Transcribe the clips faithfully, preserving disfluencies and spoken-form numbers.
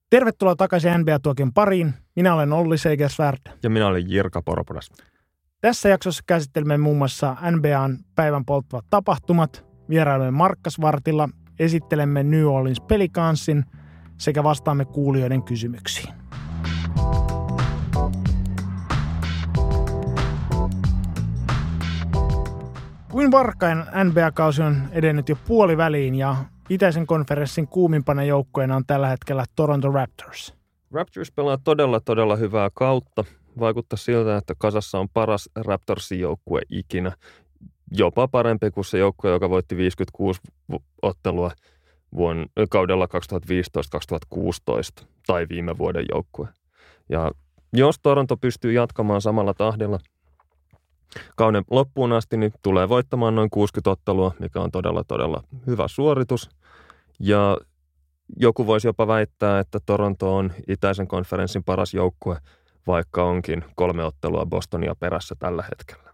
Tervetuloa takaisin N B A-tuokion pariin. Minä olen Olli Segersvärd. Ja minä olen Jirka Poropudas. Tässä jaksossa käsittelemme muun muassa N B A:n päivän polttavat tapahtumat, vierailemme Marcus Vartilla, esittelemme New Orleans Pelicansin sekä vastaamme kuulijoiden kysymyksiin. Kuin varkain N B A-kausi on edennyt jo puoliväliin ja itäisen konferenssin kuumimpana joukkueena on tällä hetkellä Toronto Raptors. Raptors pelaa todella, todella hyvää kautta. Vaikuttaa siltä, että kasassa on paras Raptorsin joukkue ikinä. Jopa parempi kuin se joukkue, joka voitti viisikymmentäkuusi ottelua vuonna, kaudella kaksituhattaviisitoista kaksituhattakuusitoista tai viime vuoden joukkue. Ja jos Toronto pystyy jatkamaan samalla tahdilla kauden loppuun asti, niin tulee voittamaan noin kuusikymmentä ottelua, mikä on todella, todella hyvä suoritus. Ja joku voisi jopa väittää, että Toronto on itäisen konferenssin paras joukkue, vaikka onkin kolme ottelua Bostonia perässä tällä hetkellä.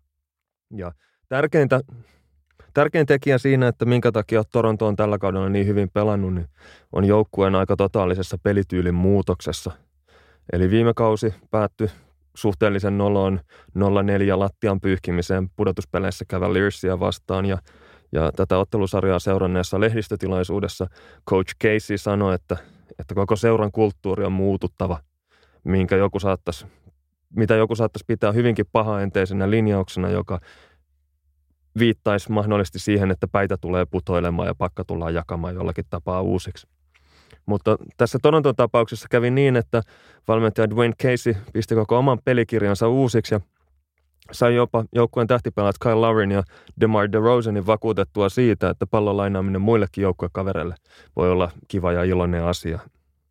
Ja tärkeintä, tärkein tekijä siinä, että minkä takia Toronto on tällä kaudella niin hyvin pelannut, niin on joukkueen aika totaalisessa pelityylin muutoksessa. Eli viime kausi päättyi suhteellisen noloon nolla neljä lattian pyyhkimiseen pudotuspeleissä Cavaliersia vastaan ja Ja tätä ottelusarjaa seuranneessa lehdistötilaisuudessa Coach Casey sanoi, että, että koko seuran kulttuuri on muututtava, minkä joku saattaisi, mitä joku saattaisi pitää hyvinkin pahaenteisenä linjauksena, joka viittaisi mahdollisesti siihen, että päitä tulee putoilemaan ja pakka tullaan jakamaan jollakin tapaa uusiksi. Mutta tässä Toronton tapauksessa kävi niin, että valmentaja Dwayne Casey pisti koko oman pelikirjansa uusiksi ja sai jopa joukkueen tähtipelaat Kyle Lowryn ja DeMar DeRozanin vakuutettua siitä, että pallon lainaaminen muillekin joukkuekavereille voi olla kiva ja iloinen asia.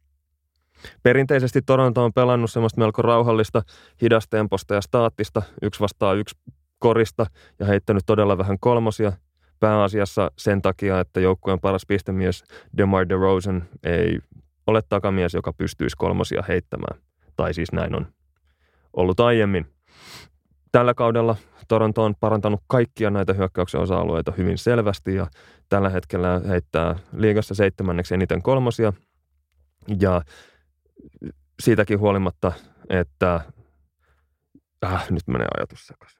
Perinteisesti Toronto on pelannut semmoista melko rauhallista, hidastemposta ja staattista, yksi vastaan yksi korista ja heittänyt todella vähän kolmosia. Pääasiassa sen takia, että joukkueen paras pistemies DeMar DeRozan ei ole takamies, joka pystyisi kolmosia heittämään. Tai siis näin on ollut aiemmin. Tällä kaudella Toronto on parantanut kaikkia näitä hyökkäyksen osa-alueita hyvin selvästi ja tällä hetkellä heittää liigassa seitsemänneksi eniten kolmosia. Ja siitäkin huolimatta, että äh, nyt menee ajatus sekaisin.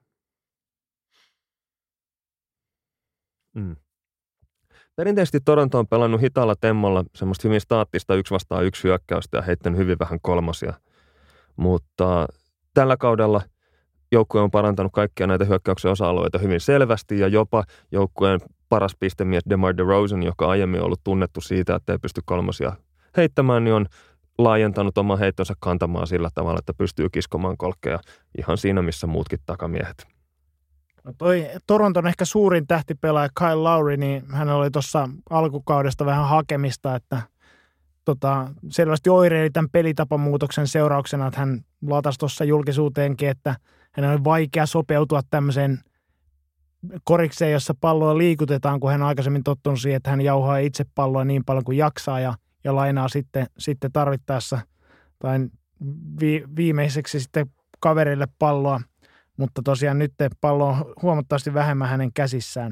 Mm. Perinteisesti Toronto on pelannut hitaalla temmolla semmoista hyvin staattista yksi vastaan yksi hyökkäystä ja heittänyt hyvin vähän kolmosia. Mutta tällä kaudella joukkue on parantanut kaikkia näitä hyökkäyksen osa-alueita hyvin selvästi ja jopa joukkueen paras pistemies DeMar DeRozan, joka aiemmin on ollut tunnettu siitä, että ei pysty kolmosia heittämään, niin on laajentanut oman heittonsa kantamaan sillä tavalla, että pystyy kiskomaan kolkkeja ihan siinä, missä muutkin takamiehet. No toi Toronton ehkä suurin tähtipelaaja Kyle Lowry, niin hän oli tuossa alkukaudesta vähän hakemista, että tota, selvästi oireili tämän pelitapamuutoksen seurauksena, että hän latasi tuossa julkisuuteenkin, että hänen oli vaikea sopeutua tämmöiseen korikseen, jossa palloa liikutetaan, kun hän on aikaisemmin tottunut siihen, että hän jauhaa itse palloa niin paljon kuin jaksaa ja, ja lainaa sitten, sitten tarvittaessa tai vi, viimeiseksi sitten kaverille palloa, mutta tosiaan nyt pallo on huomattavasti vähemmän hänen käsissään.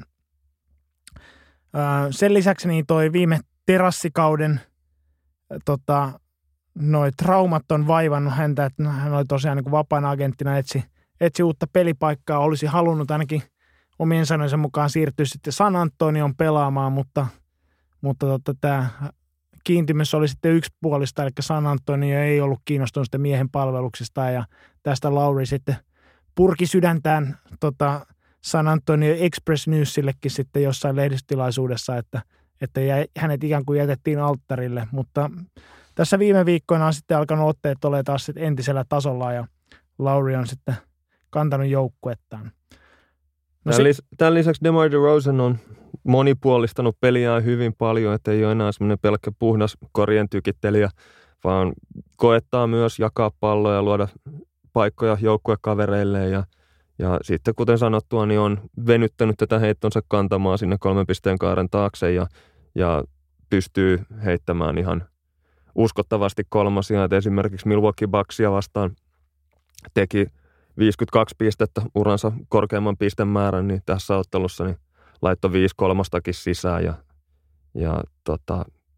Öö, sen lisäksi niin toi viime terassikauden tota, noi traumat on vaivannut häntä, että hän oli tosiaan niin kuin vapaana agenttina etsi, etsi uutta pelipaikkaa, olisi halunnut ainakin omien sanojensa mukaan siirtyä sitten San Antonion pelaamaan, mutta, mutta tota, tämä kiintymys oli sitten yksipuolista, eli San Antonio ei ollut kiinnostunut sitten miehen palveluksesta ja tästä Lowry sitten purki sydäntään tota, San Antonio Express Newsillekin sitten jossain lehdistilaisuudessa, että, että hänet ikään kuin jätettiin alttarille, mutta tässä viime viikkoina on sitten alkanut otteet olemaan taas sitten entisellä tasolla ja Lowry on sitten kantanut joukkuettaan. No tämän, lis- tämän lisäksi DeMar DeRozan on monipuolistanut peliään hyvin paljon, että ei ole enää semmoinen pelkkä puhdas korien tykittelijä, vaan koettaa myös jakaa palloja ja luoda paikkoja joukkuekavereille ja, ja sitten kuten sanottua, niin on venyttänyt tätä heittonsa kantamaan sinne kolmen pisteen kaaren taakse ja, ja pystyy heittämään ihan uskottavasti kolmosia, että esimerkiksi Milwaukee Bucksia vastaan teki viisikymmentäkaksi pistettä uransa korkeamman pistemäärän, niin tässä ottelussa niin laittoi viisi kolmostakin sisään ja, ja tota,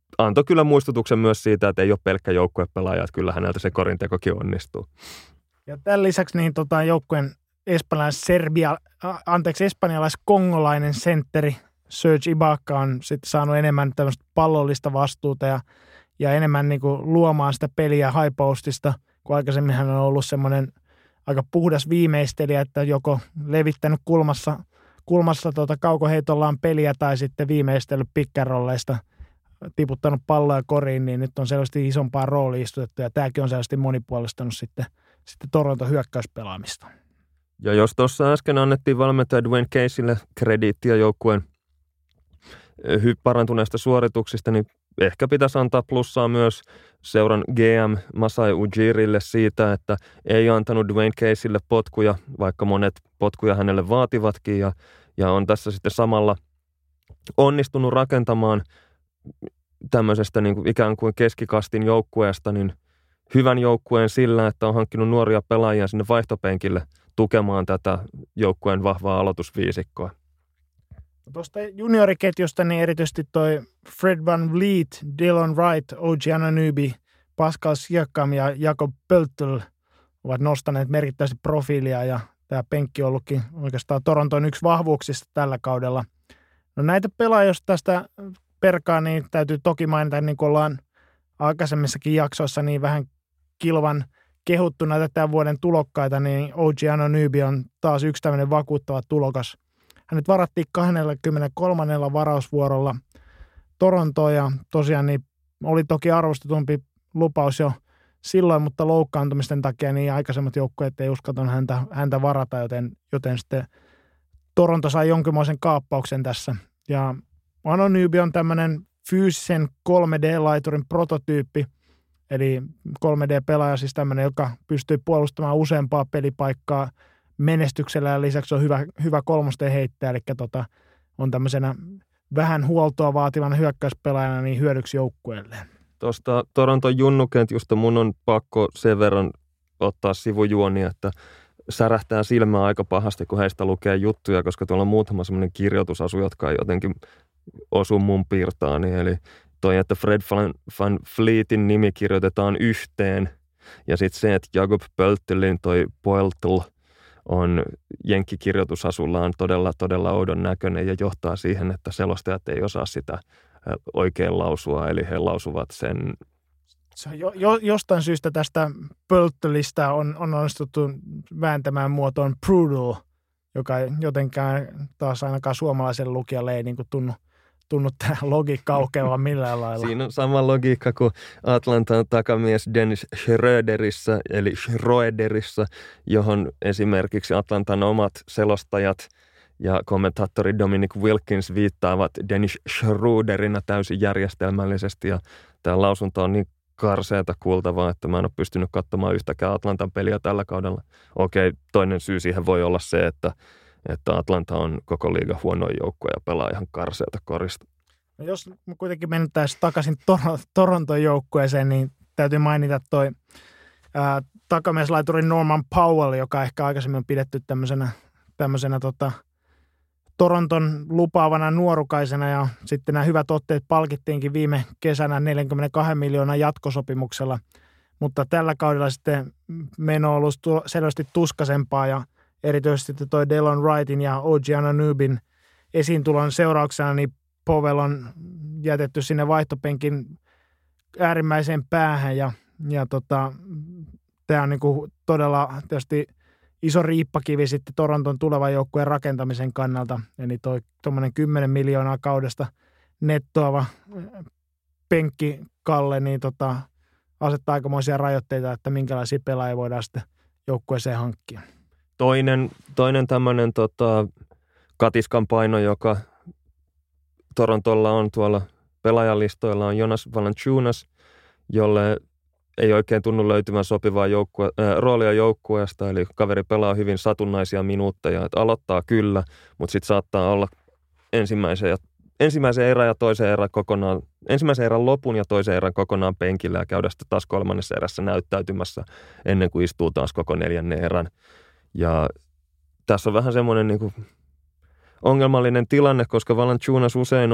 antoi kyllä muistutuksen myös siitä, että ei ole pelkkä joukkuepelaaja, että kyllä häneltä se korintekokin onnistuu. Ja tämän lisäksi niin tota, joukkueen espanjalais Serbia, anteeksi, espanjalais-kongolainen sentteri Serge Ibaka on sitten saanut enemmän tämmöistä pallollista vastuuta ja, ja enemmän niin kuin luomaan sitä peliä high postista, kun aikaisemmin hän on ollut semmoinen aika puhdas viimeistelijä, että joko levittänyt kulmassa, kulmassa tuota kaukoheitollaan peliä tai sitten viimeistellyt pick-and-rolleista, tiputtanut palloja koriin, niin nyt on selvästi isompaa roolia istutettu ja tämäkin on selvästi monipuolistanut sitten, sitten Toronton hyökkäyspelaamista. Ja jos tuossa äsken annettiin valmentaja Dwayne Caseylle krediittiä joukkueen parantuneista suorituksista, niin ehkä pitäisi antaa plussaa myös seuran G M Masai Ujirille siitä, että ei antanut Dwayne Caseylle potkuja, vaikka monet potkuja hänelle vaativatkin, ja, ja on tässä sitten samalla onnistunut rakentamaan tämmöisestä niin kuin ikään kuin keskikastin joukkueesta niin hyvän joukkueen sillä, että on hankkinut nuoria pelaajia sinne vaihtopenkille tukemaan tätä joukkueen vahvaa aloitusviisikkoa. Tuosta junioriketjusta niin erityisesti toi Fred Van Vliet, Dylan Wright, O G Anunoby, Pascal Siakam ja Jakob Pöltl ovat nostaneet merkittävästi profiilia ja tämä penkki on ollutkin oikeastaan Toronton yksi vahvuuksista tällä kaudella. No näitä pelaajia, jos tästä perkaa, niin täytyy toki mainita, niin kuin ollaan aikaisemmissakin jaksoissa niin vähän kilvan kehuttu näitä tämän vuoden tulokkaita, niin O G Anunoby on taas yksi tämmöinen vakuuttava tulokas. Hänet varattiin kaksikymmentäkolme varausvuorolla Torontoon ja tosiaan niin oli toki arvostetumpi lupaus jo silloin, mutta loukkaantumisten takia niin aikaisemmat joukkueet ei uskaltanut häntä, häntä varata, joten, joten sitten Toronto sai jonkinmoisen kaappauksen tässä. Ja Anunoby on tämmöinen fyysisen kolme D-laiturin prototyyppi, eli kolme D-pelaaja siis tämmöinen, joka pystyy puolustamaan useampaa pelipaikkaa menestyksellä ja lisäksi on hyvä, hyvä kolmosten heittäjä, eli tota, on tämmöisenä vähän huoltoa vaativana hyökkäyspelaajana niin hyödyksi joukkueelle. Tuosta Toronton junnukentjusta mun on pakko sen verran ottaa sivujuoni, että särähtää silmää aika pahasti, kun heistä lukee juttuja, koska tuolla on muutama semmoinen kirjoitusasu, jotka ei jotenkin osu mun piirtaani. Eli toi, että Fred Van, Van Vlietin nimi kirjoitetaan yhteen ja sitten se, että Jakob Pöltlin toi Poeltl on jenkkikirjoitusasullaan todella, todella oudon näköinen ja johtaa siihen, että selostajat ei osaa sitä oikein lausua, eli he lausuvat sen. Se jo, jo, jostain syystä tästä Pöltlistä on, on onnistuttu vääntämään muotoon Prudel, joka ei jotenkään taas ainakaan suomalaisen lukijalle ei niin kuin tunnu, tunnu tämä logiikka aukeavan millään lailla. Siinä on sama logiikka kuin Atlantan takamies Dennis Schröderissä, eli Schröderissä, johon esimerkiksi Atlantan omat selostajat ja kommentaattori Dominic Wilkins viittaavat Dennis Schröderinä täysin järjestelmällisesti. Ja tämä lausunto on niin karseata kuultavaa, että mä en ole pystynyt katsomaan yhtäkään Atlantan peliä tällä kaudella. Okei, toinen syy siihen voi olla se, että että Atlanta on koko liigan huonoin joukkue ja pelaa ihan karseata korista. No jos me kuitenkin mentäisiin takaisin Tor- Toronton joukkueeseen, niin täytyy mainita toi ää, takamieslaituri Norman Powell, joka ehkä aikaisemmin on pidetty tämmöisenä, tämmöisenä tota, Toronton lupaavana nuorukaisena ja sitten nämä hyvät otteet palkittiinkin viime kesänä neljäkymmentäkaksi miljoonaa jatkosopimuksella, mutta tällä kaudella sitten meno on ollut selvästi tuskasempaa ja erityisesti toi Delon Wrightin ja O G Anunobyn esiintulon seurauksena, niin Powell on jätetty sinne vaihtopenkin äärimmäiseen päähän ja, ja tota, tämä on niinku todella tietysti iso riippakivi sitten Toronton tulevan joukkueen rakentamisen kannalta. Eli toi tuommoinen kymmenen miljoonaa kaudesta nettoava penkkikalle niin tota, asettaa aikamoisia rajoitteita, että minkälaisia pelaajia voidaan sitten joukkueeseen hankkia. Toinen, toinen tämmöinen tota, katiskan paino, joka Torontolla on tuolla pelaajalistoilla, on Jonas Valanciunas, jolle ei oikein tunnu löytyvän sopivaa joukkue, äh, roolia joukkueesta, eli kaveri pelaa hyvin satunnaisia minuutteja, että aloittaa kyllä, mutta sitten saattaa olla ensimmäisen, ja, ensimmäisen erän ja toisen erän kokonaan, ensimmäisen erän lopun ja toisen erän kokonaan penkillä ja käydä sitten taas kolmannessa erässä näyttäytymässä ennen kuin istuu taas koko neljännen erän. Ja tässä on vähän semmoinen niin kuin ongelmallinen tilanne, koska Valanciunas usein on,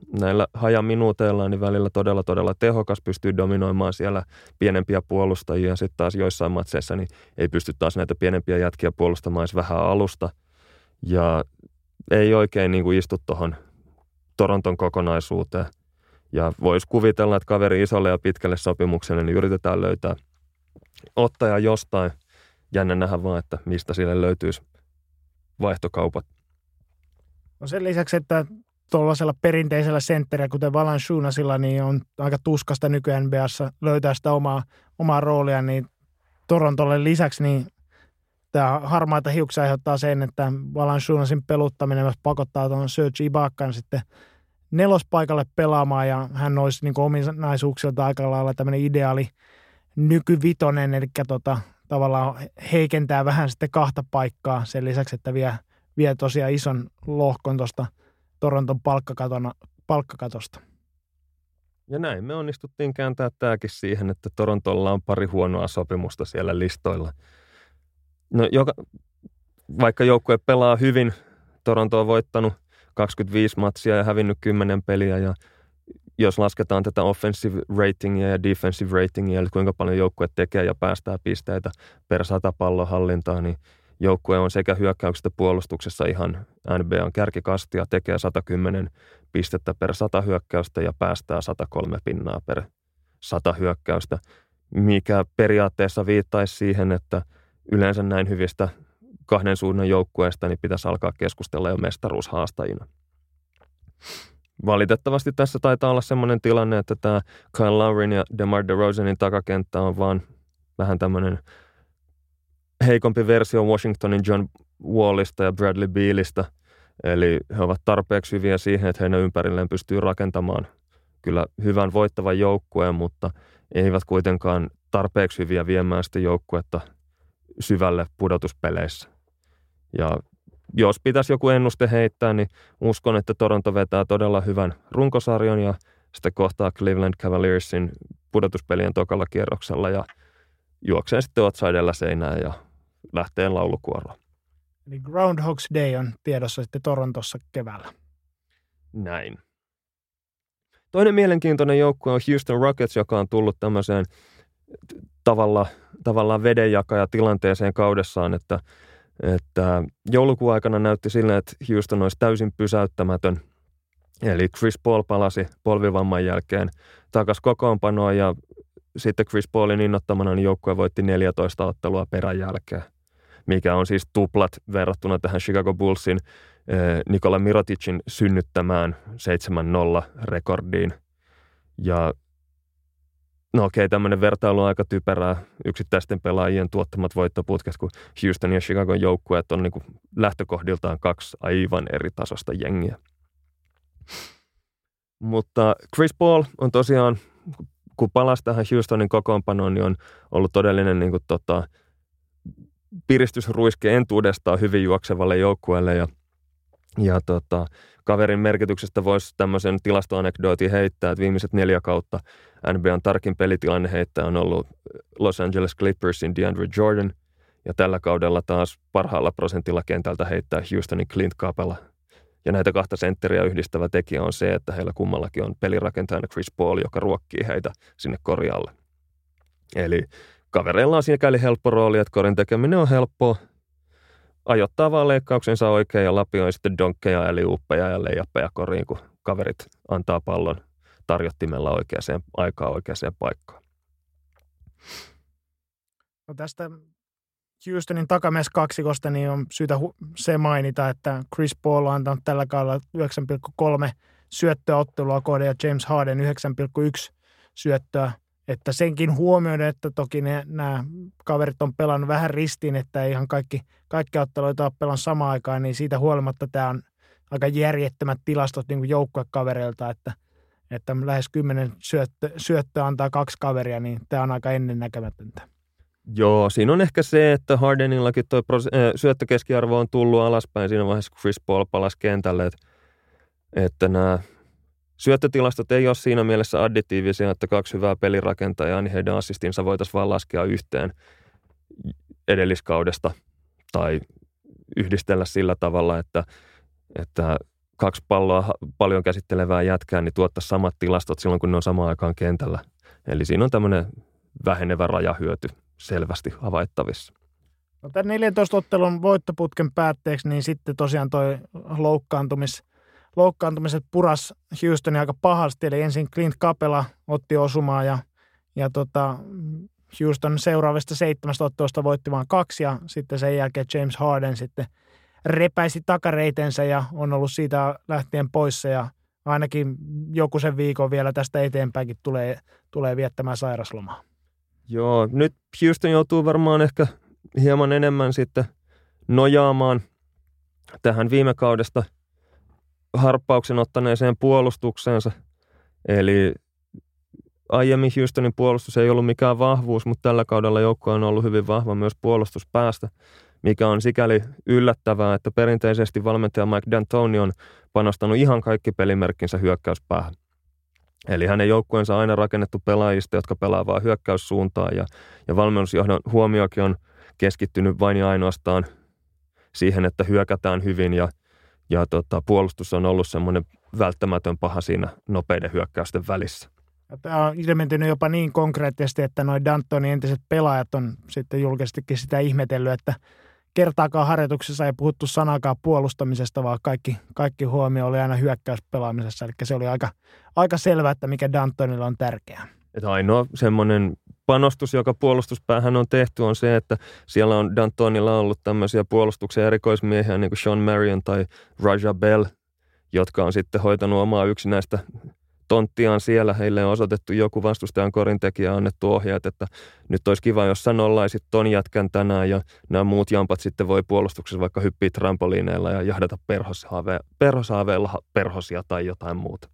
näillä hajaminuuteilla niin välillä todella, todella tehokas, pystyy dominoimaan siellä pienempiä puolustajia. Sitten taas joissain matseissa niin ei pysty taas näitä pienempiä jätkiä puolustamaan edes vähän alusta. Ja ei oikein niin kuin istu tuohon Toronton kokonaisuuteen. Ja voisi kuvitella, että kaveri isolle ja pitkälle sopimukselle, niin yritetään löytää ottaja jostain. Jännä nähdä vaan, että mistä sille löytyisi vaihtokaupat. No sen lisäksi, että tuollaisella perinteisellä sentterillä, kuten Valanciunasilla, niin on aika tuskasta nykyään N B A:ssa löytää sitä omaa, omaa roolia, niin Torontolle lisäksi niin tämä harmaita hiuksia aiheuttaa sen, että Valanciunasin peluttaminen myös pakottaa tuon Serge Ibakan sitten nelospaikalle pelaamaan, ja hän olisi niin kuin ominaisuuksilta aika lailla tämmöinen ideaali nykyvitonen, eli tota, tavallaan heikentää vähän sitten kahta paikkaa sen lisäksi, että vie, vie tosiaan ison lohkon tuosta Toronton palkkakatosta. Ja näin me onnistuttiin kääntää tämäkin siihen, että Torontolla on pari huonoa sopimusta siellä listoilla. No, joka, vaikka joukkue pelaa hyvin, Toronto on voittanut kaksikymmentäviisi matsia ja hävinnyt kymmenen peliä, ja jos lasketaan tätä offensive ratingia ja defensive ratingia, eli kuinka paljon joukkue tekee ja päästää pisteitä per sata pallon hallintaa, niin joukkue on sekä hyökkäyksestä puolustuksessa ihan N B A:n kärkikastia, tekee sata kymmenen pistettä per sata hyökkäystä ja päästää sata kolme pinnaa per sata hyökkäystä, mikä periaatteessa viittaisi siihen, että yleensä näin hyvistä kahden suunnan joukkueesta niin pitäisi alkaa keskustella jo mestaruushaastajina. Valitettavasti tässä taitaa olla semmoinen tilanne, että tämä Kyle Lowryn ja DeMar DeRozanin takakenttä on vaan vähän tämmöinen heikompi versio Washingtonin John Wallista ja Bradley Bealista. Eli he ovat tarpeeksi hyviä siihen, että heidän ympärilleen pystyy rakentamaan kyllä hyvän voittavan joukkueen, mutta eivät kuitenkaan tarpeeksi hyviä viemään sitä joukkuetta syvälle pudotuspeleissä. Ja jos pitäisi joku ennuste heittää, niin uskon, että Toronto vetää todella hyvän runkosarjan ja sitten kohtaa Cleveland Cavaliersin pudotuspelien tokalla kierroksella ja juoksee sitten otsa edellä seinään ja lähtee laulukuoroon. Eli Groundhog's Day on tiedossa sitten Torontossa keväällä. Näin. Toinen mielenkiintoinen joukkue on Houston Rockets, joka on tullut tämmöiseen tavalla, tavallaan vedenjakaja tilanteeseen kaudessaan, että, että joulukuun aikana näytti sille, että Houston olisi täysin pysäyttämätön. Eli Chris Paul palasi polvivamman jälkeen takaisin kokoonpanoon ja sitten Chris Paulin innoittamana niin joukkue voitti neljätoista ottelua perän jälkeen, mikä on siis tuplat verrattuna tähän Chicago Bullsin eh, Nikola Miroticin synnyttämään seitsemän nolla rekordiin. Ja no okei, okay, tämmöinen vertailu on aika typerää yksittäisten pelaajien tuottamat voittoputket, kun Houston ja Chicagon joukkueet on niin kuin lähtökohdiltaan kaksi aivan eri tasosta jengiä. Mutta Chris Paul on tosiaan, kun palasi tähän Houstonin kokoonpanoon, niin on ollut todellinen niin kuin, tota, piristysruiske entuudestaan hyvin juoksevalle joukkueelle. Ja, ja tota, kaverin merkityksestä voisi tämmöisen tilastoanekdootin heittää, että viimeiset neljä kautta N B A:n tarkin pelitilanne heittää on ollut Los Angeles Clippersin DeAndre Jordan. Ja tällä kaudella taas parhaalla prosentilla kentältä heittää Houstonin Clint Capela. Ja näitä kahta sentteriä yhdistävä tekijä on se, että heillä kummallakin on pelirakentajana Chris Paul, joka ruokkii heitä sinne korjalle. Eli kavereilla on sikäli helppo rooli, että korin tekeminen on helppoa. Ajoittaa vaan leikkauksensa oikein ja lapioi sitten donkkeja, eli uppeja ja leijappeja koriin, kun kaverit antaa pallon tarjottimella oikeaan aikaan oikeaan paikkaan. No tästä Houstonin takamies-kaksikosta niin on syytä hu- se mainita, että Chris Paul on antanut tällä kaudella yhdeksän pilkku kolme syöttöä ottelua kohden ja James Harden yhdeksän pilkku yksi syöttöä. Että senkin huomioiden, että toki ne, nämä kaverit on pelannut vähän ristiin, että ei ihan kaikki, kaikki otteluita ole pelannut samaan aikaan, niin siitä huolimatta tämä on aika järjettömät tilastot niin kuin joukkuekavereilta, että, että lähes kymmenen syöttö, syöttöä antaa kaksi kaveria, niin tämä on aika ennennäkemätöntä. Joo, siinä on ehkä se, että Hardenillakin tuo syöttökeskiarvo on tullut alaspäin siinä vaiheessa, kun Chris Paul palasi kentälle, että, että nämä syöttötilastot ei ole siinä mielessä additiivisia, että kaksi hyvää pelirakentajaa, niin heidän assistinsa voitaisiin vaan laskea yhteen edelliskaudesta tai yhdistellä sillä tavalla, että, että kaksi palloa paljon käsittelevää jätkää, niin tuottaa samat tilastot silloin, kun ne on samaan aikaan kentällä. Eli siinä on tämmöinen vähenevä rajahyöty selvästi havaittavissa. No, tämän neljäntoista ottelun voittoputken päätteeksi, niin sitten tosiaan toi loukkaantumis, loukkaantumiset puras Houstonin aika pahasti. Eli ensin Clint Capela otti osumaa ja, ja tota, Houston seuraavista seitsemästä ottelusta voitti vain kaksi ja sitten sen jälkeen James Harden sitten repäisi takareitensä ja on ollut siitä lähtien poissa ja ainakin joku sen viikon vielä tästä eteenpäinkin tulee, tulee viettämään sairaslomaa. Joo, nyt Houston joutuu varmaan ehkä hieman enemmän sitten nojaamaan tähän viime kaudesta harppauksen ottaneeseen puolustukseensa. Eli aiemmin Houstonin puolustus ei ollut mikään vahvuus, mutta tällä kaudella joukko on ollut hyvin vahva myös puolustuspäästä, mikä on sikäli yllättävää, että perinteisesti valmentaja Mike D'Antoni on panostanut ihan kaikki pelimerkkinsä hyökkäyspäähän. Eli hänen joukkueensa on aina rakennettu pelaajista, jotka pelaa vaan hyökkäyssuuntaan ja, ja valmennusjohdon huomiokin on keskittynyt vain ja ainoastaan siihen, että hyökätään hyvin ja, ja tota, puolustus on ollut semmoinen välttämätön paha siinä nopeiden hyökkäysten välissä. Tämä on ilmentynyt jopa niin konkreettisesti, että noi D'Antonin entiset pelaajat on sitten julkisestikin sitä ihmetellyt, että kertaakaan harjoituksessa ei puhuttu sanakaan puolustamisesta, vaan kaikki, kaikki huomio oli aina hyökkäyspelaamisessa. Eli se oli aika, aika selvää, että mikä D'Antonilla on tärkeää. Että ainoa semmoinen panostus, joka puolustuspäähän on tehty, on se, että siellä on D'Antonilla ollut tämmöisiä puolustuksen erikoismiehiä, niin kuin Sean Marion tai Raja Bell, jotka on sitten hoitanut omaa yksinäistä tonttiaan siellä. Heille on osoitettu joku vastustajan korintekijä annettu ohjeet, että nyt olisi kiva, jos sä nollaisit ton jätkän tänään ja nämä muut jampat sitten voi puolustuksessa vaikka hyppiä trampoliineilla ja jahdata perhoshaave- perhoshaaveilla perhosia tai jotain muuta.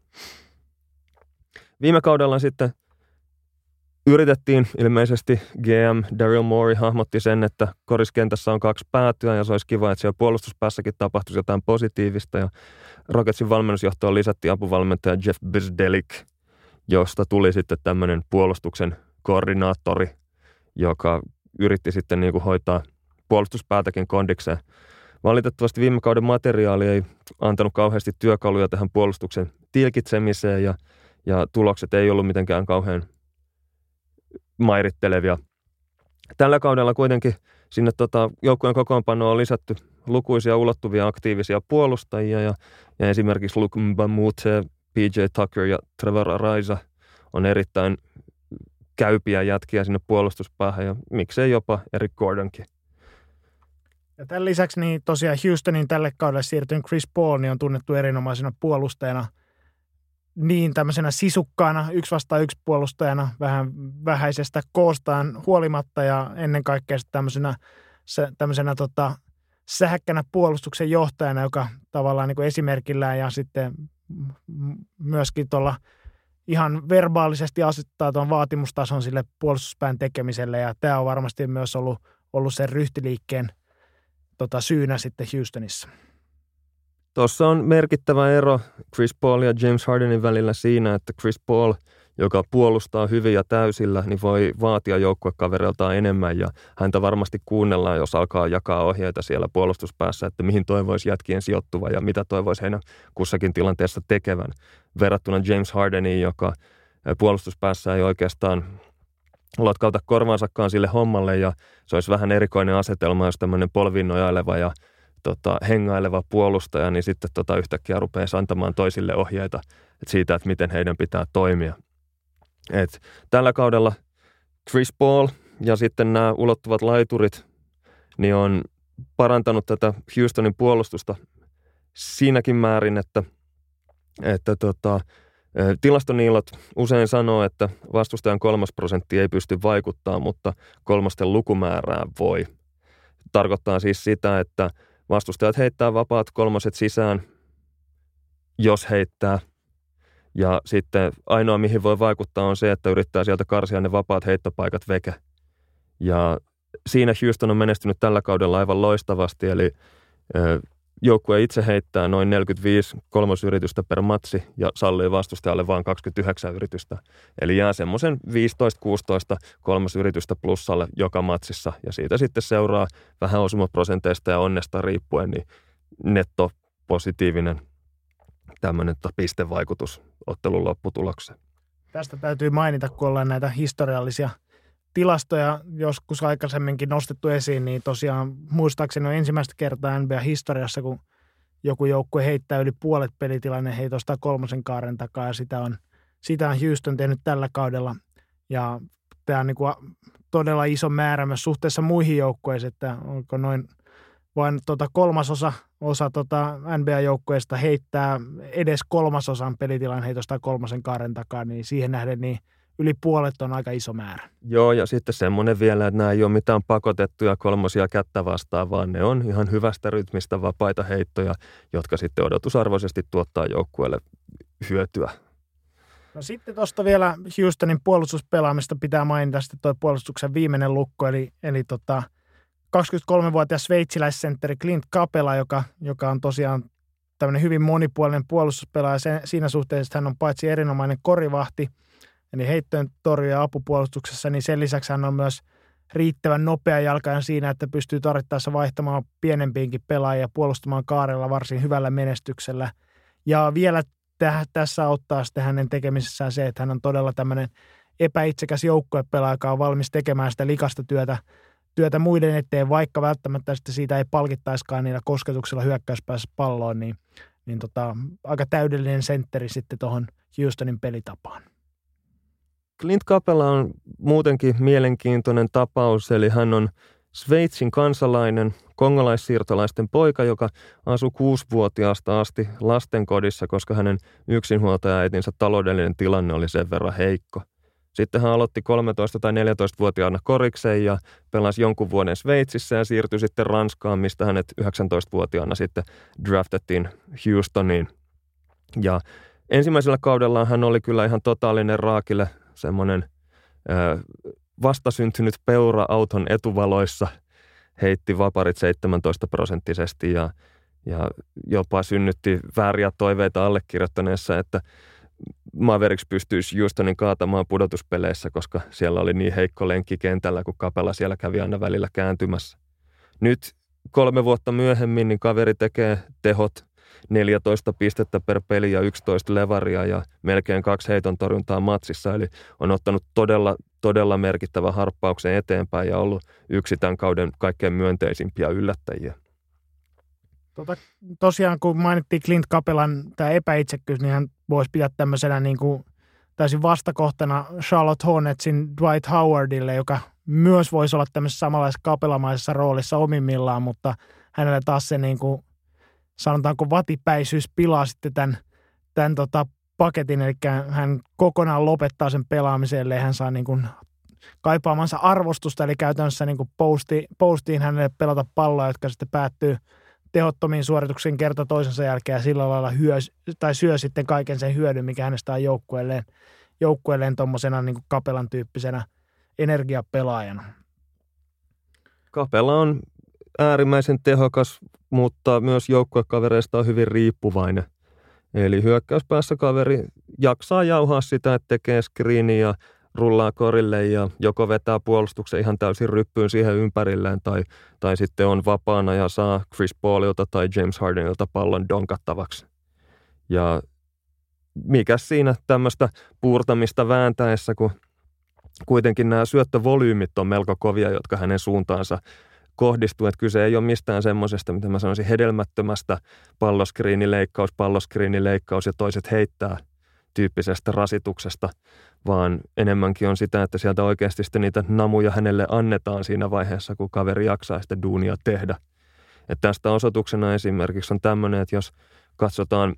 Viime kaudella sitten yritettiin ilmeisesti G M Daryl Morey hahmotti sen, että koriskentässä on kaksi päätyä ja se olisi kiva, että siellä puolustuspäässäkin tapahtuisi jotain positiivista. Ja Rocketsin valmennusjohtoon lisättiin apuvalmentaja Jeff Bzdelik, josta tuli sitten tämmöinen puolustuksen koordinaattori, joka yritti sitten niin kuin hoitaa puolustuspäätäkin kondikseen. Valitettavasti viime kauden materiaali ei antanut kauheasti työkaluja tähän puolustuksen tilkitsemiseen ja, ja tulokset ei ollut mitenkään kauhean mairittelevia. Tällä kaudella kuitenkin sinne tota, joukkueen kokoonpanoon on lisätty lukuisia ulottuvia aktiivisia puolustajia ja, ja esimerkiksi Luke Mbamute, P J Tucker ja Trevor Ariza on erittäin käypiä jätkiä sinne puolustuspäähän ja miksei jopa Eric Gordonkin. Ja tämän lisäksi niin tosiaan Houstonin tälle kaudelle siirtynyt Chris Paul niin on tunnettu erinomaisena puolustajana, niin tämmöisenä sisukkaana, yksi vastaan yksi puolustajana, vähän vähäisestä koostaan huolimatta ja ennen kaikkea tämmöisenä, tämmöisenä tota, sähäkkänä puolustuksen johtajana, joka tavallaan niin kuin esimerkillään ja sitten myöskin tuolla ihan verbaalisesti asettaa tuon vaatimustason sille puolustuspään tekemiselle ja tämä on varmasti myös ollut, ollut sen ryhtiliikkeen tota, syynä sitten Houstonissa. Tuossa on merkittävä ero Chris Paul ja James Hardenin välillä siinä, että Chris Paul, joka puolustaa hyvin ja täysillä, niin voi vaatia joukkuekavereiltaan enemmän ja häntä varmasti kuunnellaan, jos alkaa jakaa ohjeita siellä puolustuspäässä, että mihin toivoisi jätkien sijoittuva ja mitä toivoisi heidän kussakin tilanteessa tekevän. Verrattuna James Hardeniin, joka puolustuspäässä ei oikeastaan lotkauta korvaansakaan sille hommalle ja se olisi vähän erikoinen asetelma, jos tämmöinen polviin nojaileva ja Tota, hengaileva puolustaja, niin sitten tota, yhtäkkiä rupeaa antamaan toisille ohjeita et siitä, että miten heidän pitää toimia. Et tällä kaudella Chris Paul ja sitten nämä ulottuvat laiturit niin on parantanut tätä Houstonin puolustusta siinäkin määrin, että, että tota, tilastoniilot usein sanoo, että vastustajan kolmas prosentti ei pysty vaikuttamaan, mutta kolmosten lukumäärään voi. Tarkoittaa siis sitä, että vastustajat heittää vapaat kolmoset sisään, jos heittää. Ja sitten ainoa, mihin voi vaikuttaa, on se, että yrittää sieltä karsia ne vapaat heittopaikat veke. Ja siinä Houston on menestynyt tällä kaudella aivan loistavasti, eli joukkue itse heittää noin neljäkymmentäviisi kolmosyritystä per matsi ja sallii vastustajalle vain kaksikymmentäyhdeksän yritystä. Eli jää semmoisen viisitoista kuusitoista kolmosyritystä plussalle joka matsissa ja siitä sitten seuraa vähän osumaprosenteista ja onnesta riippuen niin netto positiivinen tämmöinen pistevaikutus ottelun lopputulokseen. Tästä täytyy mainita, kun ollaan näitä historiallisia tilastoja joskus aikaisemminkin nostettu esiin, niin tosiaan muistaakseni on ensimmäistä kertaa N B A-historiassa, kun joku joukkue heittää yli puolet pelitilanne heitosta kolmosen kaaren takaa, ja sitä on, sitä on Houston tehnyt tällä kaudella. Ja tämä on niin kuin todella iso määrä myös suhteessa muihin joukkueisiin, että onko noin vain tota kolmasosa osa tota N B A-joukkueista heittää edes kolmasosan pelitilan heitosta kolmosen kaaren takaa, niin siihen nähden niin yli puolet on aika iso määrä. Joo, ja sitten semmoinen vielä, että nämä ei ole mitään pakotettuja kolmosia kättä vastaan, vaan ne on ihan hyvästä rytmistä vapaita heittoja, jotka sitten odotusarvoisesti tuottaa joukkueelle hyötyä. No sitten tuosta vielä Houstonin puolustuspelaamista pitää mainita sitten tuo puolustuksen viimeinen lukko, eli, eli tota kaksikymmentäkolmevuotias sveitsiläissentteri Clint Capela, joka, joka on tosiaan tämmöinen hyvin monipuolinen puolustuspelaaja. Sen, siinä suhteessa hän on paitsi erinomainen korivahti, eli heittojen torjuja apupuolustuksessa, niin sen lisäksi hän on myös riittävän nopea jalkainen siinä, että pystyy tarvittaessa vaihtamaan pienempiinkin pelaajia puolustamaan kaarella varsin hyvällä menestyksellä. Ja vielä täh, tässä auttaa sitten hänen tekemisessään se, että hän on todella tämmöinen epäitsekäs joukkuepelaaja, joka on valmis tekemään sitä likasta työtä, työtä muiden eteen, vaikka välttämättä sitten siitä ei palkittaiskaan niillä kosketuksilla hyökkäyspäässä palloon, niin, niin tota, aika täydellinen sentteri sitten tuohon Houstonin pelitapaan. Clint Capela on muutenkin mielenkiintoinen tapaus, eli hän on Sveitsin kansalainen, kongolaissiirtolaisten poika, joka asui kuusivuotiaasta asti lastenkodissa, koska hänen yksinhuoltajaäitinsä taloudellinen tilanne oli sen verran heikko. Sitten hän aloitti kolmetoista- tai neljätoistavuotiaana korikseen ja pelasi jonkun vuoden Sveitsissä ja siirtyi sitten Ranskaan, mistä hänet yhdeksäntoistavuotiaana sitten draftettiin Houstoniin. Ja ensimmäisellä kaudellaan hän oli kyllä ihan totaalinen raakille, semmoinen ö, vastasyntynyt peura auton etuvaloissa, heitti vaparit seitsemäntoista prosenttisesti ja, ja jopa synnytti vääriä toiveita allekirjoittaneessa, että Mavericks pystyisi Houstonin kaatamaan pudotuspeleissä, koska siellä oli niin heikko lenkki kentällä, kun Capela siellä kävi aina välillä kääntymässä. Nyt kolme vuotta myöhemmin niin kaveri tekee tehot neljätoista pistettä per peli ja yksitoista levaria ja melkein kaksi heiton torjuntaa matsissa, eli on ottanut todella, todella merkittävän harppauksen eteenpäin ja ollut yksi tämän kauden kaikkein myönteisimpiä yllättäjiä. Tota, tosiaan kun mainittiin Clint Capelan tämä epäitsekkyys, niin hän voisi pitää tämmöisenä niin kuin täysin vastakohtana Charlotte Hornetsin Dwight Howardille, joka myös voisi olla tämmöisessä samanlaisessa kapelamaisessa roolissa omimmillaan, mutta hänellä taas se niin kuin, sanotaanko vatipäisyys pilaa sitten tämän, tämän tota paketin, eli hän kokonaan lopettaa sen pelaamisen, ellei hän saa niin kuin kaipaamansa arvostusta, eli käytännössä niin kuin posti, postiin hänelle pelata palloa, jotka sitten päättyy tehottomiin suorituksiin kerta toisensa jälkeen ja sillä lailla hyö, tai syö sitten kaiken sen hyödyn, mikä hänestä on joukkueelleen, joukkueelleen tuommoisena niin kuin Capelan tyyppisenä energiapelaajana. Capela on äärimmäisen tehokas, mutta myös joukkuekavereista on hyvin riippuvainen. Eli hyökkäyspäässä kaveri jaksaa jauhaa sitä, että tekee screeniä ja rullaa korille ja joko vetää puolustuksen ihan täysin ryppyyn siihen ympärilleen tai, tai sitten on vapaana ja saa Chris Paulilta tai James Hardenilta pallon donkattavaksi. Ja mikäs siinä tämmöistä puurtamista vääntäessä, kun kuitenkin nämä syöttövolyymit on melko kovia, jotka hänen suuntaansa kohdistuu, että kyse ei ole mistään semmoisesta, mitä mä sanoisin, hedelmättömästä palloskriinileikkaus, palloskriinileikkaus ja toiset heittää tyyppisestä rasituksesta, vaan enemmänkin on sitä, että sieltä oikeasti sitten niitä namuja hänelle annetaan siinä vaiheessa, kun kaveri jaksaa sitä duunia tehdä. Että tästä osoituksena esimerkiksi on tämmöinen, että jos katsotaan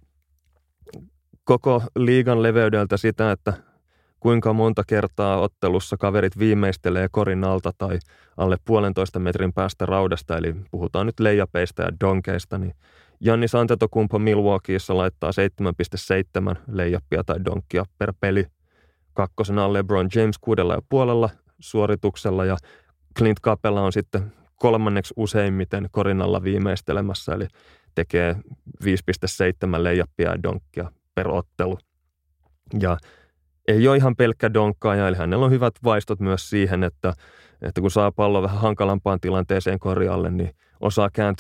koko liigan leveydeltä sitä, että kuinka monta kertaa ottelussa kaverit viimeistelee korin alta tai alle puolentoista metrin päästä raudasta, eli puhutaan nyt leijapeista ja donkeista, niin Giannis Antetokounmpo Milwaukeeissa laittaa seitsemän pilkku seitsemän leijappia tai donkkia per peli. Kakkosena on LeBron James kuudella ja puolella suorituksella ja Clint Capela on sitten kolmanneksi useimmiten korin alla viimeistelemässä, eli tekee viisi pilkku seitsemän leijappia ja donkkia per ottelu. Ja ei ole ihan pelkkä donkkaaja, eli hänellä on hyvät vaistot myös siihen, että, että kun saa pallon vähän hankalampaan tilanteeseen korjalle, niin osaa kääntyä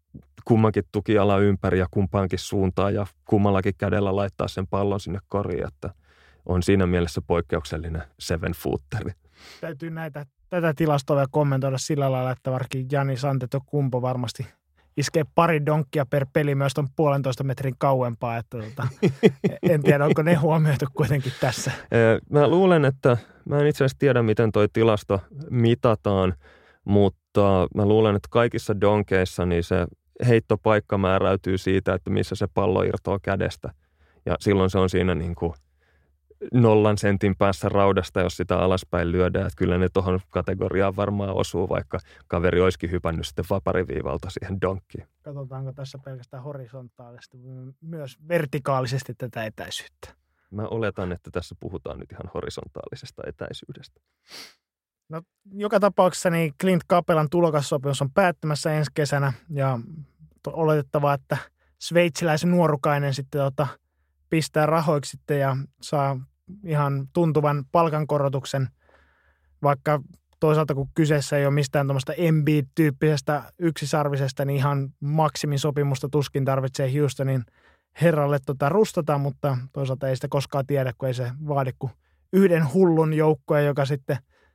kummankin tukiala ympäri ja kumpaankin suuntaan ja kummallakin kädellä laittaa sen pallon sinne koriin, että on siinä mielessä poikkeuksellinen seven footeri. Täytyy näitä, tätä tilastoa vielä kommentoida sillä lailla, että varsinkin Giannis Antetokounmpo varmasti iskee pari donkkia per peli myös ton puolentoista metrin kauempaa, että tota, en tiedä, onko ne huomioitu kuitenkin tässä. Mä luulen, että mä en itse asiassa tiedä, miten toi tilasto mitataan, mutta mä luulen, että kaikissa donkeissa niin se heittopaikka määräytyy siitä, että missä se pallo irtoaa kädestä. Ja silloin se on siinä niin kuin nollan sentin päässä raudasta, jos sitä alaspäin lyödään. Että kyllä ne tuohon kategoriaan varmaan osuu, vaikka kaveri olisikin hypännyt sitten vapariviivalta siihen donkkiin. Katsotaanko tässä pelkästään horisontaalisesti, myös vertikaalisesti tätä etäisyyttä? Mä oletan, että tässä puhutaan nyt ihan horisontaalisesta etäisyydestä. No, joka tapauksessa niin Clint Capelan tulokassopimus on päättymässä ensi kesänä ja oletettavaa, että sveitsiläisen nuorukainen sitten tota, pistää rahoiksi sitten ja saa ihan tuntuvan palkankorotuksen, vaikka toisaalta kun kyseessä ei ole mistään tuommoista Embiid-tyyppisestä yksisarvisesta, niin ihan maksimisopimusta tuskin tarvitsee Houstonin herralle tota rustata, mutta toisaalta ei sitä koskaan tiedä, kun ei se vaadi kuin yhden hullun joukkoja, joka sitten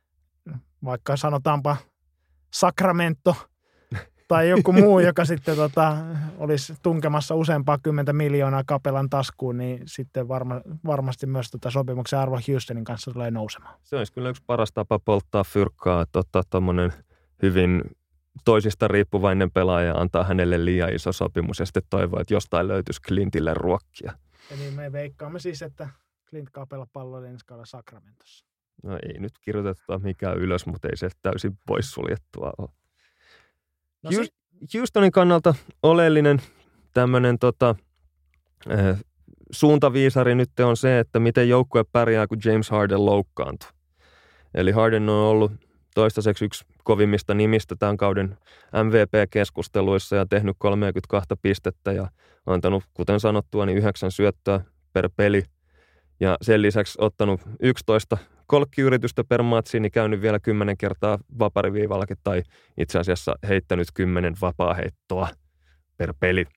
vaikka sanotaanpa Sacramento tai joku muu, joka sitten tota, olisi tunkemassa useampaa kymmentä miljoonaa Capelan taskuun, niin sitten varma, varmasti myös tota sopimuksen arvo Houstonin kanssa tulee nousemaan. Se olisi kyllä yksi paras tapa polttaa fyrkkaa, että ottaa tuommoinen hyvin toisista riippuvainen pelaaja ja antaa hänelle liian iso sopimus ja sitten toivoa, että jostain löytyisi Clintille ruokkia. Eli me veikkaamme siis, että Clint Capela palloili ensi kaudella Sacramentossa. No ei nyt kirjoiteta mikään ylös, mutta ei se täysin poissuljettua ole. No Houstonin kannalta oleellinen tämmöinen tota, äh, suuntaviisari nyt on se, että miten joukkue pärjää, kun James Harden loukkaantui. Eli Harden on ollut toistaiseksi yksi kovimmista nimistä tämän kauden M V P-keskusteluissa ja tehnyt kolmekymmentäkaksi pistettä ja antanut, kuten sanottua, niin yhdeksän syöttöä per peli. Ja sen lisäksi ottanut yksitoista kolkkiyritystä per matsi, niin käynyt vielä kymmenen kertaa vapariviivallakin tai itse asiassa heittänyt kymmenen vapaaheittoa per peli.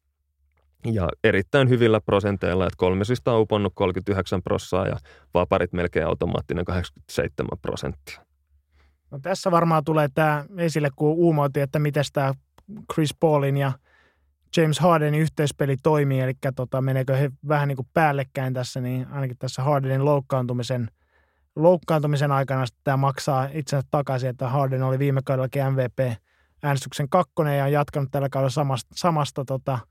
Ja erittäin hyvillä prosenteilla, että kolmesista on uponnut kolmekymmentäyhdeksän prosenttia ja vaparit melkein automaattinen kahdeksankymmentäseitsemän prosenttia. No tässä varmaan tulee tämä esille, kun uumoitiin, että miten tämä Chris Paulin ja James Hardenin yhteispeli toimii, eli tota, meneekö he vähän niin kuin päällekkäin tässä, niin ainakin tässä Hardenin loukkaantumisen, loukkaantumisen aikana tämä maksaa itsensä takaisin, että Harden oli viime kaudellakin M V P-äänestyksen kakkonen ja on jatkanut tällä kaudella samasta, samasta, tota,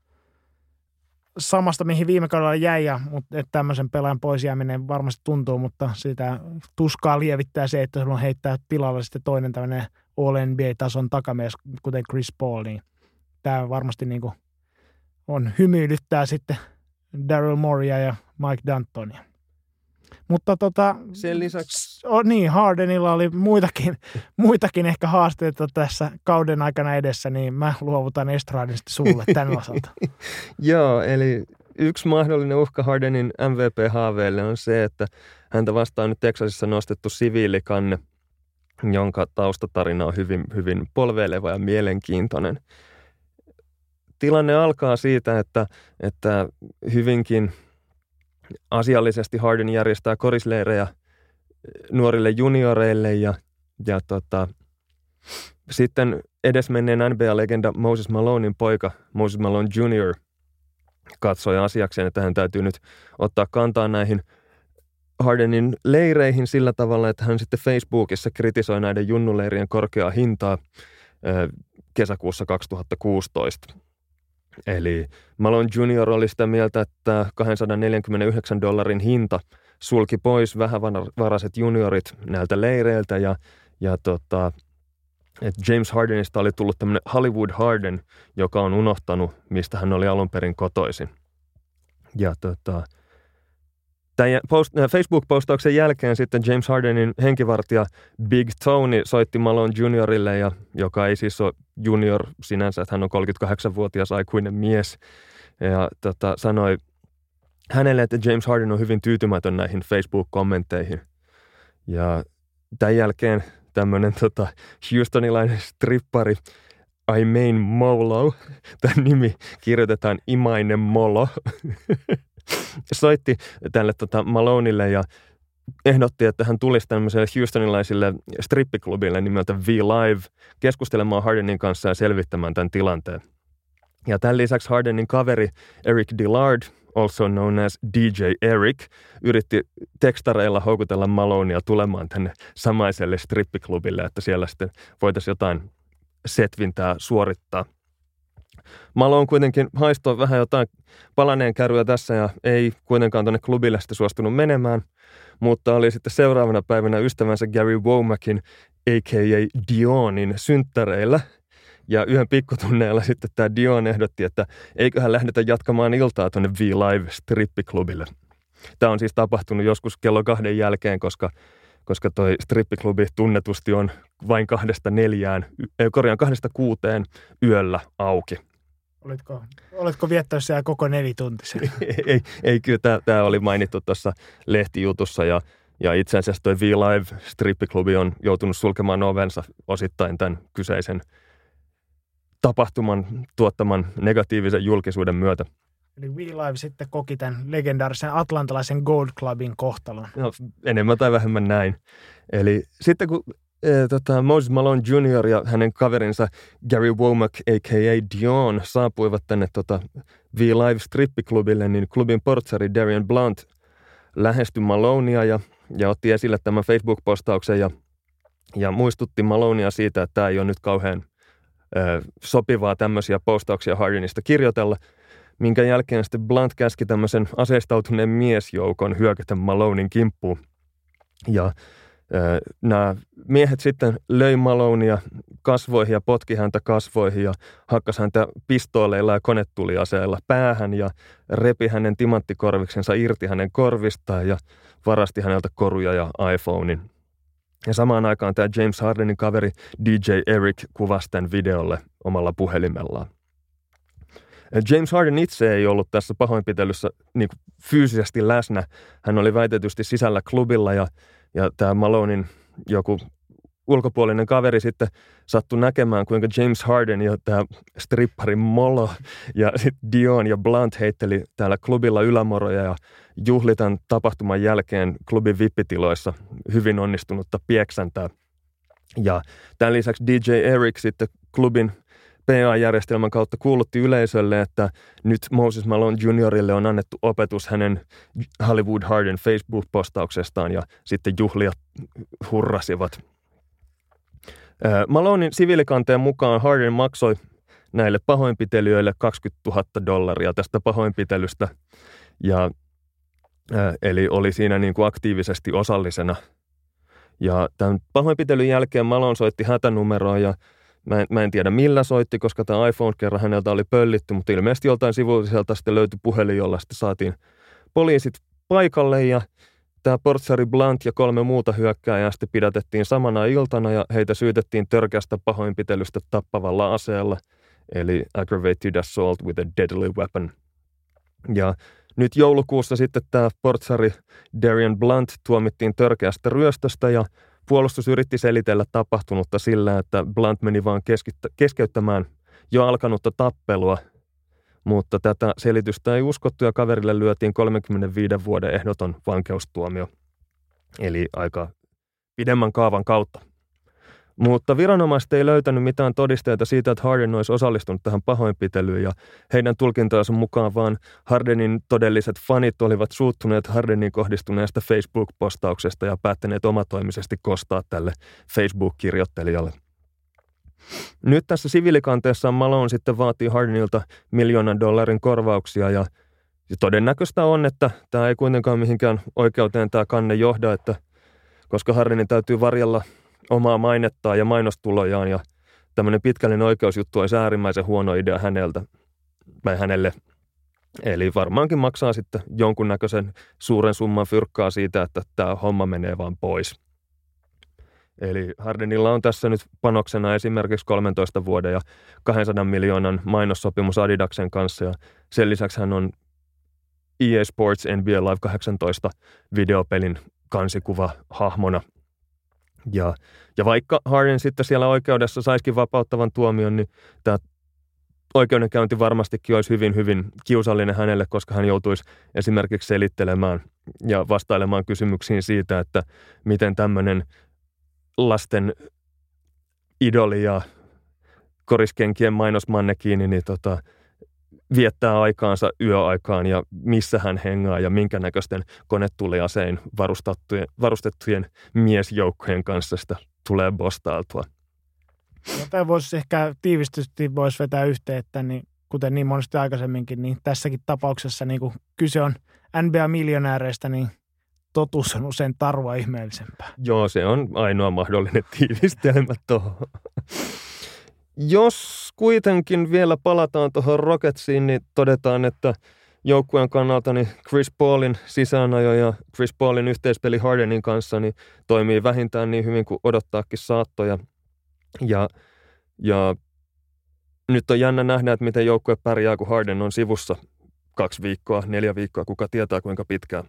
samasta mihin viime kaudella jäi, ja, mutta että tämmöisen pelaajan pois jääminen varmasti tuntuu, mutta sitä tuskaa lievittää se, että sulla on heittää tilalla sitten toinen tämmöinen All N B A-tason takamies, kuten Chris Paul, niin tämä varmasti niin kuin on hymyilyttää sitten Daryl Moreyä ja Mike D'Antonia. Mutta tota, sen lisäksi oh, niin, Hardenilla oli muitakin, muitakin ehkä haasteita tässä kauden aikana edessä, niin mä luovutan estradista sulle tämän osalta. Joo, eli yksi mahdollinen uhka Hardenin M V P-haaveelle on se, että häntä vastaan nyt Texasissa nostettu siviilikanne, jonka taustatarina on hyvin, hyvin polveileva ja mielenkiintoinen. Tilanne alkaa siitä, että, että hyvinkin asiallisesti Harden järjestää korisleirejä nuorille junioreille ja, ja tota, sitten edesmenneen N B A-legenda Moses Malonein poika Moses Malone junior katsoi asiakseen, että hän täytyy nyt ottaa kantaa näihin Hardenin leireihin sillä tavalla, että hän sitten Facebookissa kritisoi näiden junnuleirien korkeaa hintaa kesäkuussa kaksituhattakuusitoista. Eli Malone junior oli sitä mieltä, että kaksisataaneljäkymmentäyhdeksän dollarin hinta sulki pois vähävaraiset juniorit näiltä leireiltä ja, ja tota, että James Hardenista oli tullut tämmöinen Hollywood Harden, joka on unohtanut, mistä hän oli alun perin kotoisin. Ja tota, tämän post, Facebook-postauksen jälkeen sitten James Hardenin henkivartija Big Tony soitti Malone juniorille, ja, joka ei siis ole junior sinänsä, että hän on kolmekymmentäkahdeksanvuotias aikuinen mies, ja tota, sanoi hänelle, että James Harden on hyvin tyytymätön näihin Facebook-kommentteihin. Ja tämän jälkeen tämmöinen tota, houstonilainen strippari Imaine Molo, tämä nimi kirjoitetaan Imaine Molo, soitti tälle tota Malonelle ja ehdotti, että hän tulisi tämmöiselle houstonilaisille strippiklubille nimeltä V-Live keskustelemaan Hardenin kanssa ja selvittämään tämän tilanteen. Ja tämän lisäksi Hardenin kaveri Eric Dillard, also known as D J Eric, yritti tekstareilla houkutella Malonea tulemaan tänne samaiselle strippiklubille, että siellä sitten voitaisiin jotain setvintää suorittaa. Malone kuitenkin haistoi vähän jotain palaneen kärryä tässä ja ei kuitenkaan tuonne klubille sitten suostunut menemään, mutta oli sitten seuraavana päivänä ystävänsä Gary Womackin, a k a. Dionin, synttäreillä. Ja yhden pikkutunneella sitten tämä Dion ehdotti, että eiköhän lähdetä jatkamaan iltaa tuonne V-Live strippiklubille. Tämä on siis tapahtunut joskus kello kahden jälkeen, koska, koska toi strippiklubi tunnetusti on vain kahdesta neljään, korjaan kahdesta kuuteen yöllä auki. Oletko, oletko viettänyt siellä koko nelituntisen? ei, ei, ei, kyllä tämä, tämä oli mainittu tuossa lehtijutussa ja, ja itse asiassa toi V-Live strippiklubi on joutunut sulkemaan ovensa osittain tämän kyseisen tapahtuman tuottaman negatiivisen julkisuuden myötä. Eli V-Live sitten koki tämän legendaarisen atlantalaisen Gold Clubin kohtalon. No, enemmän tai vähemmän näin. Eli sitten kun e, tota, Moses Malone junior ja hänen kaverinsa Gary Womack, a k a. Dion, saapuivat tänne tota, V-Live strippiklubille, niin klubin portsari Darian Blunt lähestyi Malonea ja, ja otti esille tämän Facebook-postauksen ja, ja muistutti Malonea siitä, että tämä ei ole nyt kauhean sopivaa tämmöisiä postauksia Hardenista kirjoitella, minkä jälkeen sitten Blunt käski tämmöisen aseistautuneen miesjoukon hyökätä Malonen kimppuun. Ja äh, nämä miehet sitten löi Malonea kasvoihin ja potki häntä kasvoihin ja hakkasi häntä pistooleilla ja konetuliaseilla päähän ja repi hänen timanttikorviksensa irti hänen korvistaan ja varasti häneltä koruja ja iPhonein. Ja samaan aikaan tämä James Hardenin kaveri D J Eric kuvasi tämän videolle omalla puhelimellaan. James Harden itse ei ollut tässä pahoinpitelyssä niin kuin fyysisesti läsnä. Hän oli väitetysti sisällä klubilla ja, ja tämä Malonin joku ulkopuolinen kaveri sitten sattui näkemään, kuinka James Harden ja tämä strippari Molo ja sitten Dion ja Blunt heitteli täällä klubilla ylämoroja ja juhli tämän tapahtuman jälkeen klubin vippitiloissa hyvin onnistunutta pieksäntää. Ja tämän lisäksi D J Eric sitten klubin P A-järjestelmän kautta kuulutti yleisölle, että nyt Moses Malone juniorille on annettu opetus hänen Hollywood Harden Facebook-postauksestaan ja sitten juhlijat hurrasivat. Malonin siviilikanteen mukaan Harden maksoi näille pahoinpitelijöille kaksikymmentätuhatta dollaria tästä pahoinpitelystä, ja, ää, eli oli siinä niin kuin aktiivisesti osallisena. Ja tämän pahoinpitelyn jälkeen Malone soitti hätänumeroon, ja mä en, mä en tiedä millä soitti, koska tämä iPhone kerran häneltä oli pöllitty, mutta ilmeisesti joltain sivulliselta sitten löytyi puhelin, jolla sitten saatiin poliisit paikalle, ja tämä portsari Blunt ja kolme muuta hyökkääjää sitten pidätettiin samana iltana ja heitä syytettiin törkeästä pahoinpitelystä tappavalla aseella, eli aggravated assault with a deadly weapon. Ja nyt joulukuussa sitten tämä portsari Darian Blunt tuomittiin törkeästä ryöstöstä ja puolustus yritti selitellä tapahtunutta sillä, että Blunt meni vaan keskeyttämään jo alkanutta tappelua, mutta tätä selitystä ei uskottu ja kaverille lyötiin kolmenkymmenenviiden vuoden ehdoton vankeustuomio, eli aika pidemmän kaavan kautta. Mutta viranomaiset ei löytänyt mitään todisteita siitä, että Harden olisi osallistunut tähän pahoinpitelyyn ja heidän tulkintaansa mukaan vaan Hardenin todelliset fanit olivat suuttuneet Hardenin kohdistuneesta Facebook-postauksesta ja päättäneet omatoimisesti kostaa tälle Facebook-kirjoittelijalle. Nyt tässä siviilikanteessa Malone sitten vaatii Hardenilta miljoonan dollarin korvauksia ja todennäköistä on, että tämä ei kuitenkaan mihinkään oikeuteen tämä kanne johda, että koska Hardenin täytyy varjella omaa mainettaan ja mainostulojaan ja tämmöinen pitkällinen oikeusjuttu olisi äärimmäisen huono idea häneltä tai hänelle. Eli varmaankin maksaa sitten jonkunnäköisen suuren summan fyrkkaa siitä, että tämä homma menee vaan pois. Eli Hardenilla on tässä nyt panoksena esimerkiksi kolmentoista vuoden ja kahdensadan miljoonan mainossopimus Adidaksen kanssa ja sen lisäksi hän on E A Sports N B A Live kahdeksantoista videopelin kansikuva hahmona. Ja, ja vaikka Harden sitten siellä oikeudessa saisikin vapauttavan tuomion, niin tämä oikeudenkäynti varmastikin olisi hyvin, hyvin kiusallinen hänelle, koska hän joutuisi esimerkiksi selittelemään ja vastailemaan kysymyksiin siitä, että miten tämmöinen lasten idoli ja koriskenkien mainosmannekiini niin tota, viettää aikaansa yöaikaan ja missä hän hengaa ja minkä näköisten konetuliasein varustettujen, varustettujen miesjoukkojen kanssa sitä tulee bostailtua. No, tämä voisi ehkä tiivistysti voisi vetää yhteen, että niin, kuten niin monesti aikaisemminkin, niin tässäkin tapauksessa niin kun kyse on N B A-miljonääreistä, niin totuus on usein tarua ihmeellisempää. Joo, se on ainoa mahdollinen tiivistelmä tuohon. Jos kuitenkin vielä palataan tuohon Rocketsiin, niin todetaan, että joukkueen kannalta niin Chris Paulin sisäänajo ja Chris Paulin yhteispeli Hardenin kanssa niin toimii vähintään niin hyvin kuin odottaakin saattoja. Ja, ja nyt on jännä nähdä, että miten joukkue pärjää, kun Harden on sivussa kaksi viikkoa, neljä viikkoa, kuka tietää kuinka pitkään.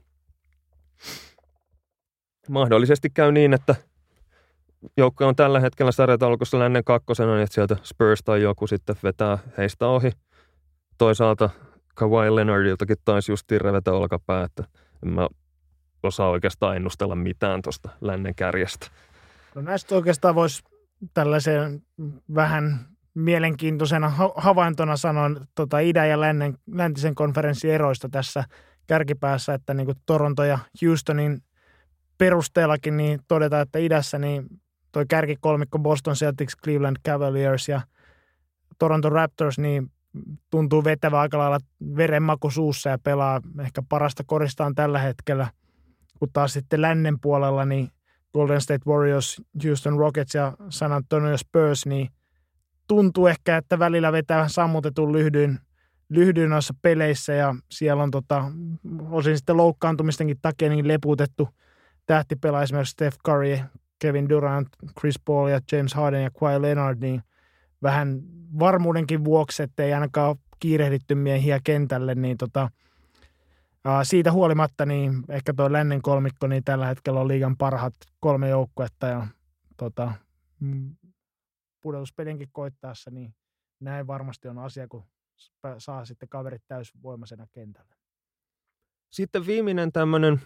Mahdollisesti käy niin, että joukkue on tällä hetkellä sarjataulukossa lännen kakkosena, niin että sieltä Spurs tai joku sitten vetää heistä ohi. Toisaalta Kawhi Leonardiltakin taisi justiin revetä olkapää, että en mä osaa oikeastaan ennustella mitään tuosta lännen kärjestä. No näistä oikeastaan voisi tällaisen vähän mielenkiintoisena havaintona sanoa tota idän ja lännen, läntisen konferenssin eroista tässä kärkipäässä, että niin kuin Toronto ja Houstonin perusteellakin niin todetaan, että idässä niin toi kärkikolmikko Boston Celtics, Cleveland Cavaliers ja Toronto Raptors niin tuntuu vetävä aika lailla verenmaku suussa ja pelaa ehkä parasta koristaan tällä hetkellä, kun taas sitten lännen puolella niin Golden State Warriors, Houston Rockets ja San Antonio Spurs, niin tuntuu ehkä, että välillä vetää sammutetun lyhdyn, lyhdyn noissa peleissä ja siellä on tota, osin sitten loukkaantumistenkin takia niin leputettu tähtipelaa esimerkiksi Steph Curry, Kevin Durant, Chris Paul ja James Harden ja Kawhi Leonard, niin vähän varmuudenkin vuoksi, ettei ainakaan ole kiirehditty miehiä kentälle, niin tota, ää, siitä huolimatta niin ehkä tuo lännen kolmikko niin tällä hetkellä on liigan parhaat kolme joukkuetta ja tota, mm, pudotuspelienkin koittaessa, niin näin varmasti on asia, kun saa sitten kaverit täysvoimaisena kentällä. Sitten viimeinen tämmöinen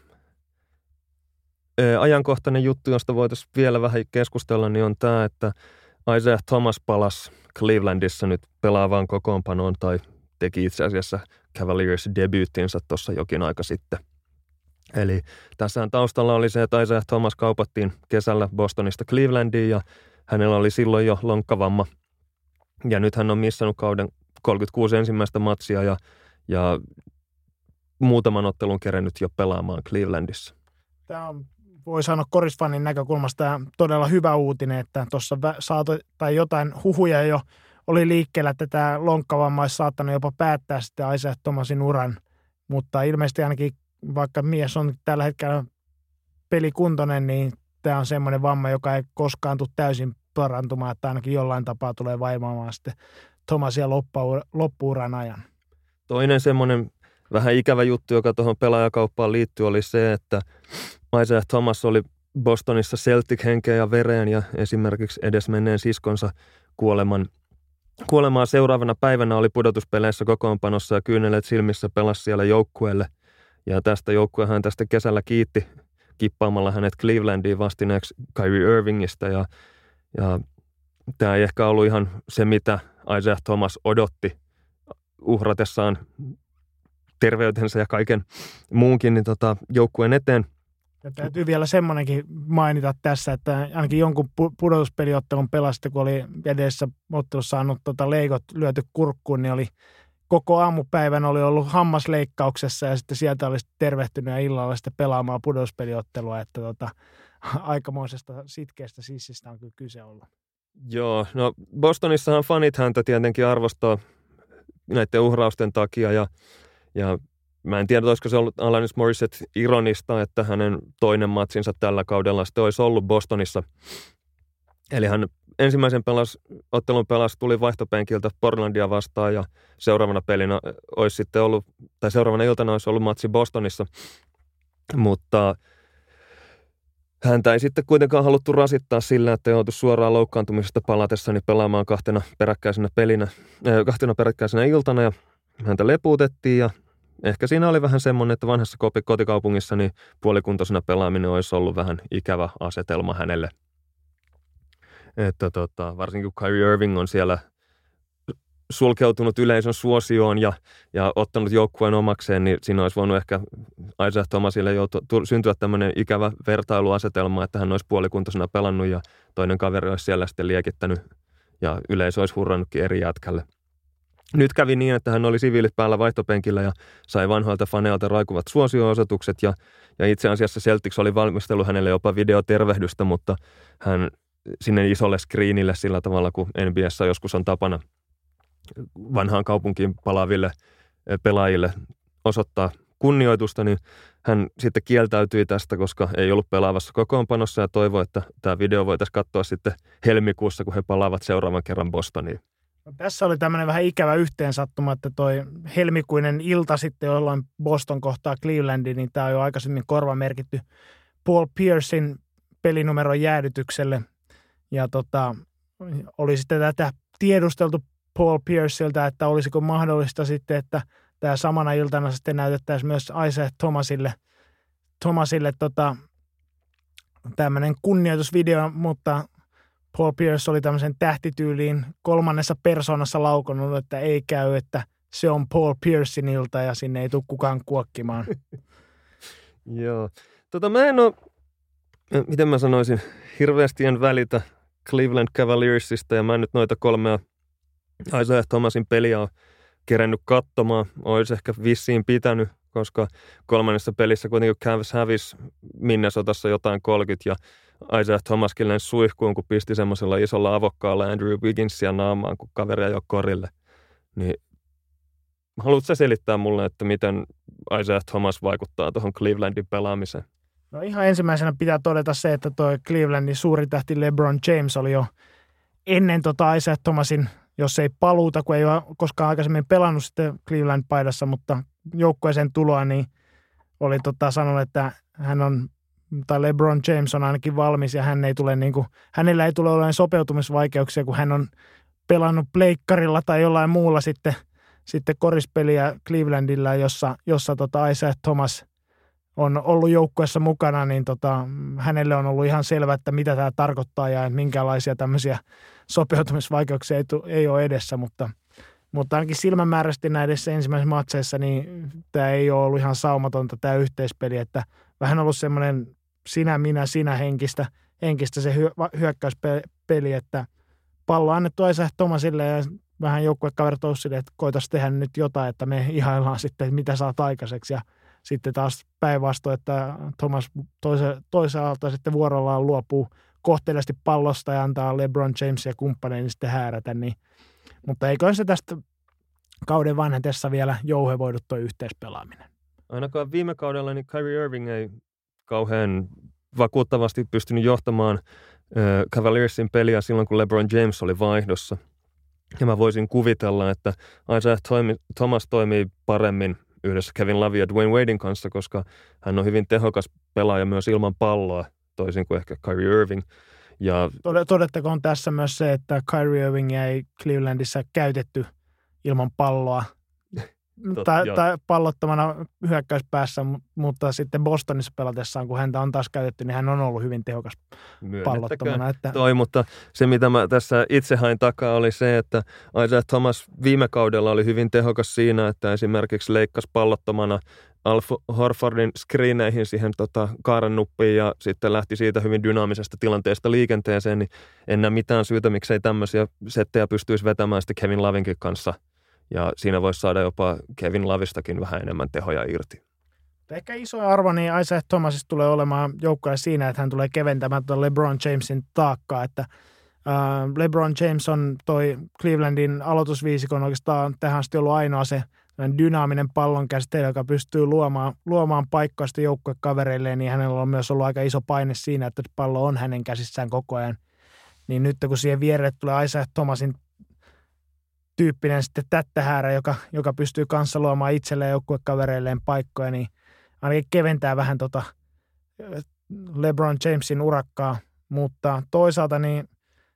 ajankohtainen juttu, josta voitaisiin vielä vähän keskustella, niin on tämä, että Isaiah Thomas palasi Clevelandissa nyt pelaavaan kokoonpanoon tai teki itse asiassa Cavaliers-debyyttinsä tuossa jokin aika sitten. Eli tässähän taustalla oli se, että Isaiah Thomas kaupattiin kesällä Bostonista Clevelandiin ja hänellä oli silloin jo lonkkavamma. Ja nyt hän on missannut kauden kolmekymmentäkuusi ensimmäistä matsia ja, ja muutaman ottelun kerennyt jo pelaamaan Clevelandissa. Tämä on, voi sanoa korisfanin näkökulmasta todella hyvä uutinen, että tuossa saato, tai jotain huhuja jo oli liikkeellä, että tämä lonkkavamma olisi saattanut jopa päättää sitten Isaiah Thomasin uran, mutta ilmeisesti ainakin vaikka mies on tällä hetkellä pelikuntoinen, niin tämä on semmoinen vamma, joka ei koskaan tule täysin parantumaan, että ainakin jollain tapaa tulee vaimaamaan sitten Thomasia loppuuran ajan. Toinen semmoinen vähän ikävä juttu, joka tuohon pelaajakauppaan liittyy, oli se, että Isaiah Thomas oli Bostonissa Celtic-henkeä ja vereen ja esimerkiksi edesmenneen siskonsa kuoleman, kuolemaa seuraavana päivänä oli pudotuspeleissä kokoonpanossa ja kyyneleet silmissä pelasi siellä joukkueelle. Ja tästä joukkuehan tästä kesällä kiitti kippaamalla hänet Clevelandiin vastineeksi Kyrie Irvingistä ja, ja tämä ei ehkä ollut ihan se, mitä Isaiah Thomas odotti uhratessaan terveytensä ja kaiken muunkin niin tota, joukkueen eteen. Ja täytyy vielä semmoinenkin mainita tässä, että ainakin jonkun pudotuspeliottelun pelasta, kun oli edessä ottelussa saanut tota leikot lyöty kurkkuun, niin oli koko aamupäivän oli ollut hammasleikkauksessa ja sitten sieltä olisi tervehtynyt ja illalla sitten pelaamaan pudotuspeliottelua, että tota, aikamoisesta sitkeästä sissistä on kyllä kyse ollut. Joo, no Bostonissahan fanit häntä tietenkin arvostaa näiden uhrausten takia ja, ja mä en tiedä, olisiko se ollut Alanis Morissette ironista, että hänen toinen matsinsa tällä kaudella sitten olisi ollut Bostonissa. Eli hän ensimmäisen pelas, ottelun pelas tuli vaihtopenkiltä Portlandia vastaan ja seuraavana pelinä olisi sitten ollut, tai seuraavana iltana olisi ollut matsi Bostonissa. Mutta häntä ei sitten kuitenkaan haluttu rasittaa sillä, että joutui suoraan loukkaantumisesta palatessani pelaamaan kahtena peräkkäisenä pelinä, äh, kahtena peräkkäisenä iltana ja häntä lepuutettiin ja ehkä siinä oli vähän semmoinen, että vanhassa kotikaupungissa niin puolikuntoisena pelaaminen olisi ollut vähän ikävä asetelma hänelle. Että tota, varsinkin kun Kyrie Irving on siellä sulkeutunut yleisön suosioon ja, ja ottanut joukkueen omakseen, niin siinä olisi voinut ehkä Isaiah Thomasille joutua, syntyä tämmöinen ikävä vertailuasetelma, että hän olisi puolikuntoisena pelannut ja toinen kaveri olisi siellä sitten liekittänyt ja yleisö olisi hurrannutkin eri jätkälle. Nyt kävi niin, että hän oli siviilit päällä vaihtopenkillä ja sai vanhoilta faneilta raikuvat suosio-osoitukset ja, ja itse asiassa Celtics oli valmistellut hänelle jopa videotervehdystä, mutta hän sinne isolle screenille sillä tavalla, kun N B A:ssä joskus on tapana vanhaan kaupunkiin palaaville pelaajille osoittaa kunnioitusta, niin hän sitten kieltäytyi tästä, koska ei ollut pelaavassa kokoonpanossa ja toivoi, että tämä video voitaisiin katsoa sitten helmikuussa, kun he palaavat seuraavan kerran Bostoniin. No, tässä oli tämmöinen vähän ikävä yhteensattuma, että toi helmikuinen ilta sitten, jolloin Boston kohtaa Clevelandin, niin tämä on jo aikaisemmin korvamerkitty Paul Piercein pelinumeron jäädytykselle. Ja tota, oli sitten tätä tiedusteltu Paul Pierceiltä, että olisiko mahdollista sitten, että tämä samana iltana sitten näytettäisiin myös Isaiah Thomasille, Thomasille tota, tämmöinen kunnioitusvideo, mutta Paul Pierce oli tämmöisen tähtityyliin kolmannessa persoonassa laukonut, että ei käy, että se on Paul Piercein ilta ja sinne ei tule kukaan kuokkimaan. Joo. Tota mä en ole, miten mä sanoisin, hirveästi en välitä Cleveland Cavaliersista ja mä en nyt noita kolmea Isaiah Thomasin peliä on kerennyt katsomaan. Olisi ehkä vissiin pitänyt, koska kolmannessa pelissä kuitenkin Cavs hävisi Minnesotassa jotain kolmekymmentä ja Isaiah Thomaskin lensi suihkuun, kun pisti semmoisella isolla avokkaalla Andrew Wigginsia naamaan, kun kaveri ajoi korille. Niin, haluatko sä selittää mulle, että miten Isaiah Thomas vaikuttaa tuohon Clevelandin pelaamiseen? No ihan ensimmäisenä pitää todeta se, että tuo Clevelandin suuri tähti LeBron James oli jo ennen tota Isaiah Thomasin, jos ei paluuta, kun ei ole koskaan aikaisemmin pelannut sitten Cleveland-paidassa, mutta joukkueeseen tuloa, niin oli tota sanonut, että hän on, tai LeBron James on ainakin valmis ja hän ei tule niin kuin, hänellä ei tule olemaan sopeutumisvaikeuksia, kun hän on pelannut pleikkarilla tai jollain muulla sitten, sitten korispeliä Clevelandilla, jossa, jossa tota Isaiah Thomas on ollut joukkueessa mukana, niin tota, hänelle on ollut ihan selvä, että mitä tämä tarkoittaa ja minkälaisia tämmöisiä sopeutumisvaikeuksia ei, ei ole edessä, mutta, mutta ainakin silmämääräisesti näissä ensimmäisissä matseissa, niin tämä ei ole ollut ihan saumatonta tämä yhteispeli, että vähän ollut semmoinen sinä, minä, sinä henkistä, henkistä se hyö, hyökkäyspeli, että pallo annettu Isaiah Thomasille ja vähän joukkuekaverit on sille, että koitaisiin tehdä nyt jotain, että me ihaillaan sitten, että mitä saat aikaiseksi ja sitten taas päinvastoin, että Thomas toisaalta sitten vuorollaan luopuu kohteliaasti pallosta ja antaa LeBron James ja kumppaneiden sitten häärätä. Niin. Mutta eikö se tästä kauden vanhetessa vielä jouhevoidu tuo yhteispelaaminen? Ainakaan viime kaudella niin Kyrie Irving ei kauhean vakuuttavasti pystynyt johtamaan äh, Cavaliersin peliä silloin, kun LeBron James oli vaihdossa. Ja mä voisin kuvitella, että Isaiah Thomas toimii paremmin yhdessä Kevin Love ja Dwayne Waden kanssa, koska hän on hyvin tehokas pelaaja myös ilman palloa, toisin kuin ehkä Kyrie Irving. Ja todettakoon tässä myös se, että Kyrie Irvingia ei Clevelandissa käytetty ilman palloa Tot, tai, tai pallottomana hyökkäyspäässä, mutta sitten Bostonissa pelatessaan, kun häntä on taas käytetty, niin hän on ollut hyvin tehokas pallottomana. Että toi, mutta se, mitä mä tässä itse hain takaa, oli se, että Isaiah Thomas viime kaudella oli hyvin tehokas siinä, että esimerkiksi leikkasi pallottomana Al Horfordin screeneihin siihen tota, kaarennuppiin ja sitten lähti siitä hyvin dynaamisesta tilanteesta liikenteeseen, niin en näe mitään syytä, miksei tämmöisiä settejä pystyisi vetämään sitten Kevin Lovinkin kanssa. Ja siinä voisi saada jopa Kevin Lovistakin vähän enemmän tehoja irti. Ehkä iso arvo, niin Isaiah Thomasista tulee olemaan joukkoja siinä, että hän tulee keventämään tuota LeBron Jamesin taakkaa. Että, äh, LeBron James on toi Clevelandin aloitusviisikon oikeastaan tähän asti ollut ainoa se dynaaminen pallonkäsittely, joka pystyy luomaan, luomaan paikkaa sitten joukkuekavereilleen, niin hänellä on myös ollut aika iso paine siinä, että pallo on hänen käsissään koko ajan. Niin nyt kun siihen vierelle tulee Isaiah Thomasin tyyppinen sitten tättähäärä, joka, joka pystyy kanssa luomaan itselleen joukkuekavereilleen paikkoja, niin ainakin keventää vähän tota LeBron Jamesin urakkaa, mutta toisaalta niin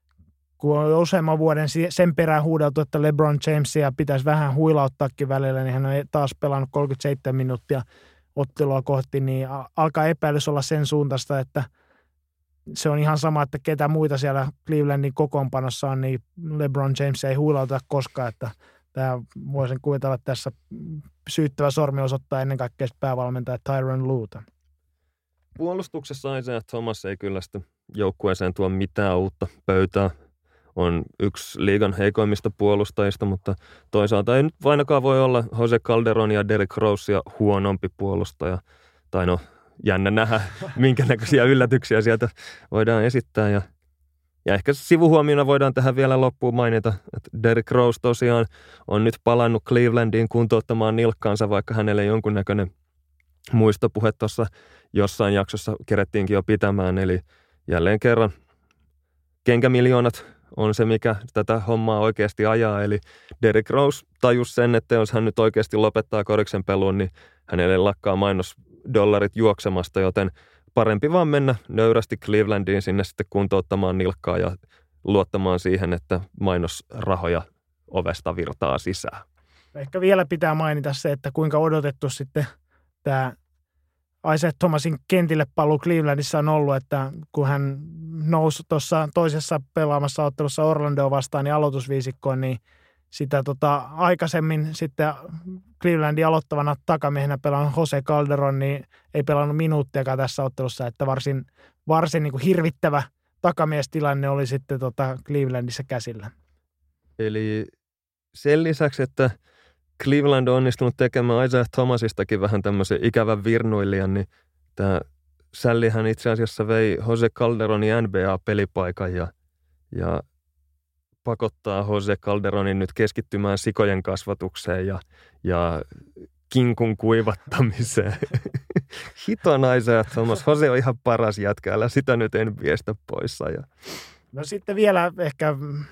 kun on jo useamman vuoden sen perään huudeltu, että LeBron Jamesia pitäisi vähän huilauttaakin välillä, niin hän on taas pelannut kolmekymmentäseitsemän minuuttia ottelua kohti, niin alkaa epäilys olla sen suuntaista, että se on ihan sama, että ketä muita siellä Clevelandin kokoonpanossa on, niin LeBron James ei huilauta koskaan, että tämä voisin kuvitella, että tässä syyttävä sormi osoittaa ennen kaikkea päävalmentaja Tyronn Lueta. Puolustuksessa Isaiah Thomas ei kyllä sitä joukkueeseen tuo mitään uutta pöytää. On yksi liigan heikoimmista puolustajista, mutta toisaalta ei nyt ainakaan voi olla Jose Calderon ja Derrick Rosea huonompi puolustaja. Tai no, jännä nähdä, minkä näköisiä yllätyksiä sieltä voidaan esittää. Ja, ja ehkä sivuhuomiona voidaan tähän vielä loppuun mainita, että Derrick Rose tosiaan on nyt palannut Clevelandiin kuntouttamaan nilkkaansa, vaikka hänelle jonkunnäköinen muistopuhe tuossa jossain jaksossa kerettiinkin jo pitämään. Eli jälleen kerran kenkämiljoonat on se, mikä tätä hommaa oikeasti ajaa. Eli Derrick Rose tajusi sen, että jos hän nyt oikeasti lopettaa koriksen peluun, niin hänelle lakkaa mainosdollarit juoksemasta, joten parempi vaan mennä nöyrästi Clevelandiin sinne sitten kuntouttamaan nilkkaa ja luottamaan siihen, että mainosrahoja ovesta virtaa sisään. Ehkä vielä pitää mainita se, että kuinka odotettu sitten tämä Isaiah Thomasin kentille paluu Clevelandissa on ollut, että kun hän nousi tuossa toisessa pelaamassa ottelussa Orlandoa vastaan niin aloitusviisikkoon, niin sitä tota, aikaisemmin sitten Clevelandin aloittavana takamiehenä pelannut Jose Calderon, niin ei pelannut minuuttiakaan tässä ottelussa, että varsin, varsin niin kuin hirvittävä takamiestilanne oli sitten tota Clevelandissa käsillä. Eli sen lisäksi, että Cleveland on onnistunut tekemään Isaiah Thomasistakin vähän tämmöisen ikävän virnuilijan, niin tämä Sallyhän itse asiassa vei Jose Calderonin N B A-pelipaikan ja, ja pakottaa Jose Calderonin nyt keskittymään sikojen kasvatukseen ja, ja kinkun kuivattamiseen. Hiton Isaiah Thomas. Jose on ihan paras jätkä, älä sitä nyt N B A:stä poissa. Ja. No sitten vielä ehkä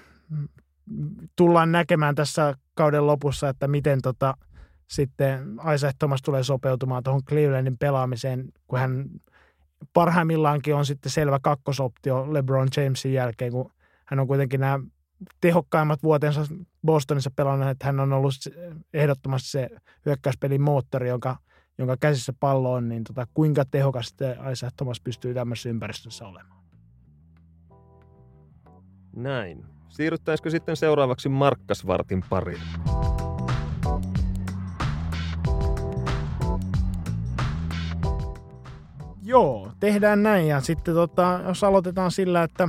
tullaan näkemään tässä kauden lopussa, että miten tota, sitten Isaiah Thomas tulee sopeutumaan tuohon Clevelandin pelaamiseen, kun hän parhaimmillaankin on sitten selvä kakkosoptio LeBron Jamesin jälkeen, kun hän on kuitenkin nämä tehokkaimmat vuotensa Bostonissa pelannut, että hän on ollut ehdottomasti se hyökkäyspelin moottori, jonka, jonka käsissä pallo on, niin tota, kuinka tehokas Isaiah Thomas pystyy tämmöisessä ympäristössä olemaan. Näin. Siirryttäisikö sitten seuraavaksi Markkasvartin pariin? Joo, tehdään näin ja sitten tota, jos aloitetaan sillä, että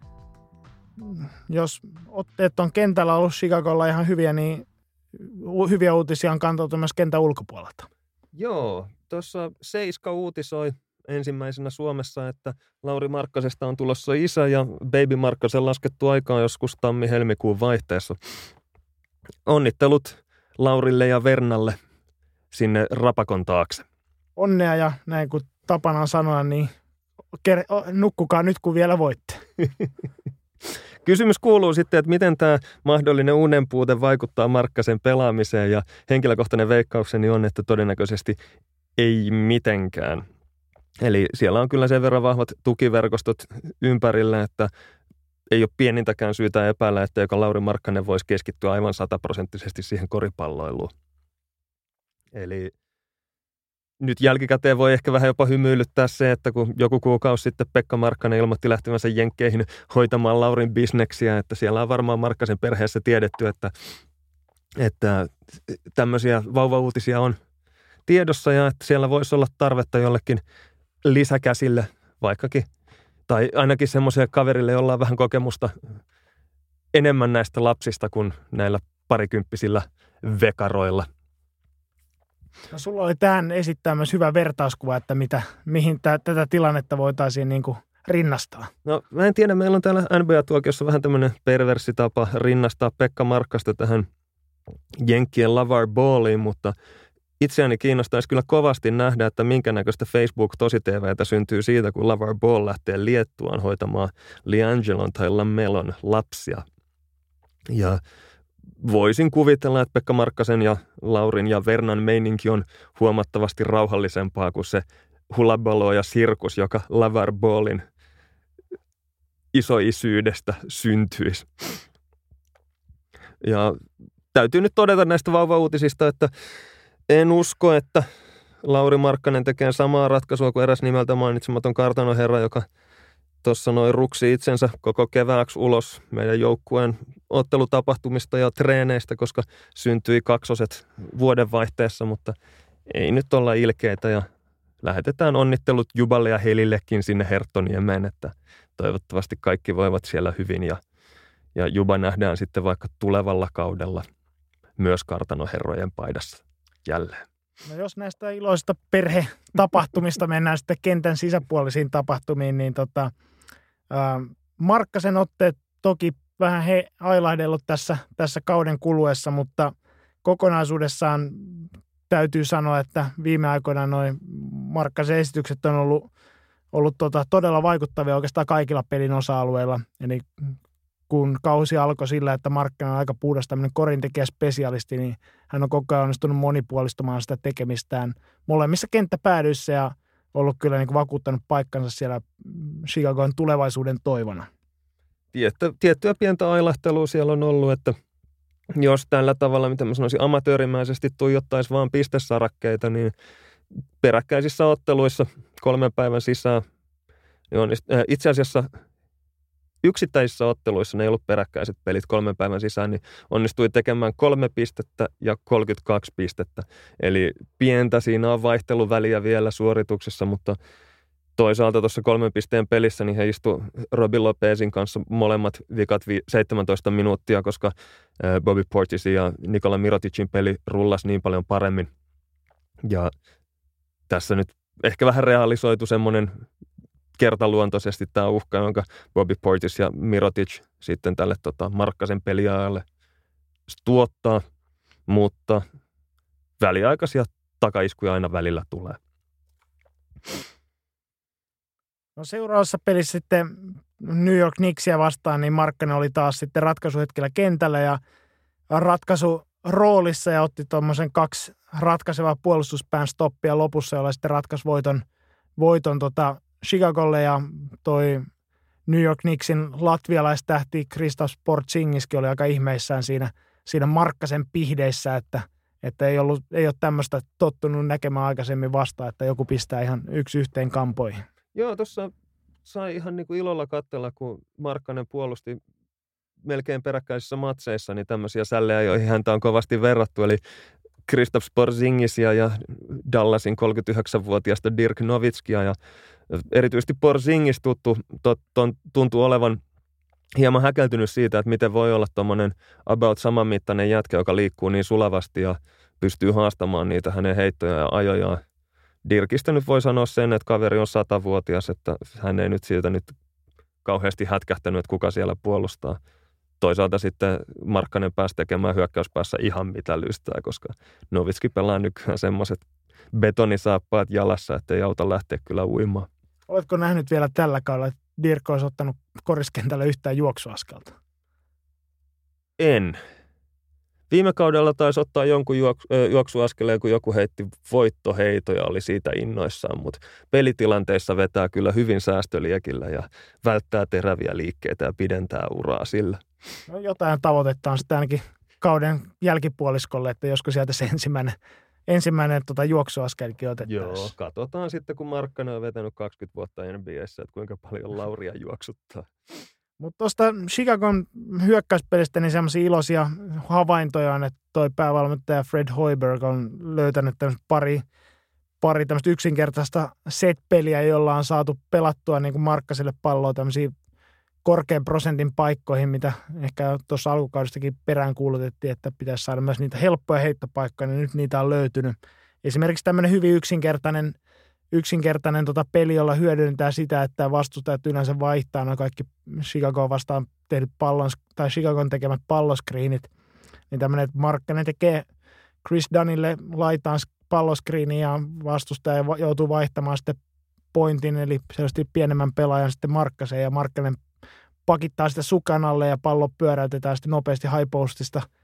jos otteet on kentällä ollut Chicagolla ihan hyviä, niin hyviä uutisia on kantautu myös kentän ulkopuolelta. Joo, tuossa Seiska uutisoi ensimmäisenä Suomessa, että Lauri Markkasesta on tulossa isä ja Baby Markkasen laskettu aikaa joskus tammi-helmikuun vaihteessa. Onnittelut Laurille ja Vernalle sinne rapakon taakse. Onnea ja näin kun tapana sanoa, niin nukkukaa nyt kun vielä voitte. Kysymys kuuluu sitten, että miten tämä mahdollinen unenpuute vaikuttaa Markkasen pelaamiseen ja henkilökohtainen veikkaukseni on, että todennäköisesti ei mitenkään. Eli siellä on kyllä sen verran vahvat tukiverkostot ympärillä, että ei ole pienintäkään syytä epäillä, että joka Lauri Markkanen voisi keskittyä aivan sataprosenttisesti siihen koripalloiluun. Eli nyt jälkikäteen voi ehkä vähän jopa hymyilyttää se, että kun joku kuukausi sitten Pekka Markkanen ilmoitti lähtevänsä Jenkkeihin hoitamaan Laurin bisneksiä, että siellä on varmaan Markkasen perheessä tiedetty, että, että tämmöisiä vauvauutisia on tiedossa ja että siellä voisi olla tarvetta jollekin lisäkäsille vaikkakin, tai ainakin semmoisia kaverille, jolla on vähän kokemusta enemmän näistä lapsista kuin näillä parikymppisillä vekaroilla. No, sulla oli tähän esittää myös hyvä vertauskuva, että mitä, mihin tä, tätä tilannetta voitaisiin niin kuin rinnastaa. No mä en tiedä, meillä on täällä N B A-tuokiossa vähän tämmöinen perversi tapa rinnastaa Pekka Markkasta tähän Jenkkien LaVar Balliin, mutta itseäni kiinnostaisi kyllä kovasti nähdä, että minkä näköistä Facebook-tosi-T V:tä syntyy siitä, kun LaVar Ball lähtee Liettuaan hoitamaan LiAngelon tai Lamelon lapsia. Ja voisin kuvitella, että Pekka Markkasen ja Laurin ja Vernan meininki on huomattavasti rauhallisempaa kuin se hulabalo ja sirkus, joka LeVar Ballin isoisyydestä syntyisi. Ja täytyy nyt todeta näistä vauvauutisista, että en usko, että Lauri Markkanen tekee samaa ratkaisua kuin eräs nimeltä mainitsematon kartanoherra, joka tuossa noin ruksi itsensä koko kevääksi ulos meidän joukkueen ottelutapahtumista ja treeneistä, koska syntyi kaksoset vuodenvaihteessa, mutta ei nyt olla ilkeitä ja lähetetään onnittelut Juballe ja Helillekin sinne Herttoniemeen, että toivottavasti kaikki voivat siellä hyvin ja, ja Juba nähdään sitten vaikka tulevalla kaudella myös kartanoherrojen paidassa jälleen. No jos näistä iloisista perhetapahtumista mennään sitten kentän sisäpuolisiin tapahtumiin, niin tota, ää, Markkasen otteet toki vähän he ailahdellut tässä, tässä kauden kuluessa, mutta kokonaisuudessaan täytyy sanoa, että viime aikoina noin Markkasen esitykset on ollut, ollut tota, todella vaikuttavia oikeastaan kaikilla pelin osa-alueilla. Eli kun kausi alkoi sillä, että Markkanen on aika puhdas tämmöinen korintekijä spesialisti, niin hän on koko ajan onnistunut monipuolistumaan sitä tekemistään molemmissa kenttäpäädyissä ja ollut kyllä niin kuin vakuuttanut paikkansa siellä Chicagon tulevaisuuden toivona. Tietty, tiettyä pientä ailahtelua siellä on ollut, että jos tällä tavalla, mitä mä sanoisin, amatöörimäisesti tuijottaisi vaan pistesarakkeita, niin peräkkäisissä otteluissa kolmen päivän sisään, niin on, itse asiassa yksittäisissä otteluissa, ne ei ollut peräkkäiset pelit kolmen päivän sisään, niin onnistui tekemään kolme pistettä ja kolmekymmentäkaksi pistettä. Eli pientä siinä on vaihteluväliä vielä suorituksessa, mutta toisaalta tuossa kolmen pisteen pelissä niin he istu Robin Lopezin kanssa molemmat vikat seitsemäntoista minuuttia, koska Bobby Portisin ja Nikola Miroticin peli rullasi niin paljon paremmin. Ja tässä nyt ehkä vähän realisoitu semmoinen kertaluontoisesti tämä uhka, jonka Bobby Portis ja Mirotic sitten tälle tota, Markkasen peliajalle tuottaa, mutta väliaikaisia takaiskuja aina välillä tulee. No seuraavassa pelissä sitten New York Knicksia vastaan, niin Markkanen oli taas sitten ratkaisuhetkellä kentällä ja ratkaisuroolissa ja otti tuommoisen kaksi ratkaisevaa puolustuspään stoppia lopussa, jolla sitten ratkaisi voiton, voiton tota Chicagolle ja toi New York Knicksin latvialaistähti Kristaps Porzingiskin oli aika ihmeissään siinä, siinä Markkasen pihdeissä, että, että ei, ollut, ei ole tämmöistä tottunut näkemään aikaisemmin vastaan, että joku pistää ihan yksi yhteen kampoihin. Joo, tuossa sai ihan niin kuin ilolla katsella, kun Markkanen puolusti melkein peräkkäisissä matseissa, niin tämmöisiä sällejä, joihin häntä on kovasti verrattu, eli Kristaps Porzingisia ja Dallasin kolmekymmentäyhdeksänvuotiaasta Dirk Nowitzkia ja erityisesti Porzingis tuttu, tot, ton, tuntuu olevan hieman häkeltynyt siitä, että miten voi olla tuommoinen about samanmittainen jätkä, joka liikkuu niin sulavasti ja pystyy haastamaan niitä hänen heittoja ja ajojaan. Dirkistä nyt voi sanoa sen, että kaveri on satavuotias, että hän ei nyt siltä nyt kauheasti hätkähtänyt, että kuka siellä puolustaa. Toisaalta sitten Markkanen pääsi tekemään hyökkäyspäässä ihan mitä lystää, koska Nowitzki pelaa nykyään semmoiset betonisaappaat jalassa, että ei auta lähteä kyllä uimaan. Oletko nähnyt vielä tällä kaudella, että Dirk olisi ottanut koriskentällä yhtään juoksuaskelta? En. Viime kaudella taisi ottaa jonkun juoksu, juoksuaskeleen, kun joku heitti voittoheitoja, oli siitä innoissaan, mutta pelitilanteissa vetää kyllä hyvin säästöliekillä ja välttää teräviä liikkeitä ja pidentää uraa sillä. No jotain tavoitetta on sitten ainakin kauden jälkipuoliskolle, että joskus sieltä se ensimmäinen, ensimmäinen tota, juoksuaskelkin otettaisiin. Joo, katsotaan sitten, kun Markkanen on vetänyt kaksikymmentä vuotta N B A:ssä, että kuinka paljon Lauria juoksuttaa. Mutta tuosta Chicagon hyökkäyspelistä niin semmoisia iloisia havaintoja on, että toi päävalmentaja Fred Hoiberg on löytänyt pari, pari tämmöistä yksinkertaista set-peliä, jolla on saatu pelattua niin kuin Markkaselle palloa tämmöisiä korkean prosentin paikkoihin, mitä ehkä tuossa alkukaudestakin perään kuulutettiin, että pitäisi saada myös niitä helppoja heittopaikkoja, niin nyt niitä on löytynyt. Esimerkiksi tämmöinen hyvin yksinkertainen yksinkertainen tota peli, jolla hyödyntää sitä, että vastustajat yleensä vaihtaa noin kaikki Chicagoon vastaan tehdyt pallon, tai Chicagon tekemät palloskriinit, niin tämmöinen, että Markkanen tekee Chris Dunnille laitaan palloskriiniin ja vastustaja joutuu vaihtamaan sitten pointin, eli selvästi pienemmän pelaajan sitten Markkaseen, ja Markkanen pakittaa sitä sukan alle ja pallo pyöräytetään sitten nopeasti high postista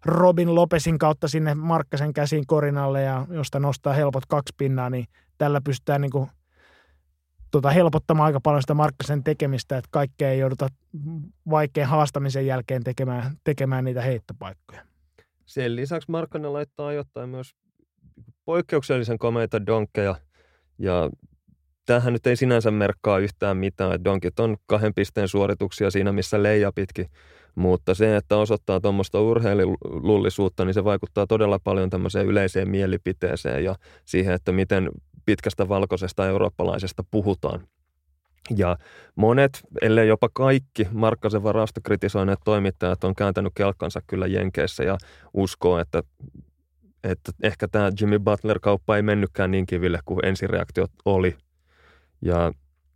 Robin Lopesin kautta sinne Markkasen käsiin korinalle ja josta nostaa helpot kaksi pinnaa, niin tällä pystytään niin kuin, tota, helpottamaan aika paljon sitä Markkasen tekemistä, että kaikkea ei jouduta vaikean haastamisen jälkeen tekemään, tekemään niitä heittopaikkoja. Sen lisäksi Markkanen laittaa ajoittain myös poikkeuksellisen komeita donkkeja ja tämähän nyt ei sinänsä merkkaa yhtään mitään, että donkit on kahden pisteen suorituksia siinä, missä leijapitkin, mutta se, että osoittaa tuommoista urheilullisuutta, niin se vaikuttaa todella paljon tämmöiseen yleiseen mielipiteeseen ja siihen, että miten pitkästä valkoisesta eurooppalaisesta puhutaan. Ja monet, ellei jopa kaikki Markkasen varausta kritisoineet toimittajat on kääntänyt kelkkansa kyllä Jenkeissä ja uskoo, että, että ehkä tämä Jimmy Butler-kauppa ei mennytkään niin kiville kuin ensireaktiot oli. Ja,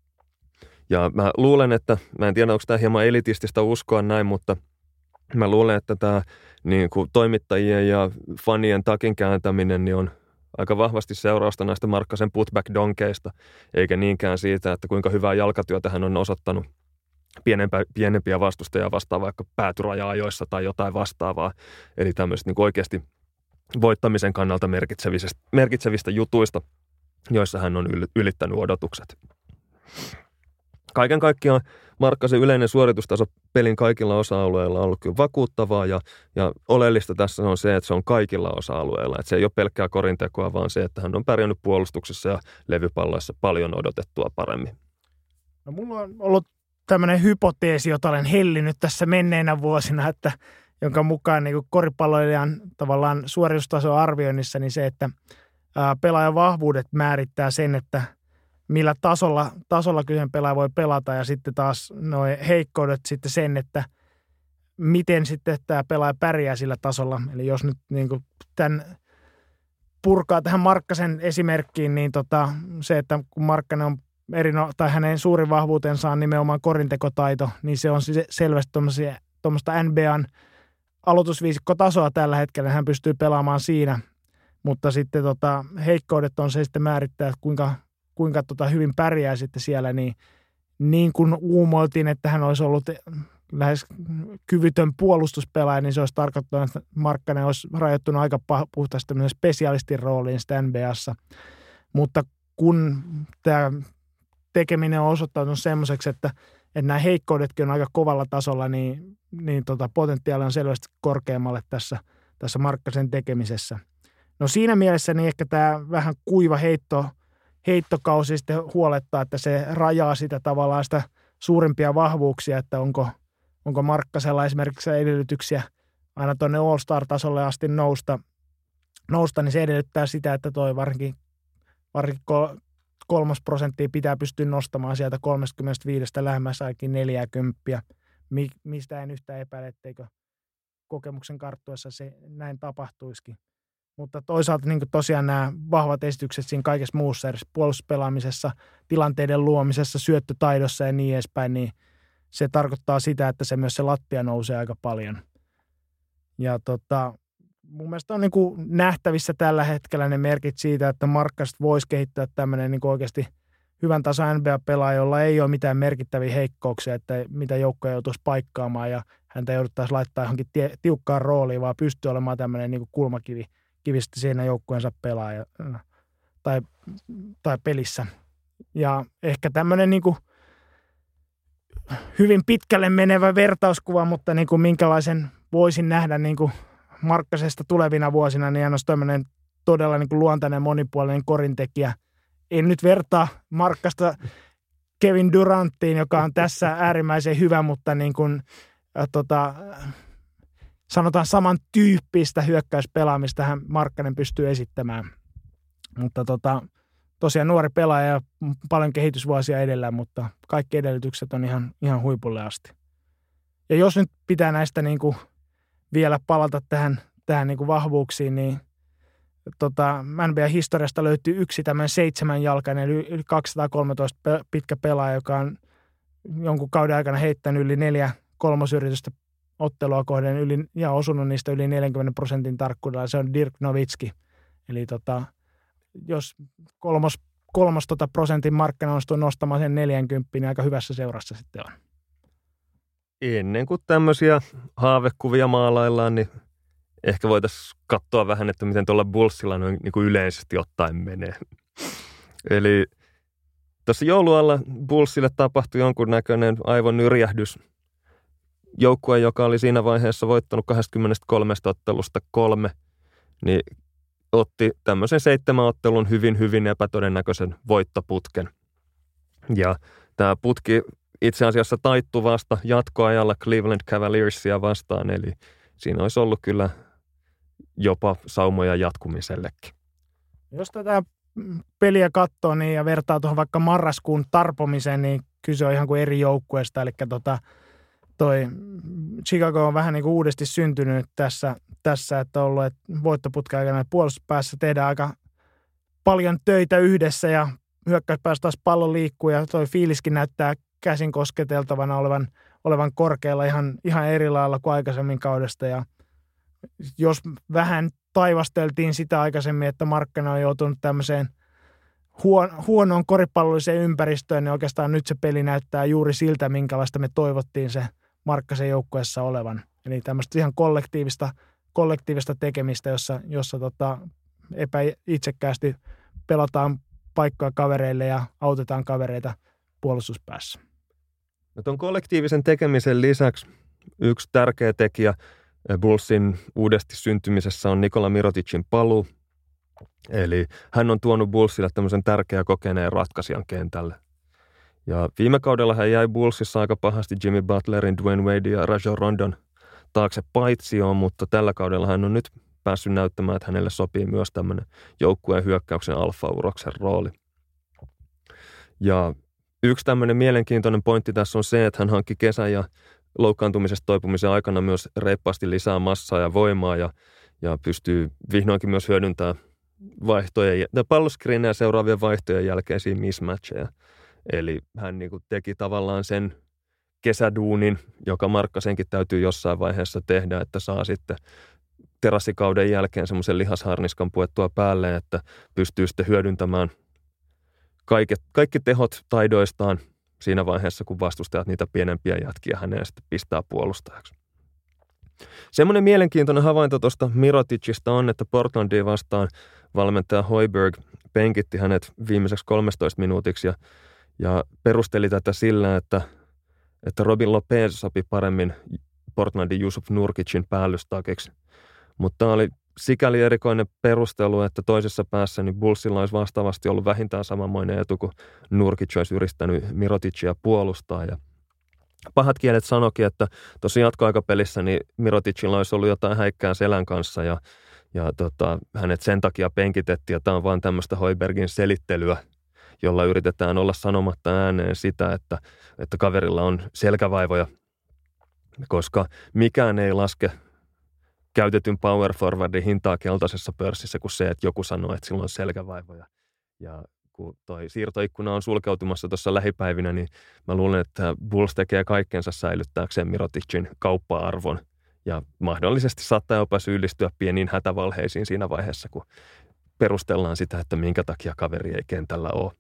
ja mä luulen, että, mä en tiedä onko tämä hieman elitististä uskoa näin, mutta mä luulen, että tämä niin kuin toimittajien ja fanien takin kääntäminen niin on aika vahvasti seurausta näistä Markkasen putback-donkeista, eikä niinkään siitä, että kuinka hyvää jalkatyötä hän on osoittanut pienempää, pienempiä vastustajia vastaan vaikka päätyraja-ajoissa tai jotain vastaavaa. Eli tämmöistä niin kuin oikeasti voittamisen kannalta merkitsevistä, merkitsevistä jutuista, joissa hän on ylittänyt odotukset. Kaiken kaikkiaan Markkasen yleinen suoritustaso pelin kaikilla osa-alueilla on ollut kyllä vakuuttavaa ja, ja oleellista tässä on se, että se on kaikilla osa-alueilla. Että se ei ole pelkkää korintekoa, vaan se, että hän on pärjännyt puolustuksessa ja levypalloissa paljon odotettua paremmin. No, mulla on ollut tämmöinen hypoteesi, jota olen hellinyt tässä menneinä vuosina, että jonka mukaan niin koripalloilijan tavallaan suoritustason arvioinnissa niin se, että ää, pelaajan vahvuudet määrittää sen, että millä tasolla, tasolla kyseinen pelaaja voi pelata ja sitten taas nuo heikkoudet sitten sen, että miten sitten tämä pelaaja pärjää sillä tasolla. Eli jos nyt niin kuin tämän purkaa tähän Markkasen esimerkkiin, niin tota, se, että kun Markkanen on erino, tai hänen suurin vahvuutensa on nimenomaan korintekotaito, niin se on selvästi tuommoista N B A:n aloitusviisikkotasoa tällä hetkellä. Hän pystyy pelaamaan siinä, mutta sitten tota, heikkoudet on se sitten määrittää, että kuinka kuinka tota hyvin pärjää sitten siellä, niin, niin kuin uumoiltiin, että hän olisi ollut lähes kyvytön puolustuspelaaja, niin se olisi tarkoittanut, että Markkanen olisi rajoittunut aika puhtaasti tämmöisen spesialistin rooliin sitä N B A:ssa. Mutta kun tämä tekeminen on osoittautunut semmoiseksi, että, että nämä heikkoudetkin on aika kovalla tasolla, niin, niin tota potentiaali on selvästi korkeammalle tässä, tässä Markkasen tekemisessä. No siinä mielessä niin ehkä tämä vähän kuiva heitto heittokausi sitten huolettaa, että se rajaa sitä tavallaan sitä suurimpia vahvuuksia, että onko, onko Markkasella esimerkiksi edellytyksiä aina tuonne All-Star-tasolle asti nousta, nousta, niin se edellyttää sitä, että toi varsinkin, varsinkin kolmas prosenttia pitää pystyä nostamaan sieltä kolmekymmentäviisi lähemmäs ainakin neljäkymmentä, mistä en yhtään epäile, etteikö kokemuksen karttuessa se näin tapahtuisikin. Mutta toisaalta niin kuin tosiaan nämä vahvat esitykset siinä kaikessa muussa, edes puolustuspelaamisessa, tilanteiden luomisessa, syöttötaidossa ja niin edespäin, niin se tarkoittaa sitä, että se myös se lattia nousee aika paljon. Ja tota, mun mielestä on niin kuin nähtävissä tällä hetkellä ne merkit siitä, että Markkasesta voisi kehittää tämmöinen niin kuin oikeasti hyvän tason N B A-pelaaja, jolla ei ole mitään merkittäviä heikkouksia, että mitä joukkoja joutuisi paikkaamaan ja häntä jouduttaisiin laittaa johonkin tie, tiukkaan rooliin, vaan pystyy olemaan tämmöinen niin kuin kulmakivi. Kivistä siinä joukkueensa pelaaja tai, tai pelissä. Ja ehkä tämmöinen niin kuin hyvin pitkälle menevä vertauskuva, mutta niin kuin minkälaisen voisin nähdä niin kuin Markkasesta tulevina vuosina, niin hän on tämmöinen todella niin kuin luontainen monipuolinen korintekijä. En nyt vertaa Markkasta Kevin Duranttiin, joka on tässä äärimmäisen hyvä, mutta niin kuin, äh, tota, sanotaan samantyyppistä hyökkäyspelaamista hän Markkanen pystyy esittämään. Mutta tota, tosiaan nuori pelaaja ja paljon kehitysvuosia edellä, mutta kaikki edellytykset on ihan, ihan huipulle asti. Ja jos nyt pitää näistä niin kuin vielä palata tähän, tähän niin kuin vahvuuksiin, niin tota, N B A-historiasta löytyy yksi tämmöinen seitsemänjalkainen, eli yli kaksisataakolmetoista pitkä pelaaja, joka on jonkun kauden aikana heittänyt yli neljä kolmosyritystä ottelua kohden yli, ja osunut niistä yli neljänkymmenen prosentin tarkkuudella. Se on Dirk Nowitzki. Eli tota, jos kolmos, kolmos tota prosentin Markkanen onnistuu nostamaan sen neljäkymmentä, niin aika hyvässä seurassa sitten on. Ennen kuin tämmöisiä haavekuvia maalaillaan, niin ehkä voitaisiin katsoa vähän, että miten tuolla Bullsilla noin niin kuin yleisesti ottaen menee. Eli tuossa joulualla Bullsille tapahtui jonkunnäköinen aivonyrjähdys. Joukkue, joka oli siinä vaiheessa voittanut kaksikymmentäkolme ottelusta kolme, niin otti tämmöisen seitsemän ottelun hyvin, hyvin epätodennäköisen voittoputken. Ja tämä putki itse asiassa taittui vasta jatkoajalla Cleveland Cavaliersia vastaan, eli siinä olisi ollut kyllä jopa saumoja jatkumisellekin. Jos tätä peliä katsoo niin ja vertaa tuohon vaikka marraskuun tarpomiseen, niin kyse on ihan kuin eri joukkueesta. Eli tota, toi Chicago on vähän niin kuin uudesti syntynyt tässä, tässä että on ollut, että voittoputken aikana puolustuspäässä tehdään aika paljon töitä yhdessä ja hyökkäyspäässä taas pallo liikkuu ja toi fiiliskin näyttää käsin kosketeltavana olevan, olevan korkealla ihan, ihan eri lailla kuin aikaisemmin kaudesta. Ja jos vähän taivasteltiin sitä aikaisemmin, että Markkanen on joutunut tämmöiseen huon, huonoon koripallolliseen ympäristöön, niin oikeastaan nyt se peli näyttää juuri siltä, minkälaista me toivottiin se Markkasen joukkueessa olevan. Eli tämmöistä ihan kollektiivista, kollektiivista tekemistä, jossa, jossa tota, epäitsekkäästi pelataan paikkoja kavereille ja autetaan kavereita puolustuspäässä. No ton kollektiivisen tekemisen lisäksi yksi tärkeä tekijä Bullsin uudesti syntymisessä on Nikola Miroticin paluu. Eli hän on tuonut Bullsille tämmöisen tärkeän kokeneen ratkaisijan kentälle. Ja viime kaudella hän jäi Bullsissa aika pahasti Jimmy Butlerin, Dwayne Wade ja Rajon Rondon taakse paitsioon, mutta tällä kaudella hän on nyt päässyt näyttämään, että hänelle sopii myös tämmöinen joukkueen hyökkäyksen alfa-uroksen rooli. Ja yksi tämmöinen mielenkiintoinen pointti tässä on se, että hän hankki kesän ja loukkaantumisesta toipumisen aikana myös reippaasti lisää massaa ja voimaa ja, ja pystyy vihdoinkin myös hyödyntämään vaihtojen, palloskriinejä seuraavien vaihtojen jälkeisiä mismatcheja. Eli hän niin kuin teki tavallaan sen kesäduunin, joka Markkasenkin täytyy jossain vaiheessa tehdä, että saa sitten terassikauden jälkeen semmoisen lihasharniskan puettua päälle, että pystyy sitten hyödyntämään kaiket, kaikki tehot taidoistaan siinä vaiheessa, kun vastustajat niitä pienempiä jätkiä häneen sitten pistää puolustajaksi. Semmoinen mielenkiintoinen havainto tuosta Miroticista on, että Portlandia vastaan valmentaja Hoiberg penkitti hänet viimeiseksi kolmetoista minuutiksi ja, ja perusteli tätä sillä, että, että Robin Lopez sopi paremmin Portlandin Jusuf Nurkicin päällystakiksi. Mutta tämä oli sikäli erikoinen perustelu, että toisessa päässä niin Bullsilla olisi vastaavasti ollut vähintään samanmoinen etu, kun Nurkic olisi yrittänyt Miroticia puolustaa. Ja pahat kielet sanoikin, että tuossa jatkoaikapelissä niin Miroticilla olisi ollut jotain häikkää selän kanssa ja, ja tota, hänet sen takia penkitettiin. Ja tämä on vaan tämmöistä Hoibergin selittelyä, jolla yritetään olla sanomatta ääneen sitä, että, että kaverilla on selkävaivoja, koska mikään ei laske käytetyn power forwardin hintaa keltaisessa pörssissä kuin se, että joku sanoo, että sillä on selkävaivoja. Ja kun toi siirtoikkuna on sulkeutumassa tuossa lähipäivinä, niin mä luulen, että Bulls tekee kaikkensa säilyttääkseen Miroticin kauppa-arvon. Ja mahdollisesti saattaa jopa syyllistyä pieniin hätävalheisiin siinä vaiheessa, kun perustellaan sitä, että minkä takia kaveri ei kentällä ole.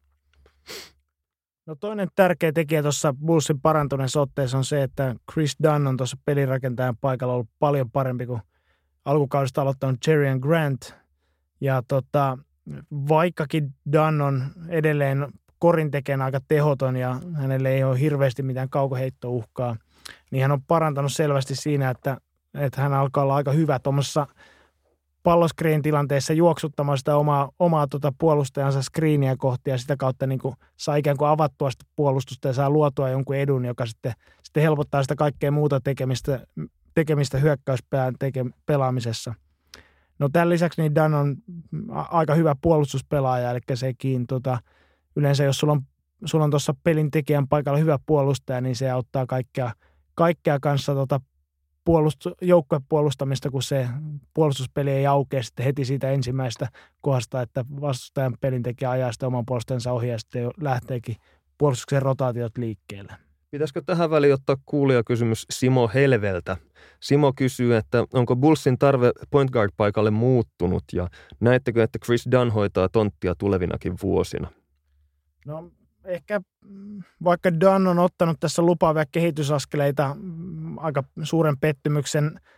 No toinen tärkeä tekijä tuossa Bullsin parantuneessa otteessa on se, että Chris Dunn on tuossa pelirakentajan paikalla ollut paljon parempi kuin alkukaudesta aloittanut Jerian Grant. Ja tota, vaikkakin Dunn on edelleen korintekijänä aika tehoton ja hänelle ei ole hirveästi mitään kaukoheittouhkaa, niin hän on parantanut selvästi siinä, että, että hän alkaa olla aika hyvä tuommoisessa palloskriin tilanteessa juoksuttamaan sitä omaa, omaa tuota puolustajansa screeniä kohti ja sitä kautta niin kuin saa ikään kuin avattua sitä puolustusta ja saa luotua jonkun edun, joka sitten, sitten helpottaa sitä kaikkea muuta tekemistä, tekemistä hyökkäyspään teke, pelaamisessa. No tämän lisäksi niin Dan on aika hyvä puolustuspelaaja, eli sekin tota, yleensä jos sulla on, sulla on tuossa pelin tekijän paikalla hyvä puolustaja, niin se auttaa kaikkea, kaikkea kanssa tota puolust- joukkuepuolustamista, kun se puolustuspeli ei aukea sitten heti siitä ensimmäistä kohdasta, että vastustajan pelintekijä ajaa sitten oman puolustajansa ohi ja sitten lähteekin puolustuksen rotaatiot liikkeelle. Pitäisikö tähän väliin ottaa kuulijakysymys Simo Helveltä? Simo kysyy, että onko Bullsin tarve point guard paikalle muuttunut ja näettekö, että Chris Dunn hoitaa tonttia tulevinakin vuosina? No ehkä vaikka Dunn on ottanut tässä lupaavia kehitysaskeleita, aika suuren pettymyksen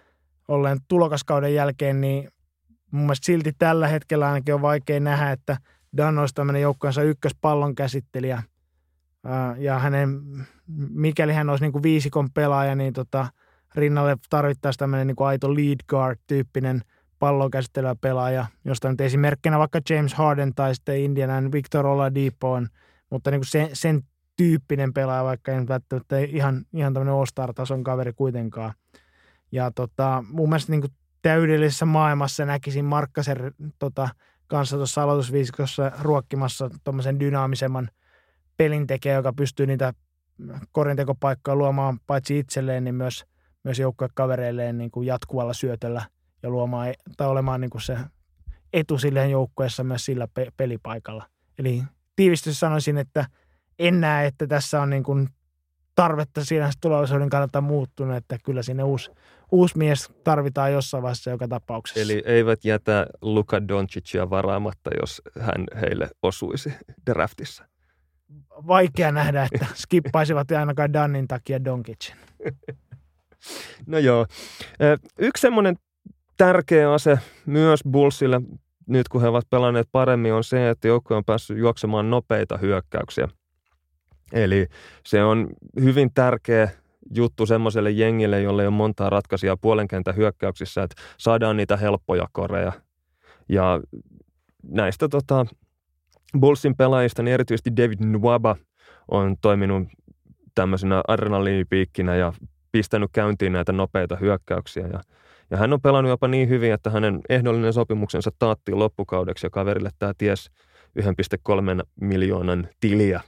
olleen tulokaskauden jälkeen, niin mun mielestä silti tällä hetkellä ainakin on vaikea nähdä, että Dunn olisi tämmöinen joukkueensa ykköspallon käsittelijä. Ja hänen, mikäli hän olisi niin kuin viisikon pelaaja, niin tota, rinnalle tarvittaisiin tämmöinen niin kuin aito lead guard-tyyppinen pallon käsittelevä pelaaja, josta nyt esimerkkinä vaikka James Harden tai sitten Indianan Victor Oladipo on, mutta niin kuin sen, sen tyyppinen pelaaja, vaikka ei välttämättä ihan, ihan tämmöinen all-star-tason kaveri kuitenkaan. Ja tota, mun mielestä niin kuin täydellisessä maailmassa näkisin Markkasen tota, kanssa tuossa aloitusviisikossa ruokkimassa tuommoisen dynaamisemman pelintekijä, joka pystyy niitä korintekopaikkoja luomaan paitsi itselleen, niin myös, myös joukkuekavereilleen niin kuin jatkuvalla syötöllä ja luomaan tai olemaan niin kuin se etu silleen joukkueessa myös sillä pe- pelipaikalla. Eli tiivistys sanoisin, että en näe, että tässä on niin kuin tarvetta siinä tulevaisuuden kannalta muuttunut, että kyllä sinne uusi, uusi mies tarvitaan jossain vaiheessa joka tapauksessa. Eli eivät jätä Luka Doncicia varaamatta, jos hän heille osuisi draftissa. Vaikea nähdä, että skippaisivat ainakaan Dunnin takia Doncicin. No joo. Yksi semmoinen tärkeä ase myös Bullsille, nyt kun he ovat pelanneet paremmin, on se, että joukkue on päässyt juoksemaan nopeita hyökkäyksiä. Eli se on hyvin tärkeä juttu semmoiselle jengille, jolle ei ole montaa ratkaisijaa puolenkentän hyökkäyksissä, että saadaan niitä helppoja koreja. Ja näistä tota, Bullsin pelaajista, niin erityisesti David Nwaba on toiminut tämmöisenä adrenaliinipiikkinä ja pistänyt käyntiin näitä nopeita hyökkäyksiä. Ja, ja hän on pelannut jopa niin hyvin, että hänen ehdollinen sopimuksensa taattiin loppukaudeksi ja kaverille tämä ties yksi pilkku kolme miljoonan tiliä.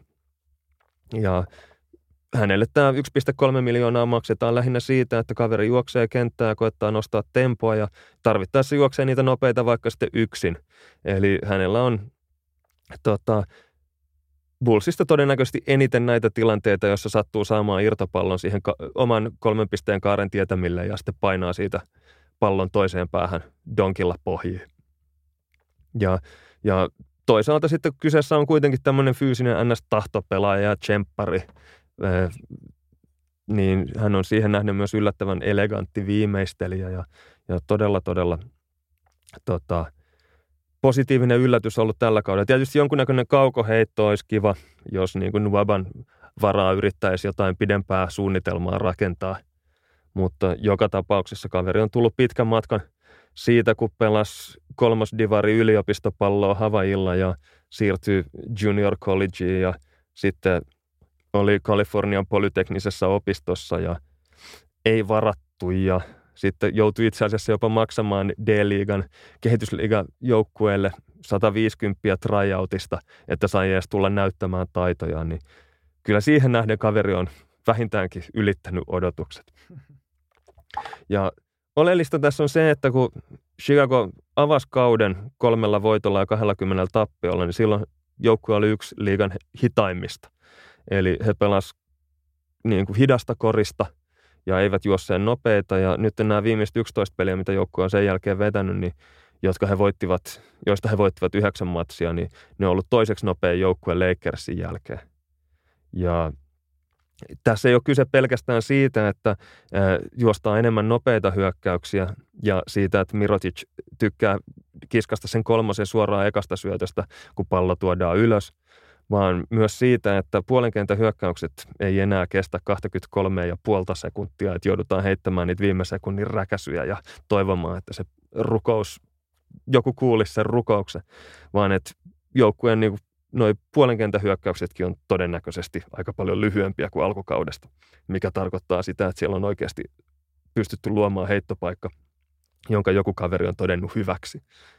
Ja hänelle tämä yksi pilkku kolme miljoonaa maksetaan lähinnä siitä, että kaveri juoksee kenttää ja koettaa nostaa tempoa ja tarvittaessa juoksee niitä nopeita vaikka sitten yksin. Eli hänellä on tota, Bullsista todennäköisesti eniten näitä tilanteita, jossa sattuu saamaan irtopallon siihen ka- oman kolmen pisteen kaaren tietämille ja sitten painaa siitä pallon toiseen päähän donkilla pohjiin. Ja, ja toisaalta sitten kyseessä on kuitenkin tämmöinen fyysinen N S-tahtopelaaja ja tsemppari, eh, niin hän on siihen nähden myös yllättävän elegantti viimeistelijä ja, ja todella, todella tota, positiivinen yllätys ollut tällä kaudella. Tietysti jonkunnäköinen kaukoheitto olisi kiva, jos niin kuin Nwaban varaa yrittäisi jotain pidempää suunnitelmaa rakentaa, mutta joka tapauksessa kaveri on tullut pitkän matkan siitä, kun pelasi kolmosdivari yliopistopalloa Havaijilla ja siirtyi junior collegeen ja sitten oli Kalifornian polyteknisessä opistossa ja ei varattu ja sitten joutui itse asiassa jopa maksamaan D-liigan kehitysliigan joukkueelle sata viisikymmentä tryoutista, että sai edes tulla näyttämään taitojaan, niin kyllä siihen nähden kaveri on vähintäänkin ylittänyt odotukset. Ja oleellista tässä on se, että kun Chicago avasi kauden kolmella voitolla ja kaksikymmentä tappiolla, niin silloin joukkue oli yksi liigan hitaimmista. Eli he pelasivat niin kuin hidasta korista ja eivät juosseen nopeita. Ja nyt nämä viimeiset yksitoista peliä, mitä joukkue on sen jälkeen vetänyt, niin jotka he voittivat, joista he voittivat yhdeksän matsia, niin ne on ollut toiseksi nopea joukkue Lakersin jälkeen. Ja tässä ei ole kyse pelkästään siitä, että juostaan enemmän nopeita hyökkäyksiä ja siitä, että Mirotic tykkää kiskasta sen kolmosen suoraan ekasta syötöstä, kun pallo tuodaan ylös, vaan myös siitä, että puolenkentän hyökkäykset ei enää kestä kaksikymmentäkolme pilkku viisi sekuntia, että joudutaan heittämään niitä viime sekunnin räkäsyjä ja toivomaan, että se rukous, joku kuulisi sen rukouksen, vaan että joukkueen niin noi puolenkentän hyökkäyksetkin on todennäköisesti aika paljon lyhyempiä kuin alkukaudesta, mikä tarkoittaa sitä, että siellä on oikeasti pystytty luomaan heittopaikka, jonka joku kaveri on todennut hyväksi.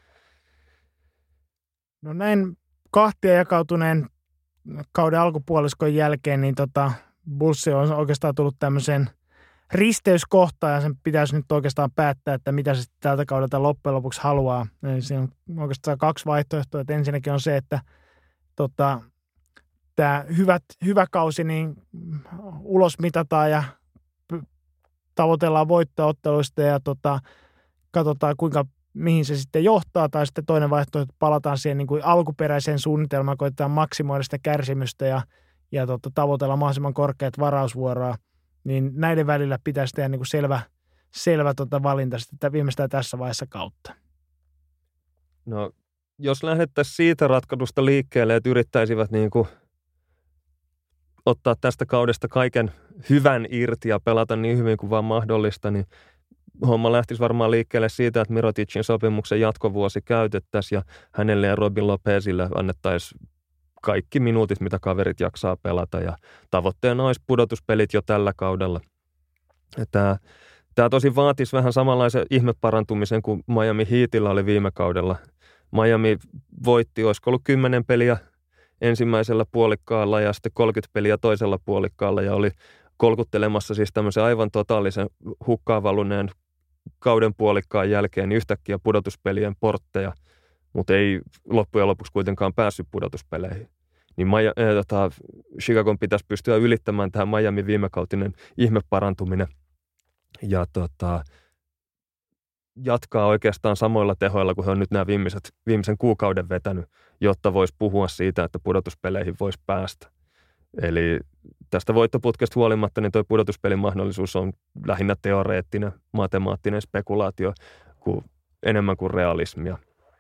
No näin kahtia jakautuneen kauden alkupuoliskon jälkeen, niin tota, Bulls on oikeastaan tullut tämmöiseen risteyskohtaan ja sen pitäisi nyt oikeastaan päättää, että mitä se tältä kaudelta loppujen lopuksi haluaa. Eli siinä on oikeastaan kaksi vaihtoehtoa, että ensinnäkin on se, että tota, tämä hyvät, hyvä kausi niin ulos mitataan ja tavoitellaan voitto-otteluista ja tota, katsotaan kuinka mihin se sitten johtaa, tai sitten toinen vaihtoehto, että palataan siihen niin kuin alkuperäiseen suunnitelmaan, koitetaan maksimoida sitä kärsimystä ja, ja tota, tavoitella mahdollisimman korkeat varausvuoroa, niin näiden välillä pitäisi tehdä niin kuin selvä, selvä tota valinta sitten viimeistään tässä vaiheessa kautta. No, jos lähdettäisiin siitä ratkaisusta liikkeelle, että yrittäisivät niin kuin ottaa tästä kaudesta kaiken hyvän irti ja pelata niin hyvin kuin vaan mahdollista, niin homma lähtisi varmaan liikkeelle siitä, että Miroticin sopimuksen jatkovuosi käytettäisiin ja hänelle ja Robin Lopezille annettaisiin kaikki minuutit, mitä kaverit jaksaa pelata ja tavoitteena olisi pudotuspelit jo tällä kaudella. Tämä, tämä tosi vaatisi vähän samanlaisen ihmeparantumisen kuin Miami Heatillä oli viime kaudella. Miami voitti, olisiko ollut kymmenen peliä ensimmäisellä puolikkaalla ja sitten kolmekymmentä peliä toisella puolikkaalla ja oli kolkuttelemassa siis tämmöisen aivan totaalisen hukkaan valuneen kauden puolikkaan jälkeen niin yhtäkkiä pudotuspelien portteja, mutta ei loppujen lopuksi kuitenkaan päässyt pudotuspeleihin. Niin Maja, äh, tota, Chicagon pitäisi pystyä ylittämään tähän Miamin viimekautinen ihmeparantuminen ja tota, jatkaa oikeastaan samoilla tehoilla kuin he on nyt nämä viimeiset, viimeisen kuukauden vetänyt, jotta voisi puhua siitä, että pudotuspeleihin voisi päästä. Eli tästä voittoputkesta huolimatta, niin tuo pudotuspelin mahdollisuus on lähinnä teoreettinen, matemaattinen spekulaatio kuin, enemmän kuin realismia.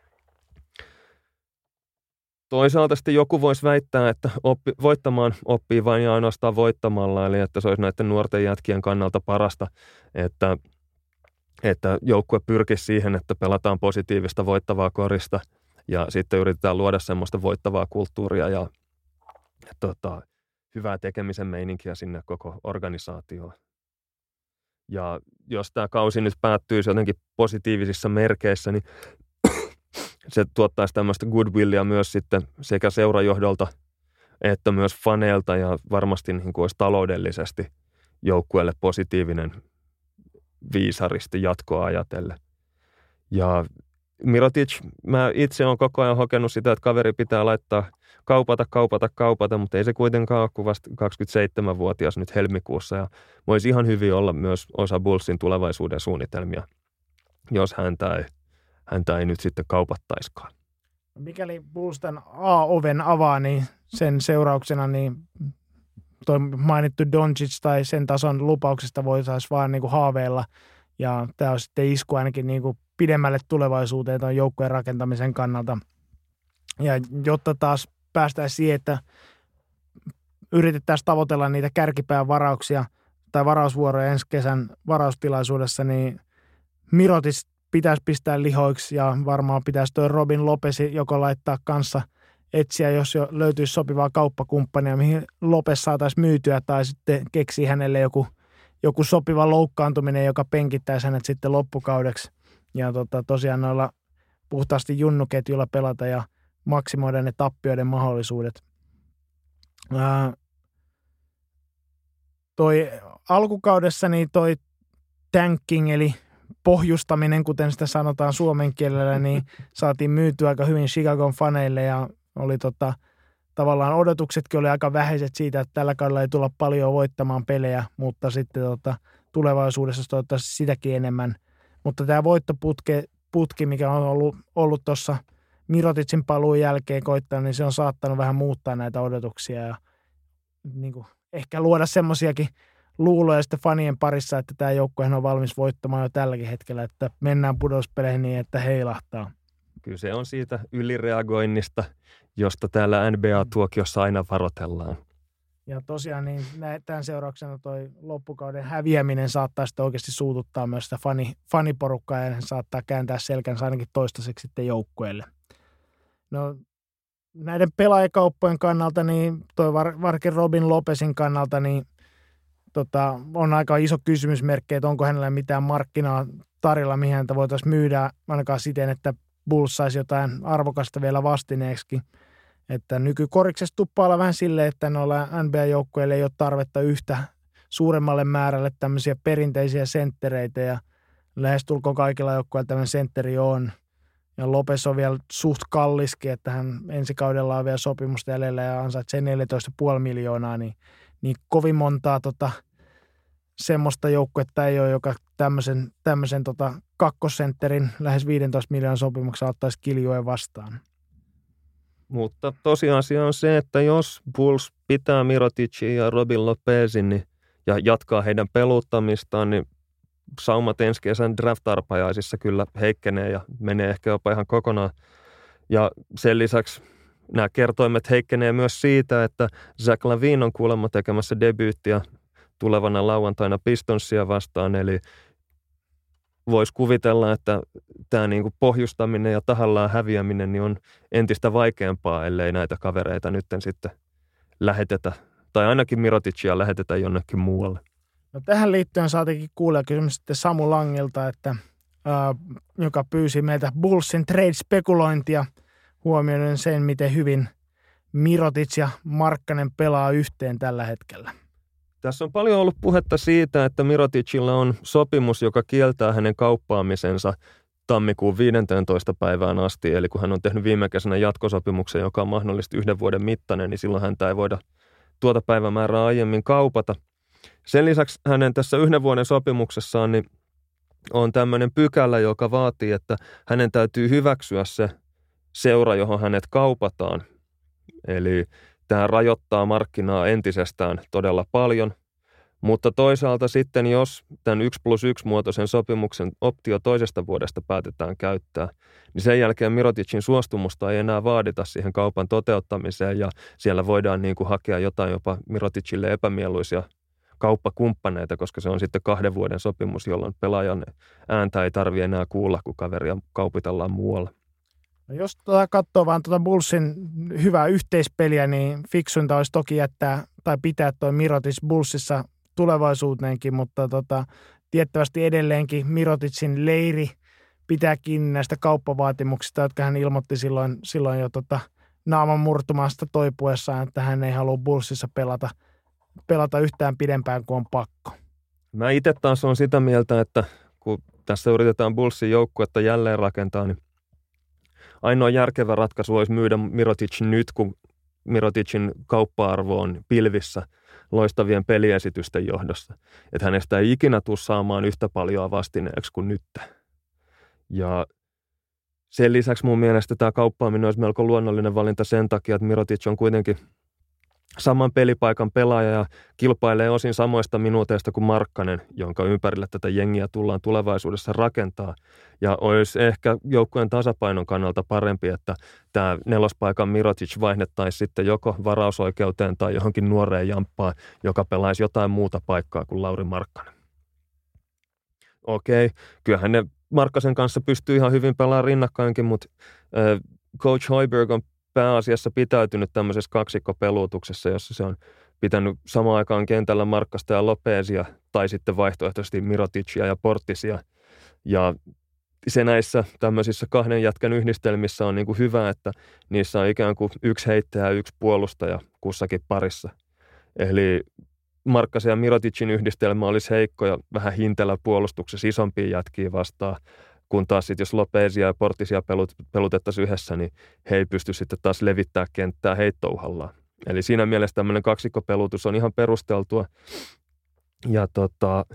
Toisaalta sitten joku voisi väittää, että oppi, voittamaan oppii vain ja ainoastaan voittamalla, eli että se olisi näiden nuorten jätkien kannalta parasta, että, että joukkue pyrkisi siihen, että pelataan positiivista voittavaa korista ja sitten yritetään luoda semmoista voittavaa kulttuuria ja tota, hyvää tekemisen meininkiä sinne koko organisaatioon. Ja jos tämä kausi nyt päättyisi jotenkin positiivisissa merkeissä, niin se tuottaisi tämmöistä goodwillia myös sitten sekä seurajohdolta että myös faneilta ja varmasti niin kuin olisi taloudellisesti joukkueelle positiivinen viisaristi jatkoa ajatellen. Ja Mirotic, mä itse olen koko ajan hokenut sitä, että kaveri pitää laittaa kaupata, kaupata, kaupata, mutta ei se kuitenkaan ole kuin vasta kaksikymmentäseitsemänvuotias nyt helmikuussa ja voisi ihan hyvin olla myös osa Bullsin tulevaisuuden suunnitelmia, jos häntä ei, häntä ei nyt sitten kaupattaiskaan. Mikäli Bulls tämän A-oven avaa, niin sen seurauksena niin toi mainittu Doncic tai sen tason lupauksesta voitaisiin vaan niin kuin haaveilla ja tämä on sitten isku ainakin niin kuin pidemmälle tulevaisuuteen tuon joukkueen rakentamisen kannalta. Ja jotta taas päästään siihen, että yritettäisiin tavoitella niitä kärkipään varauksia tai varausvuoroja ensi kesän varaustilaisuudessa, niin Mirotic pitäisi pistää lihoiksi ja varmaan pitäisi tuo Robin Lopez joko laittaa kanssa etsiä, jos jo löytyisi sopivaa kauppakumppania, mihin Lopez saataisiin myytyä tai sitten keksiä hänelle joku, joku sopiva loukkaantuminen, joka penkittäisi hänet sitten loppukaudeksi. Ja tota, tosiaan noilla puhtaasti junnuketjulla pelata ja maksimoida ne tappioiden mahdollisuudet. Ää, toi alkukaudessa niin toi tanking eli pohjustaminen, kuten sitä sanotaan suomen kielellä, niin saatiin myytyä aika hyvin Chicagon faneille ja oli tota, tavallaan odotuksetkin oli aika vähäiset siitä, että tällä kaudella ei tulla paljon voittamaan pelejä, mutta sitten tota, tulevaisuudessa toivottavasti sitäkin enemmän. Mutta tämä voittoputki, putki, mikä on ollut, ollut tuossa Miroticin paluun jälkeen koittanut, niin se on saattanut vähän muuttaa näitä odotuksia ja niin kuin, ehkä luoda semmoisiakin luuloja sitten fanien parissa, että tämä joukkuehan on valmis voittamaan jo tälläkin hetkellä, että mennään pudotuspeleihin niin, että heilahtaa. Kyllä se on siitä ylireagoinnista, josta täällä N B A-tuokiossa aina varoitellaan. Ja tosiaan niin tämän seurauksena toi loppukauden häviäminen saattaa sitten oikeasti suututtaa myös sitä fani, faniporukkaa ja saattaa kääntää selkänsä ainakin toistaiseksi sitten joukkueelle. No näiden pelaajakauppojen kannalta, niin toi var, varsinkin Robin Lopezin kannalta, niin tota, on aika iso kysymysmerkki, että onko hänellä mitään markkinaa tarjolla, mihin häntä voitaisiin myydä ainakaan siten, että Bulls saisi jotain arvokasta vielä vastineeksikin. Että nykykoriksessa tuppaa olla vähän silleen, että noilla N B A-joukkueilla ei ole tarvetta yhtä suuremmalle määrälle tämmöisiä perinteisiä senttereitä ja lähestulkoon kaikilla joukkueilla tämmöinen sentteri on. Ja Lopez on vielä suht kalliskin, että hän ensi kaudella on vielä sopimusta jäljellä ja ansaitsee neljätoista pilkku viisi miljoonaa, niin, niin kovin montaa tota, semmoista joukkuetta ei ole, joka tämmöisen, tämmöisen tota, kakkosentterin lähes viisitoista miljoonan sopimuksen ottaisi kiljueen vastaan. Mutta tosiasia on se, että jos Bulls pitää Miroticin ja Robin Lopezin niin, ja jatkaa heidän peluuttamistaan, niin saumat ensi kesän draft-arpajaisissa kyllä heikkenee ja menee ehkä jopa ihan kokonaan. Ja sen lisäksi nämä kertoimet heikkenee myös siitä, että Zach LaVine on kuulemma tekemässä debyyttiä tulevana lauantaina Pistonsia vastaan, eli voisi kuvitella, että tämä niin kuin pohjustaminen ja tahallaan häviäminen niin on entistä vaikeampaa, ellei näitä kavereita nyt sitten lähetetä, tai ainakin Miroticia lähetetä jonnekin muualle. No tähän liittyen saatiinkin kuulla kysymys sitten Samu Langilta, että, ää, joka pyysi meiltä Bullsin trade-spekulointia huomioiden sen, miten hyvin Mirotic ja Markkanen pelaa yhteen tällä hetkellä. Tässä on paljon ollut puhetta siitä, että Miroticilla on sopimus, joka kieltää hänen kauppaamisensa tammikuun viidenteentoista päivään asti. Eli kun hän on tehnyt viime kesänä jatkosopimuksen, joka on mahdollisesti yhden vuoden mittainen, niin silloin häntä ei voida tuota päivämäärää aiemmin kaupata. Sen lisäksi hänen tässä yhden vuoden sopimuksessaan niin on tämmöinen pykälä, joka vaatii, että hänen täytyy hyväksyä se seura, johon hänet kaupataan. Eli tämä rajoittaa markkinaa entisestään todella paljon, mutta toisaalta sitten, jos tämän yksi plus yksi muotoisen sopimuksen optio toisesta vuodesta päätetään käyttää, niin sen jälkeen Miroticin suostumusta ei enää vaadita siihen kaupan toteuttamiseen ja siellä voidaan niin kuin hakea jotain jopa Miroticille epämieluisia kauppakumppaneita, koska se on sitten kahden vuoden sopimus, jolloin pelaajan ääntä ei tarvitse enää kuulla, kun kaveria kaupitellaan muualla. No jos tuota katsoo vaan tuota Bullsin hyvää yhteispeliä, niin fiksuinta olisi toki jättää tai pitää tuo Mirotic Bullsissa tulevaisuuteenkin, mutta tota, tiettävästi edelleenkin Miroticin leiri pitää kiinni näistä kauppavaatimuksista, jotka hän ilmoitti silloin, silloin jo tota, naaman murtumasta toipuessaan, että hän ei halua Bullsissa pelata, pelata yhtään pidempään kuin on pakko. Mä itse taas on sitä mieltä, että kun tässä yritetään Bullsin joukkuetta jälleen rakentaa, niin ainoa järkevä ratkaisu olisi myydä Mirotic nyt, kun Miroticin kauppa-arvo on pilvissä loistavien peliesitysten johdossa. Että hänestä ei ikinä tule saamaan yhtä paljon vastineeksi kuin nyt. Ja sen lisäksi mun mielestä tämä kauppaaminen olisi melko luonnollinen valinta sen takia, että Mirotic on kuitenkin saman pelipaikan pelaaja ja kilpailee osin samoista minuuteista kuin Markkanen, jonka ympärille tätä jengiä tullaan tulevaisuudessa rakentaa. Ja olisi ehkä joukkueen tasapainon kannalta parempi, että tämä nelospaikan Mirotic vaihdettaisiin sitten joko varausoikeuteen tai johonkin nuoreen jamppaan, joka pelaisi jotain muuta paikkaa kuin Lauri Markkanen. Okei, kyllähän ne Markkasen kanssa pystyy ihan hyvin pelaamaan rinnakkainkin, mutta äh, Coach Hoiberg on pääasiassa pitäytynyt tämmöisessä kaksikkopeluutuksessa, jossa se on pitänyt samaan aikaan kentällä Markkasta ja Lopezia tai sitten vaihtoehtoisesti Miroticia ja Portisia. Ja se näissä tämmöisissä kahden jätkän yhdistelmissä on niin kuin hyvä, että niissä on ikään kuin yksi heittäjä ja yksi puolustaja kussakin parissa. Eli Markkasen ja Miroticin yhdistelmä olisi heikko ja vähän hintelä puolustuksessa isompia jätkiä vastaan. Kun taas sitten, jos Lopezia ja Portisia pelut, pelutettaisiin yhdessä, niin he ei pysty sitten taas levittämään kenttää heittouhallaan. Eli siinä mielessä tämmöinen kaksikkopelutus on ihan perusteltua. Ja tota,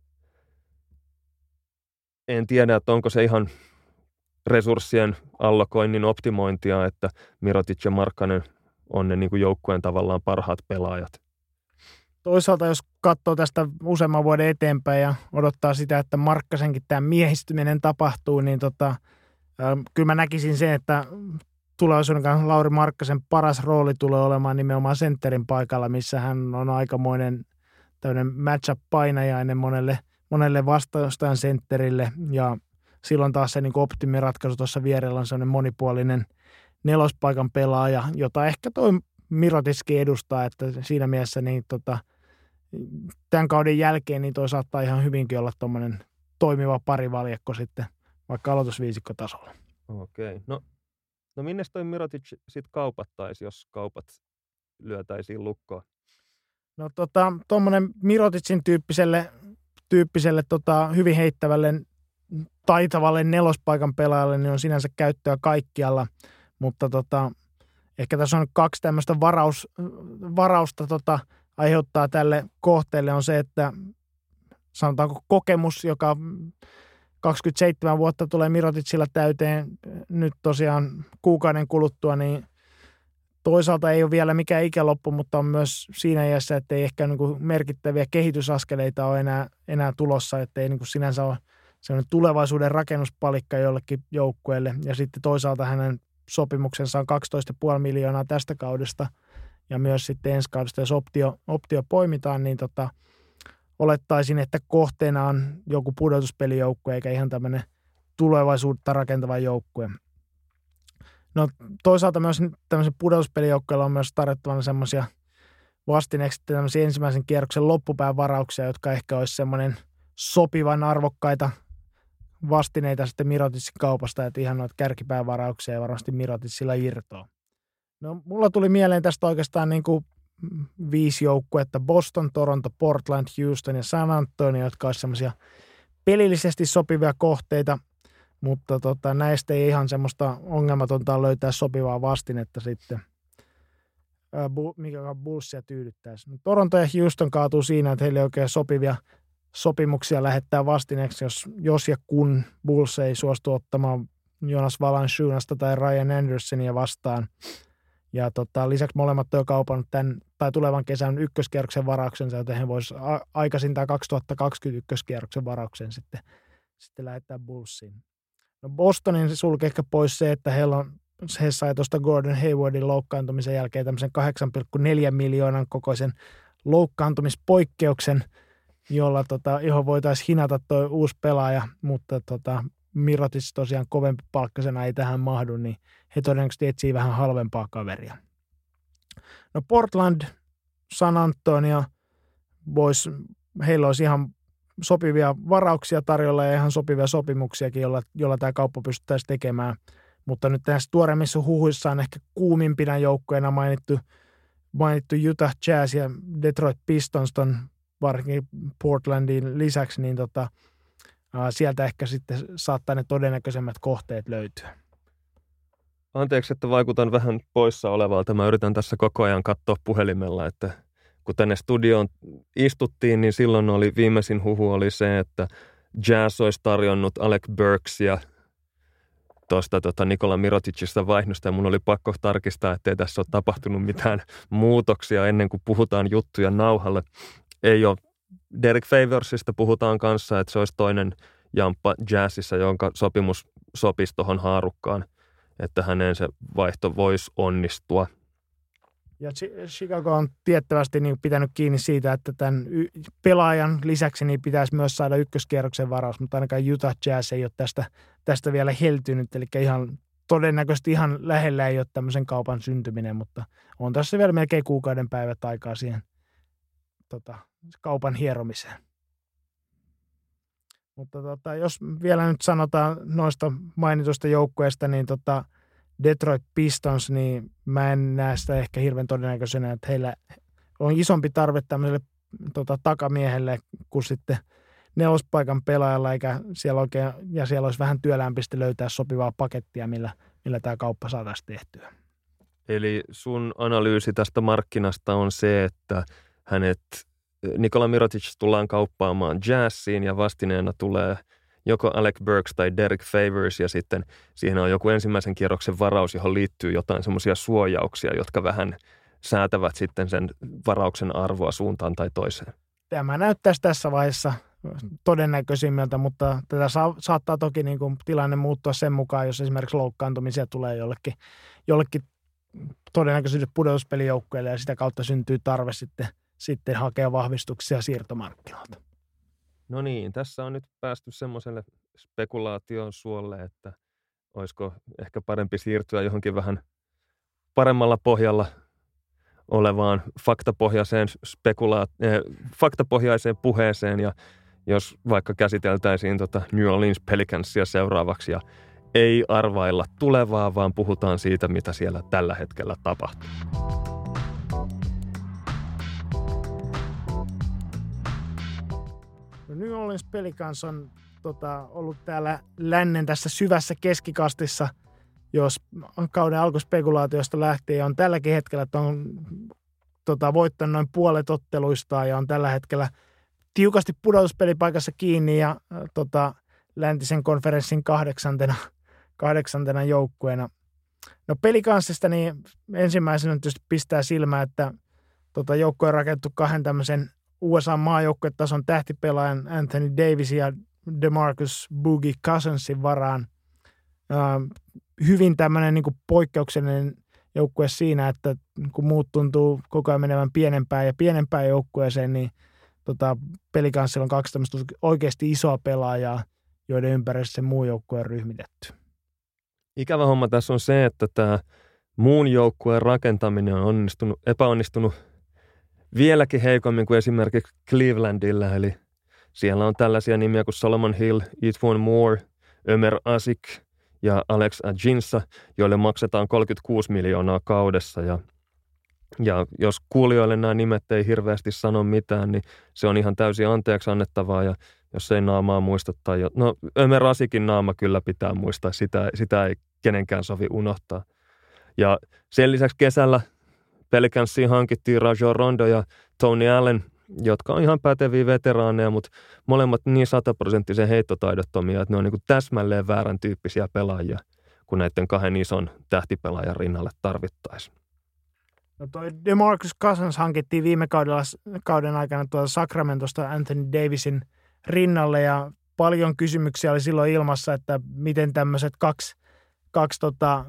en tiedä, että onko se ihan resurssien allokoinnin optimointia, että Mirotic ja Markkanen on ne niin kuin joukkueen tavallaan parhaat pelaajat. Toisaalta jos katsoo tästä useamman vuoden eteenpäin ja odottaa sitä, että Markkasenkin tämä miehistyminen tapahtuu, niin tota, äh, kyllä mä näkisin sen, että tulevaisuuden kanssa Lauri Markkasen paras rooli tulee olemaan nimenomaan sentterin paikalla, missä hän on aikamoinen tämmöinen match-up-painajainen monelle, monelle vastaustajan sentterille ja silloin taas se niin kuin optimiratkaisu tuossa vierellä on sellainen monipuolinen nelospaikan pelaaja, jota ehkä toi Mirotickin edustaa, että siinä mielessä niin tota, tämän kauden jälkeen niin toi saattaa ihan hyvinkin olla tuommoinen toimiva parivaljakko sitten vaikka aloitusviisikkotasolla. Okei. No, no minne toi Mirotic sitten kaupattaisi, jos kaupat lyötäisiin lukkoon? No tota, tuommoinen Miroticin tyyppiselle, tyyppiselle tota, hyvin heittävälle, taitavalle nelospaikan pelaajalle niin on sinänsä käyttöä kaikkialla, mutta tota, ehkä tässä on kaksi tämmöistä varaus, varausta tota, aiheuttaa tälle kohteelle on se, että sanotaanko kokemus, joka kaksikymmentäseitsemän vuotta tulee Miroticilla täyteen nyt tosiaan kuukauden kuluttua, niin toisaalta ei ole vielä mikään ikäloppu, mutta on myös siinä iässä, että ei ehkä niin kuin merkittäviä kehitysaskeleita ole enää, enää tulossa, että ei niin kuin sinänsä ole sellainen tulevaisuuden rakennuspalikka jollekin joukkueelle. Ja sitten toisaalta hänen sopimuksensa on kaksitoista pilkku viisi miljoonaa tästä kaudesta ja myös sitten ensi kaudesta, jos optio, optio poimitaan, niin tota, olettaisin, että kohteena on joku pudotuspelijoukkue eikä ihan tämmöinen tulevaisuutta rakentava joukkue. No toisaalta myös tämmöisen pudotuspelijoukkueella on myös tarjottavana semmoisia vastineeksi tämmöisiä ensimmäisen kierroksen loppupään varauksia, jotka ehkä olisi semmoinen sopivan arvokkaita vastineita sitten Miroticin kaupasta, että ihan noita kärkipään varauksia ja varmasti Miroticilla irtoa. No mulla tuli mieleen tästä oikeastaan niin kuin viisi joukkuetta, Boston, Toronto, Portland, Houston ja San Antonio, jotka olisi semmoisia pelillisesti sopivia kohteita, mutta tota, näistä ei ihan semmoista ongelmatonta löytää sopivaa vastinetta sitten, ää, bu, mikä Bullsia tyydyttäisi. No, Toronto ja Houston kaatuu siinä, että heille ei oikein sopivia sopimuksia lähettää vastineeksi, jos, jos ja kun Bulls ei suostu ottamaan Jonas Valanciunasta tai Ryan Andersonia vastaan. Ja tota, lisäksi molemmat on jo kaupannut tämän tai tulevan kesän ykköskierroksen varauksensa, joten he voisivat aikaisintaan kaksituhattakaksikymmentä ykköskierroksen varauksen sitten, sitten lähettää Bullsiin. No Bostonin sulkee ehkä pois se, että heillä on, he sai tuosta Gordon Haywardin loukkaantumisen jälkeen tämmöisen kahdeksan pilkku neljä miljoonan kokoisen loukkaantumispoikkeuksen, jolla tota, johon voitaisiin hinata tuo uusi pelaaja, mutta tota, Mirotic tosiaan kovempi palkkasena ei tähän mahdu, niin he todennäköisesti etsii vähän halvempaa kaveria. No Portland, San Antonio, vois, heillä olisi ihan sopivia varauksia tarjolla ja ihan sopivia sopimuksiakin, jolla, jolla tämä kauppa pystyttäisiin tekemään. Mutta nyt näissä tuoreimmissa huhuissa on ehkä kuumimpina joukkueena mainittu, mainittu Utah Jazz ja Detroit Pistons ton varsinkin Portlandin lisäksi, niin tota, ää, sieltä ehkä sitten saattaa ne todennäköisemmät kohteet löytyä. Anteeksi, että vaikutan vähän poissa olevalta. Mä yritän tässä koko ajan katsoa puhelimella, että kun tänne studioon istuttiin, niin silloin oli viimeisin huhu oli se, että Jazz olisi tarjonnut Alec Burksia tuosta tota Nikola Miroticista vaihdosta, ja mun oli pakko tarkistaa, ettei tässä ole tapahtunut mitään muutoksia ennen kuin puhutaan juttuja nauhalle. Ei ole. Derek Favorsista puhutaan kanssa, että se olisi toinen jamppa Jazzissa, jonka sopimus sopisi tuohon haarukkaan, että hänen se vaihto voisi onnistua. Ja Chicago on tiettävästi niin pitänyt kiinni siitä, että tämän pelaajan lisäksi niin pitäisi myös saada ykköskierroksen varaus, mutta ainakaan Utah Jazz ei ole tästä, tästä vielä heltynyt, eli ihan todennäköisesti ihan lähellä ei ole tämmöisen kaupan syntyminen, mutta on tässä vielä melkein kuukauden päivät aikaa siihen tota, kaupan hieromiseen. Mutta tota, jos vielä nyt sanotaan noista mainituista joukkueista, niin tota, Detroit Pistons, niin mä en näe sitä ehkä hirveän todennäköisenä, että heillä on isompi tarve tämmöiselle tota, takamiehelle kuin sitten nelospaikan pelaajalla, eikä siellä oikein, ja siellä olisi vähän työlämpistä löytää sopivaa pakettia, millä, millä tämä kauppa saataisiin tehtyä. Eli sun analyysi tästä markkinasta on se, että hänet, Nikola Mirotic tullaan kauppaamaan Jazziin ja vastineena tulee joko Alec Burks tai Derek Favors, ja sitten siihen on joku ensimmäisen kierroksen varaus, johon liittyy jotain semmoisia suojauksia, jotka vähän säätävät sitten sen varauksen arvoa suuntaan tai toiseen. Tämä näyttäisi tässä vaiheessa todennäköisimmältä, mutta tätä sa- saattaa toki niin kuin tilanne muuttua sen mukaan, jos esimerkiksi loukkaantumisia tulee jollekin, jollekin todennäköisesti pudotuspelijoukkueelle, ja sitä kautta syntyy tarve sitten, sitten hakea vahvistuksia siirtomarkkinoilta. No niin, tässä on nyt päästy semmoiselle spekulaation suolle, että olisiko ehkä parempi siirtyä johonkin vähän paremmalla pohjalla olevaan faktapohjaiseen, spekula- eh, faktapohjaiseen puheeseen, ja jos vaikka käsiteltäisiin tota New Orleans Pelicansia seuraavaksi ja ei arvailla tulevaa, vaan puhutaan siitä, mitä siellä tällä hetkellä tapahtuu. New Orleans Pelicans on tota, ollut täällä lännen tässä syvässä keskikastissa, jos kauden alkuspekulaatiosta lähtien, on tälläkin hetkellä, että on tota, voittanut noin puolet otteluistaan ja on tällä hetkellä tiukasti pudotuspelipaikassa kiinni ja tota, läntisen konferenssin kahdeksantena, kahdeksantena joukkueena. No Pelicansista niin ensimmäisenä tietysti pistää silmään, että tota, joukkue on rakennettu kahden tämmöisen U S A-maajoukkuetason tähtipelaajan Anthony Davisin ja DeMarcus Boogie Cousinsin varaan. Uh, hyvin tämmöinen niin kuin poikkeuksellinen joukkue siinä, että kun muut tuntuu koko ajan menevän pienempään ja pienempään joukkueeseen, niin tota, Pelicansilla on kaksi tämmöistä oikeasti isoa pelaajaa, joiden ympärille se muu joukkue on ryhmitetty. Ikävä homma tässä on se, että tämä muun joukkueen rakentaminen on onnistunut, epäonnistunut vieläkin heikommin kuin esimerkiksi Clevelandilla, eli siellä on tällaisia nimiä kuin Solomon Hill, Etuan Moore, Ömer Asik ja Alex Ajinça, joille maksetaan kolmekymmentäkuusi miljoonaa kaudessa. Ja, ja jos kuulijoille nämä nimet ei hirveästi sano mitään, niin se on ihan täysin anteeksi annettavaa. Ja jos ei naamaa muista tai jo, no Ömer Asikin naama kyllä pitää muistaa, sitä, sitä ei kenenkään sovi unohtaa. Ja sen lisäksi kesällä Pelicansiin hankittiin Rajon Rondo ja Tony Allen, jotka on ihan päteviä veteraaneja, mutta molemmat niin sataprosenttisen heittotaidottomia, että ne on niin kuin täsmälleen väärän tyyppisiä pelaajia, kun näiden kahden ison tähtipelaajan rinnalle tarvittaisiin. No toi DeMarcus Cousins hankittiin viime kaudella, kauden aikana tuolta Sacramentosta Anthony Davisin rinnalle, ja paljon kysymyksiä oli silloin ilmassa, että miten tämmöiset kaksi, kaksi tota,